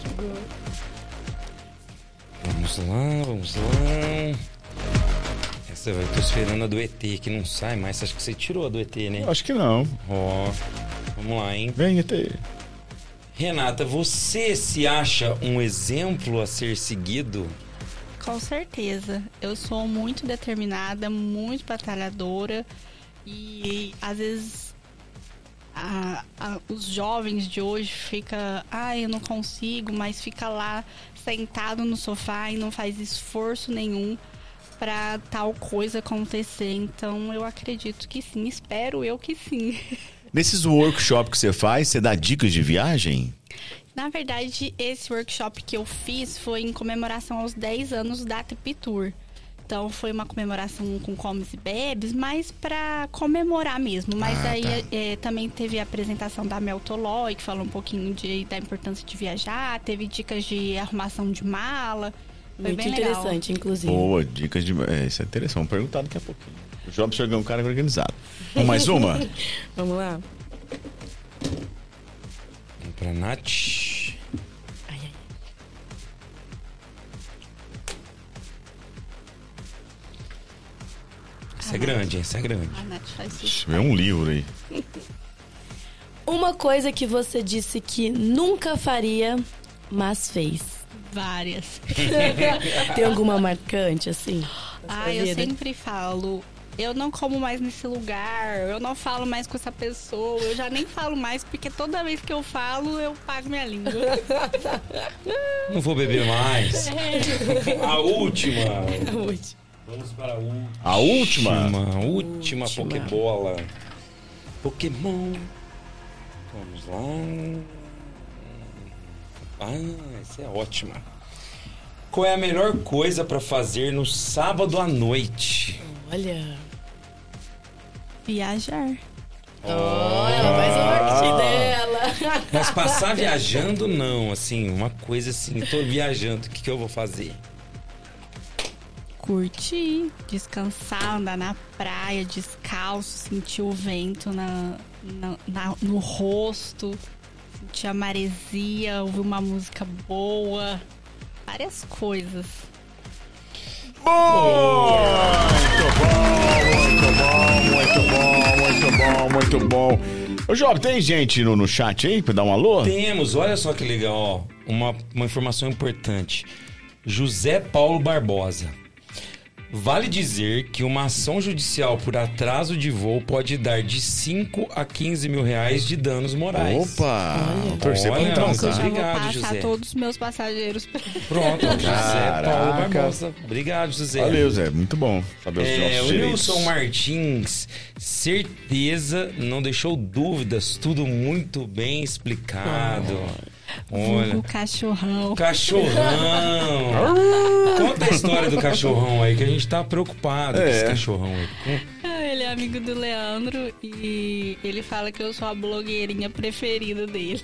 Vamos lá, vamos lá. Essa vai, tô esperando a do E T, que não sai mais. Acho que você tirou a do E T, né? Eu acho que não. Ó, vamos lá, hein? Vem, E T. Renata, você se acha um exemplo a ser seguido? Com certeza. Eu sou muito determinada, muito batalhadora. E às vezes a, a, os jovens de hoje ficam... Ah, eu não consigo, mas fica lá sentado no sofá e não faz esforço nenhum para tal coisa acontecer. Então eu acredito que sim, espero eu que sim. Nesses workshops que você faz, você dá dicas de viagem? Na verdade, esse workshop que eu fiz foi em comemoração aos dez anos da Trip Tour. Então foi uma comemoração com comes e bebes, mas para comemorar mesmo. Mas ah, aí tá. é, também teve a apresentação da Mel Tolói, que falou um pouquinho de, da importância de viajar, teve dicas de arrumação de mala. Foi muito bem interessante, legal. inclusive. Boa, dicas de... É, isso é interessante. Vamos perguntar daqui a pouquinho. O Job chegou um cara organizado. Vamos mais uma? Vamos lá. Vamos pra Nath. Ai, ai. Essa é grande, essa é grande. A Nath faz isso. Vê um livro aí. Uma coisa que você disse que nunca faria, mas fez. Várias. Tem alguma marcante, assim? Ah, eu sempre falo, eu não como mais nesse lugar, eu não falo mais com essa pessoa, eu já nem falo mais, porque toda vez que eu falo, eu pago minha língua. Não vou beber mais. É. A última. A última. Vamos para a última. A última? A última, última. Pokébola. Pokémon. Vamos lá. Ah, essa é ótima. Qual é a melhor coisa pra fazer no sábado à noite? Olha. Viajar. Oh, ela faz a parte dela. Mas passar viajando, não. Assim, uma coisa assim, tô viajando, o que, que eu vou fazer? Curtir, descansar, andar na praia, descalço, sentir o vento na, na, na, no rosto, sentir a maresia, ouvir uma música boa, várias coisas. Bom! Muito bom, muito bom, muito bom, muito bom, muito bom. Ô, Job, tem gente no, no chat aí pra dar um alô? Temos, olha só que legal, ó. Uma, uma informação importante. José Paulo Barbosa. Vale dizer que uma ação judicial por atraso de voo pode dar de cinco a quinze mil reais de danos morais. Opa! Torcer pra então, Eu já vou Obrigado, passar José. todos os meus passageiros pra... Pronto, José Caraca. Paulo Barbosa. Obrigado, José. Valeu, Zé. Muito bom saber os É, nossos o direitos. Nilson Martins, certeza, não deixou dúvidas, tudo muito bem explicado. Olha. O cachorrão. Cachorrão! Conta a história do cachorrão aí, que a gente tá preocupado com É. esse cachorrão aí. Ah, ele é amigo do Leandro e ele fala que eu sou a blogueirinha preferida dele.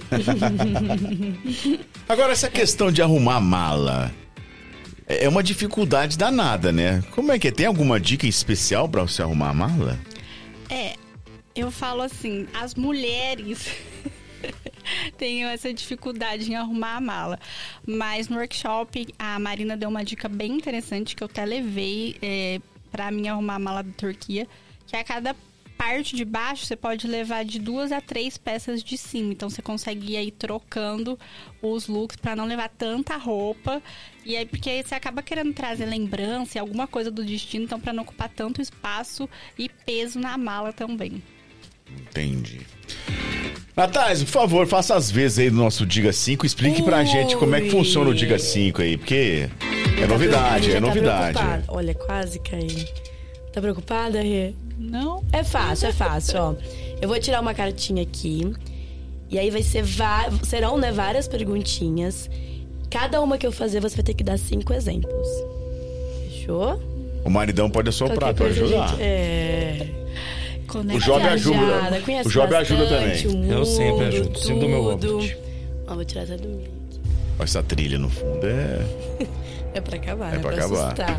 Agora, essa questão de arrumar mala é uma dificuldade danada, né? Como é que é? Tem alguma dica especial pra você arrumar a mala? É, eu falo assim, as mulheres tenho essa dificuldade em arrumar a mala. Mas no workshop, a Marina deu uma dica bem interessante que eu até levei é, pra mim arrumar a mala da Turquia, que a cada parte de baixo você pode levar de duas a três peças de cima. Então você consegue ir aí trocando os looks pra não levar tanta roupa. E aí, porque você acaba querendo trazer lembrança e alguma coisa do destino, então pra não ocupar tanto espaço e peso na mala também. Entendi. Natália, por favor, faça as vezes aí do nosso Diga cinco. Explique Ui. pra gente como é que funciona o Diga cinco aí, porque é novidade, é novidade. Tá Olha, quase caí. Tá preocupada, Rê? Não. É fácil, é fácil, ó. Eu vou tirar uma cartinha aqui. E aí vai ser va- serão, né, várias perguntinhas. Cada uma que eu fazer, você vai ter que dar cinco exemplos. Fechou? O maridão pode assoprar pra Qualquer coisa, ajudar. gente, é... O Job ajuda. O Job ajuda também. Mundo, eu sempre ajudo. Sempre do meu ombro. Ó, vou tirar essa do meio. Essa trilha no fundo é... É pra acabar, é né? pra, pra acabar. assustar.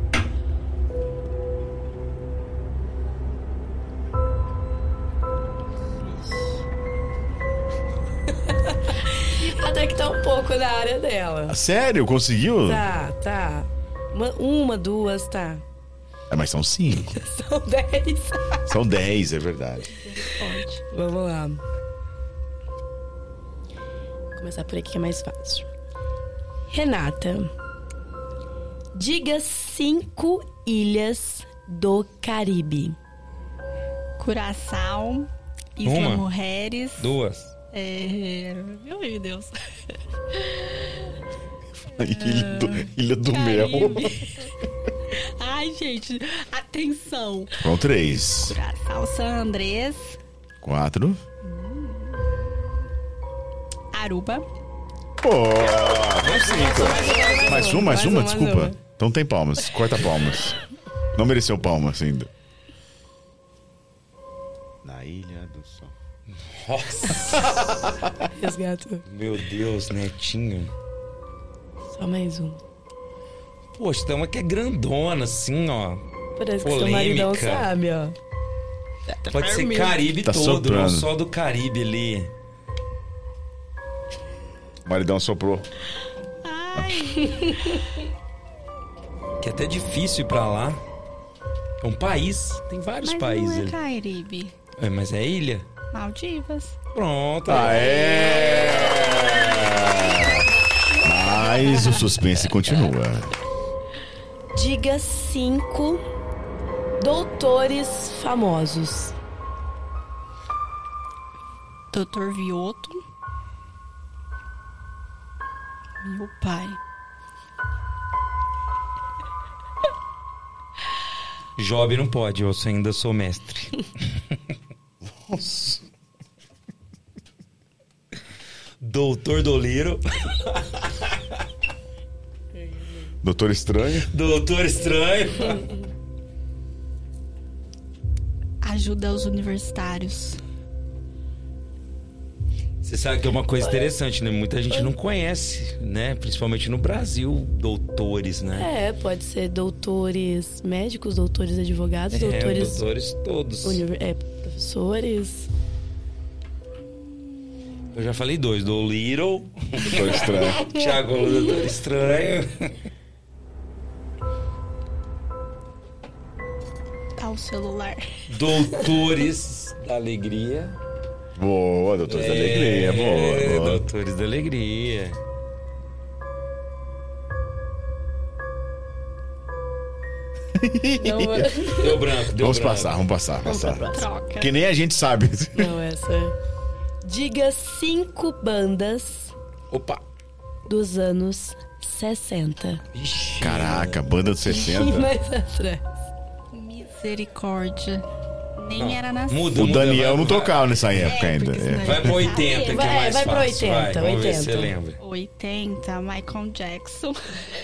Até que tá um pouco na área dela. Sério? Conseguiu? Tá, tá. Uma, uma duas, tá. É, mas são cinco. São dez. São dez, é verdade. Pode. Vamos lá. Vou começar por aqui que é mais fácil. Renata, diga cinco ilhas do Caribe. Curaçao, Isla Uma. Mujeres. Duas. É... Meu Deus. Ilha do, Ilha do Mel. Ai, gente, atenção. São três. Curaçao, San Andrés. Quatro. Aruba. Pô, mais cinco. Mais uma, mais uma, desculpa. Então tem palmas, corta palmas. Não mereceu palmas ainda. Na Ilha do Sol. Nossa. Resgato. Meu Deus, netinho. Só mais um. Poxa, tem uma que é grandona, assim, ó. Parece polêmica. que seu maridão sabe, ó. Pode ser Caribe tá todo, soprando. não só do Caribe ali. O maridão soprou. Ai. Que é até difícil ir pra lá. É um país, tem vários Mas países não é ali. Caribe. É, mas é ilha? Maldivas. Pronto. Aê! Mas o suspense continua. Diga cinco doutores famosos. doutor Vioto. Meu pai. Job não pode, eu ainda sou mestre. Nossa. Doutor Doliro. Doutor Estranho. Doutor Estranho. Ajuda aos universitários. Você sabe que é uma coisa interessante, né? Muita gente não conhece, né? Principalmente no Brasil, doutores, né? É, pode ser doutores médicos, doutores advogados, É, doutores... doutores todos. Univer... É, professores... Eu já falei dois, do Little. Doutor Estranho. Thiago, Doutor Estranho. Tá o celular. Doutores da Alegria. Boa, Doutores é, da Alegria. Boa, boa. Doutores da Alegria. Não, deu branco, deu Vamos branco. passar, vamos passar, Vamos passar. pra próxima. Troca. Que nem a gente sabe. Não, essa é... Diga cinco bandas Opa. dos anos sessenta. Ixi. Caraca, banda dos E sessenta. mais atrás. Misericórdia. Nem Não, era nascido. muda, O muda, Daniel vai, não vai. tocava nessa época É, ainda. porque senão É. Vai pro oitenta, que é Vai- mais vai pro fácil. oitenta, vai. Vamos ver se você oitenta. lembra. oitenta, Michael Jackson.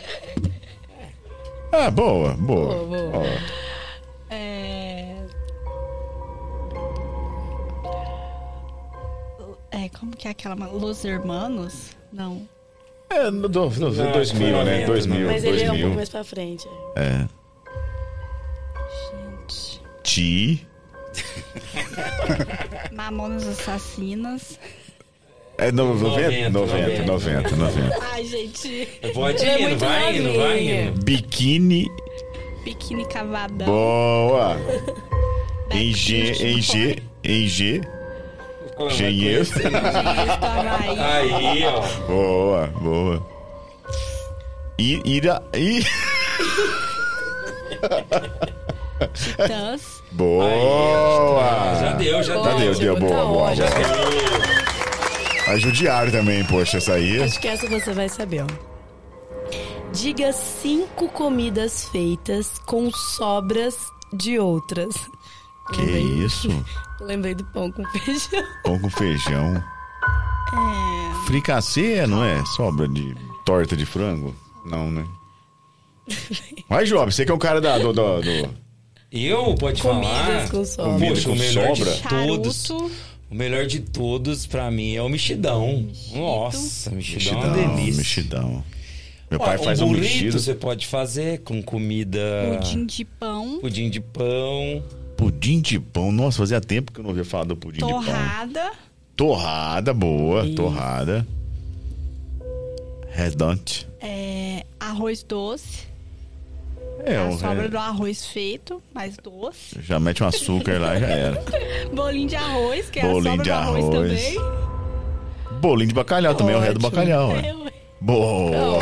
Ah, boa, boa. Boa, boa. Ó. É... é, como que é aquela... Los Hermanos? Não. É, no, do, no, Não, dois mil, foi né? noventa, dois mil, Mas ele é um dois pouco mil. mais pra frente. É. Gente. Ti. Mamonas Assassinas. É no, noventa, noventa, noventa, noventa, noventa. Ai, gente. Pode Ele é ir, não muito vai indo, novinho. vai indo. Biquíni. Biquíni Cavadão. Boa. Em G, em G, em G. Engenheiro. Engenheiro do Havaí. Aí, ó. Boa, boa. I, ira, i. Titãs. Boa. Já deu, já Já deu, deu. Tá Boa, boa, ótimo. boa. A judiar também, poxa, essa aí. Acho que essa você vai saber, ó. Diga cinco comidas feitas com sobras de outras. Que Lembrei- isso? Lembrei do pão com feijão. Pão com feijão. É... Fricassê, não é? Sobra de torta de frango? Não, né? Vai, Job, você que é o cara da, do, do, do- Eu? Pode Comidas falar? com sobra. Comida Poxa, com o melhor sobra? de todos. O melhor de todos, pra mim, é o mexidão. Mexito. Nossa, mexidão, é uma Mexidão, delícia. mexidão. Meu Ó, pai faz um burrito mexido. você pode fazer com comida... Pudim de pão. Pudim de pão. Pudim de pão. Nossa, fazia tempo que eu não ouvia falar do pudim de pão. Torrada. Torrada, boa. Isso. Torrada. Redonde. É, arroz doce. É, a um sobra re- do arroz feito, mais doce. já mete um açúcar lá e já era. Bolinho de arroz, que é Bolinho a sobra de do arroz, arroz. também. Bolinho de bacalhau também, é o ré do Ótimo. bacalhau. É, Ué. ué. Boa.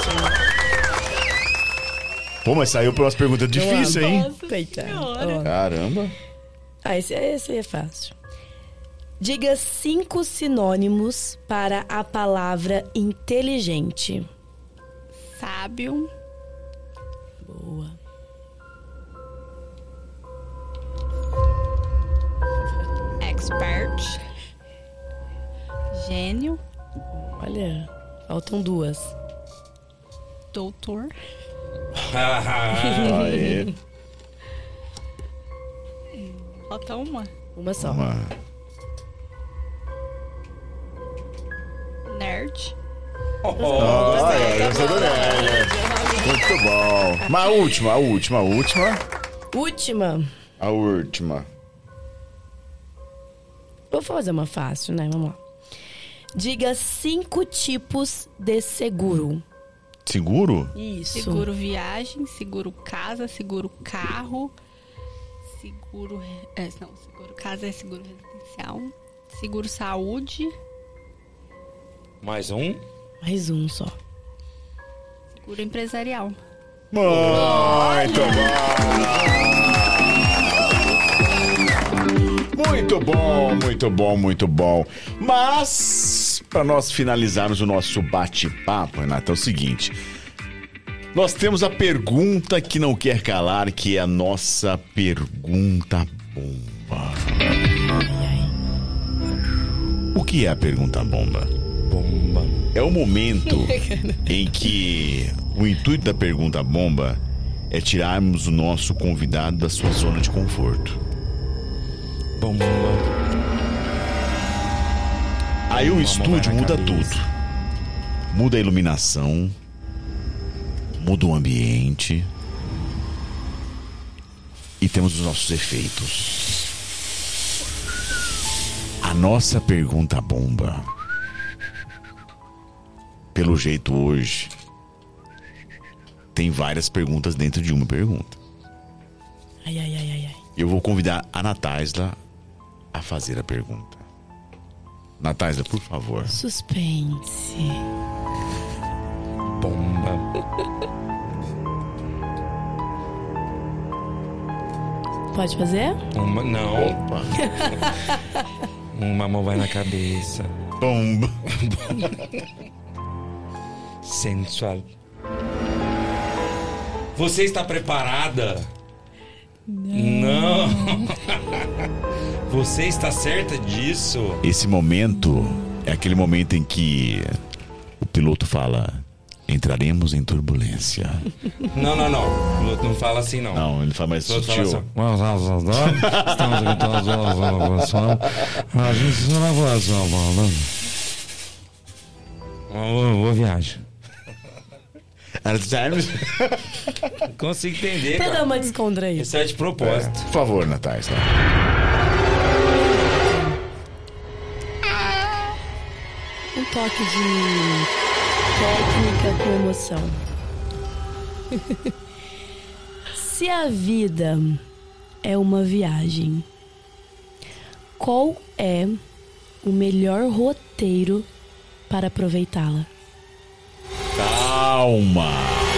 Pô, mas saiu para umas perguntas difíceis, hein? Nossa Coitado. Senhora. Ó. Caramba. Ah, esse, esse aí é fácil. Diga cinco sinônimos para a palavra inteligente. Sábio. Boa. Expert. Gênio. Olha, faltam duas. Doutor. Aê. Falta uma. Uma só. Uma. Nerd. Olha, eu sou do nerd. Muito bom. Mas a última, a última, a última. Última. A última. Vou fazer uma fácil, né? Vamos lá. Diga cinco tipos de seguro. Seguro? Isso. Seguro viagem, seguro casa, seguro carro, seguro... É, não, seguro casa é seguro residencial, seguro saúde, Mais um? Mais um só. seguro empresarial. Muito bom! Muito bom, muito bom, muito bom. Mas, para nós finalizarmos o nosso bate-papo, Renato, é o seguinte. Nós temos a pergunta que não quer calar, que é a nossa pergunta bomba. O que é a pergunta bomba? Bomba. É o momento em que o intuito da pergunta bomba é tirarmos o nosso convidado da sua zona de conforto. Bomba. Aí o Uma estúdio mão vai na muda cabeça. tudo. Muda a iluminação, muda o ambiente e temos os nossos efeitos. A nossa pergunta bomba, pelo jeito hoje, tem várias perguntas dentro de uma pergunta. Ai, ai, ai, ai, ai. Eu vou convidar a Natáisla a fazer a pergunta. Natáisla, por favor. Suspense. Bomba. Pode fazer? Uma, não. Uma mão vai na cabeça. Bomba. Sensual. Você está preparada? Não. Não. Você está certa disso? Esse momento é aquele momento em que o piloto fala: entraremos em turbulência. Não, não, não. O piloto não fala assim, não. Não, ele fala mais O piloto sutil. fala assim. Estamos aqui todos a gente está na voação, Boa viagem. Consigo entender, Pra cara. dar uma descontraída. Isso é de propósito. É, por favor, Natália. Um toque de técnica com emoção. Se a vida é uma viagem, qual é o melhor roteiro para aproveitá-la? Calma.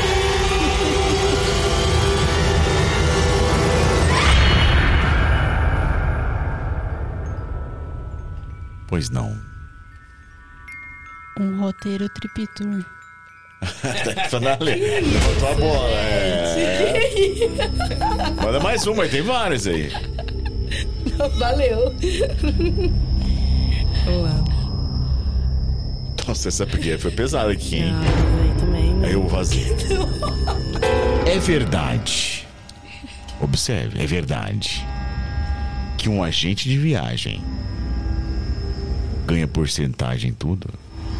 Pois não. Um roteiro tripitur. Levantou a bola. É. Manda mais uma, aí tem várias aí. Valeu. Nossa, essa porque foi pesada aqui, hein? Ah, aí também, né? Aí eu vou fazer. É verdade Observe, é verdade que um agente de viagem ganha porcentagem em tudo?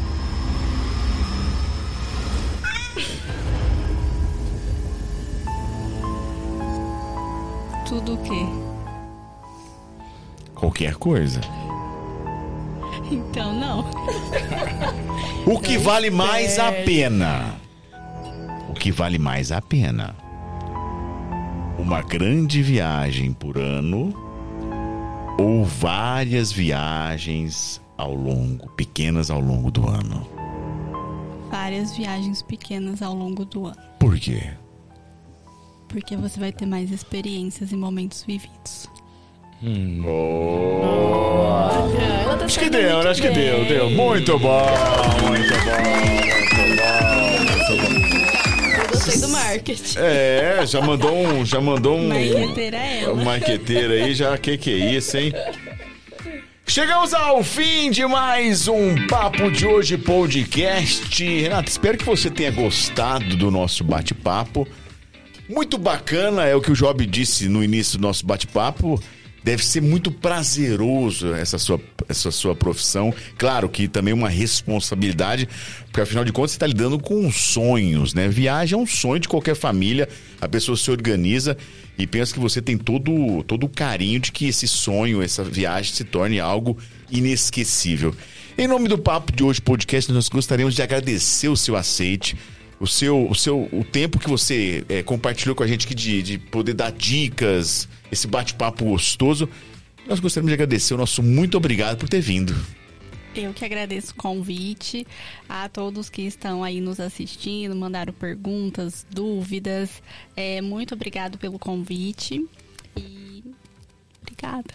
Tudo o quê? Qualquer coisa. Então, não. O que vale mais a pena? O que vale mais a pena? Uma grande viagem por ano ou várias viagens ao longo, pequenas ao longo do ano? Várias viagens pequenas ao longo do ano. Por quê? Porque você vai ter mais experiências e momentos vividos. Hum. Oh. Acho que deu, acho que deu, deu. Muito bom, muito bom, muito bom. Eu gostei do marketing. É, já mandou um, já mandou um. Marqueteira é ela. Um marqueteiro aí, já, que que é isso, hein? Chegamos ao fim de mais um Papo de Hoje podcast. Renato, espero que você tenha gostado do nosso bate-papo. Muito bacana, é o que o Job disse no início do nosso bate-papo. Deve ser muito prazeroso essa sua, essa sua profissão. Claro que também uma responsabilidade, porque afinal de contas você está lidando com sonhos, né? Viagem é um sonho de qualquer família. A pessoa se organiza e pensa que você tem todo, todo o carinho de que esse sonho, essa viagem se torne algo inesquecível. Em nome do Papo de Hoje podcast, nós gostaríamos de agradecer o seu aceite. O seu, o seu, o tempo que você é, compartilhou com a gente aqui de, de poder dar dicas, esse bate-papo gostoso. Nós gostaríamos de agradecer o nosso muito obrigado por ter vindo. Eu que agradeço o convite a todos que estão aí nos assistindo, mandaram perguntas, dúvidas. É, muito obrigado pelo convite e obrigada.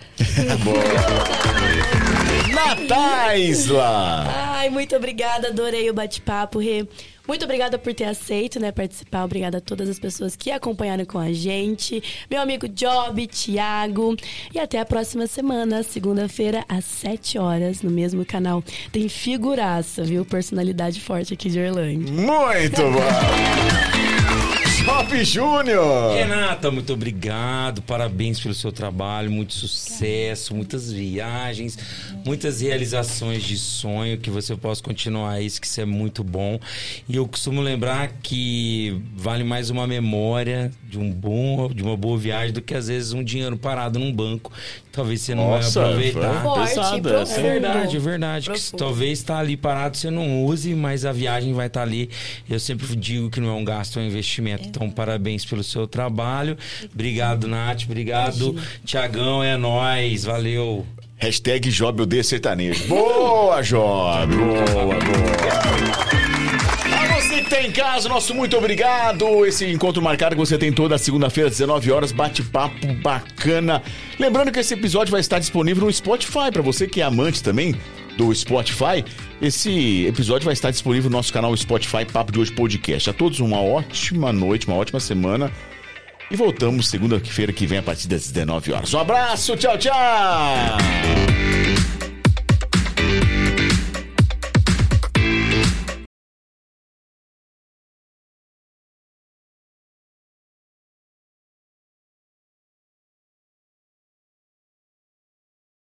Nataisla! Ai, muito obrigada, adorei o bate-papo, Rê. Muito obrigada por ter aceito, né, participar. Obrigada a todas as pessoas que acompanharam com a gente. Meu amigo Job, Thiago. E até a próxima semana, segunda-feira, às sete horas, no mesmo canal. Tem figuraça, viu? Personalidade forte aqui de Orlândia. Muito bom! Job Júnior! Renata, muito obrigado. Parabéns pelo seu trabalho. Muito sucesso, muitas viagens, muitas realizações de sonho. Que você possa continuar isso, que isso é muito bom. E eu costumo lembrar que vale mais uma memória de um bom, de uma boa viagem do que às vezes um dinheiro parado num banco. Talvez você não Nossa, vai aproveitar. Forte, pesada, é verdade, é verdade. Que talvez está ali parado, você não use, mas a viagem vai estar ali. Eu sempre digo que não é um gasto, é um investimento. Então, parabéns pelo seu trabalho. Obrigado, Nath. Obrigado, Tiagão. É nóis. Valeu. Hashtag Job Odeia Sertanejo. Boa, Job. Boa, boa. Você que tá em casa, nosso muito obrigado. Esse encontro marcado que você tem toda segunda-feira, às dezenove horas, bate-papo bacana. Lembrando que esse episódio vai estar disponível no Spotify, para você que é amante também do Spotify. Esse episódio vai estar disponível no nosso canal Spotify, Papo de Hoje Podcast. A todos uma ótima noite, uma ótima semana. E voltamos segunda-feira que vem a partir das dezenove horas. Um abraço, tchau, tchau!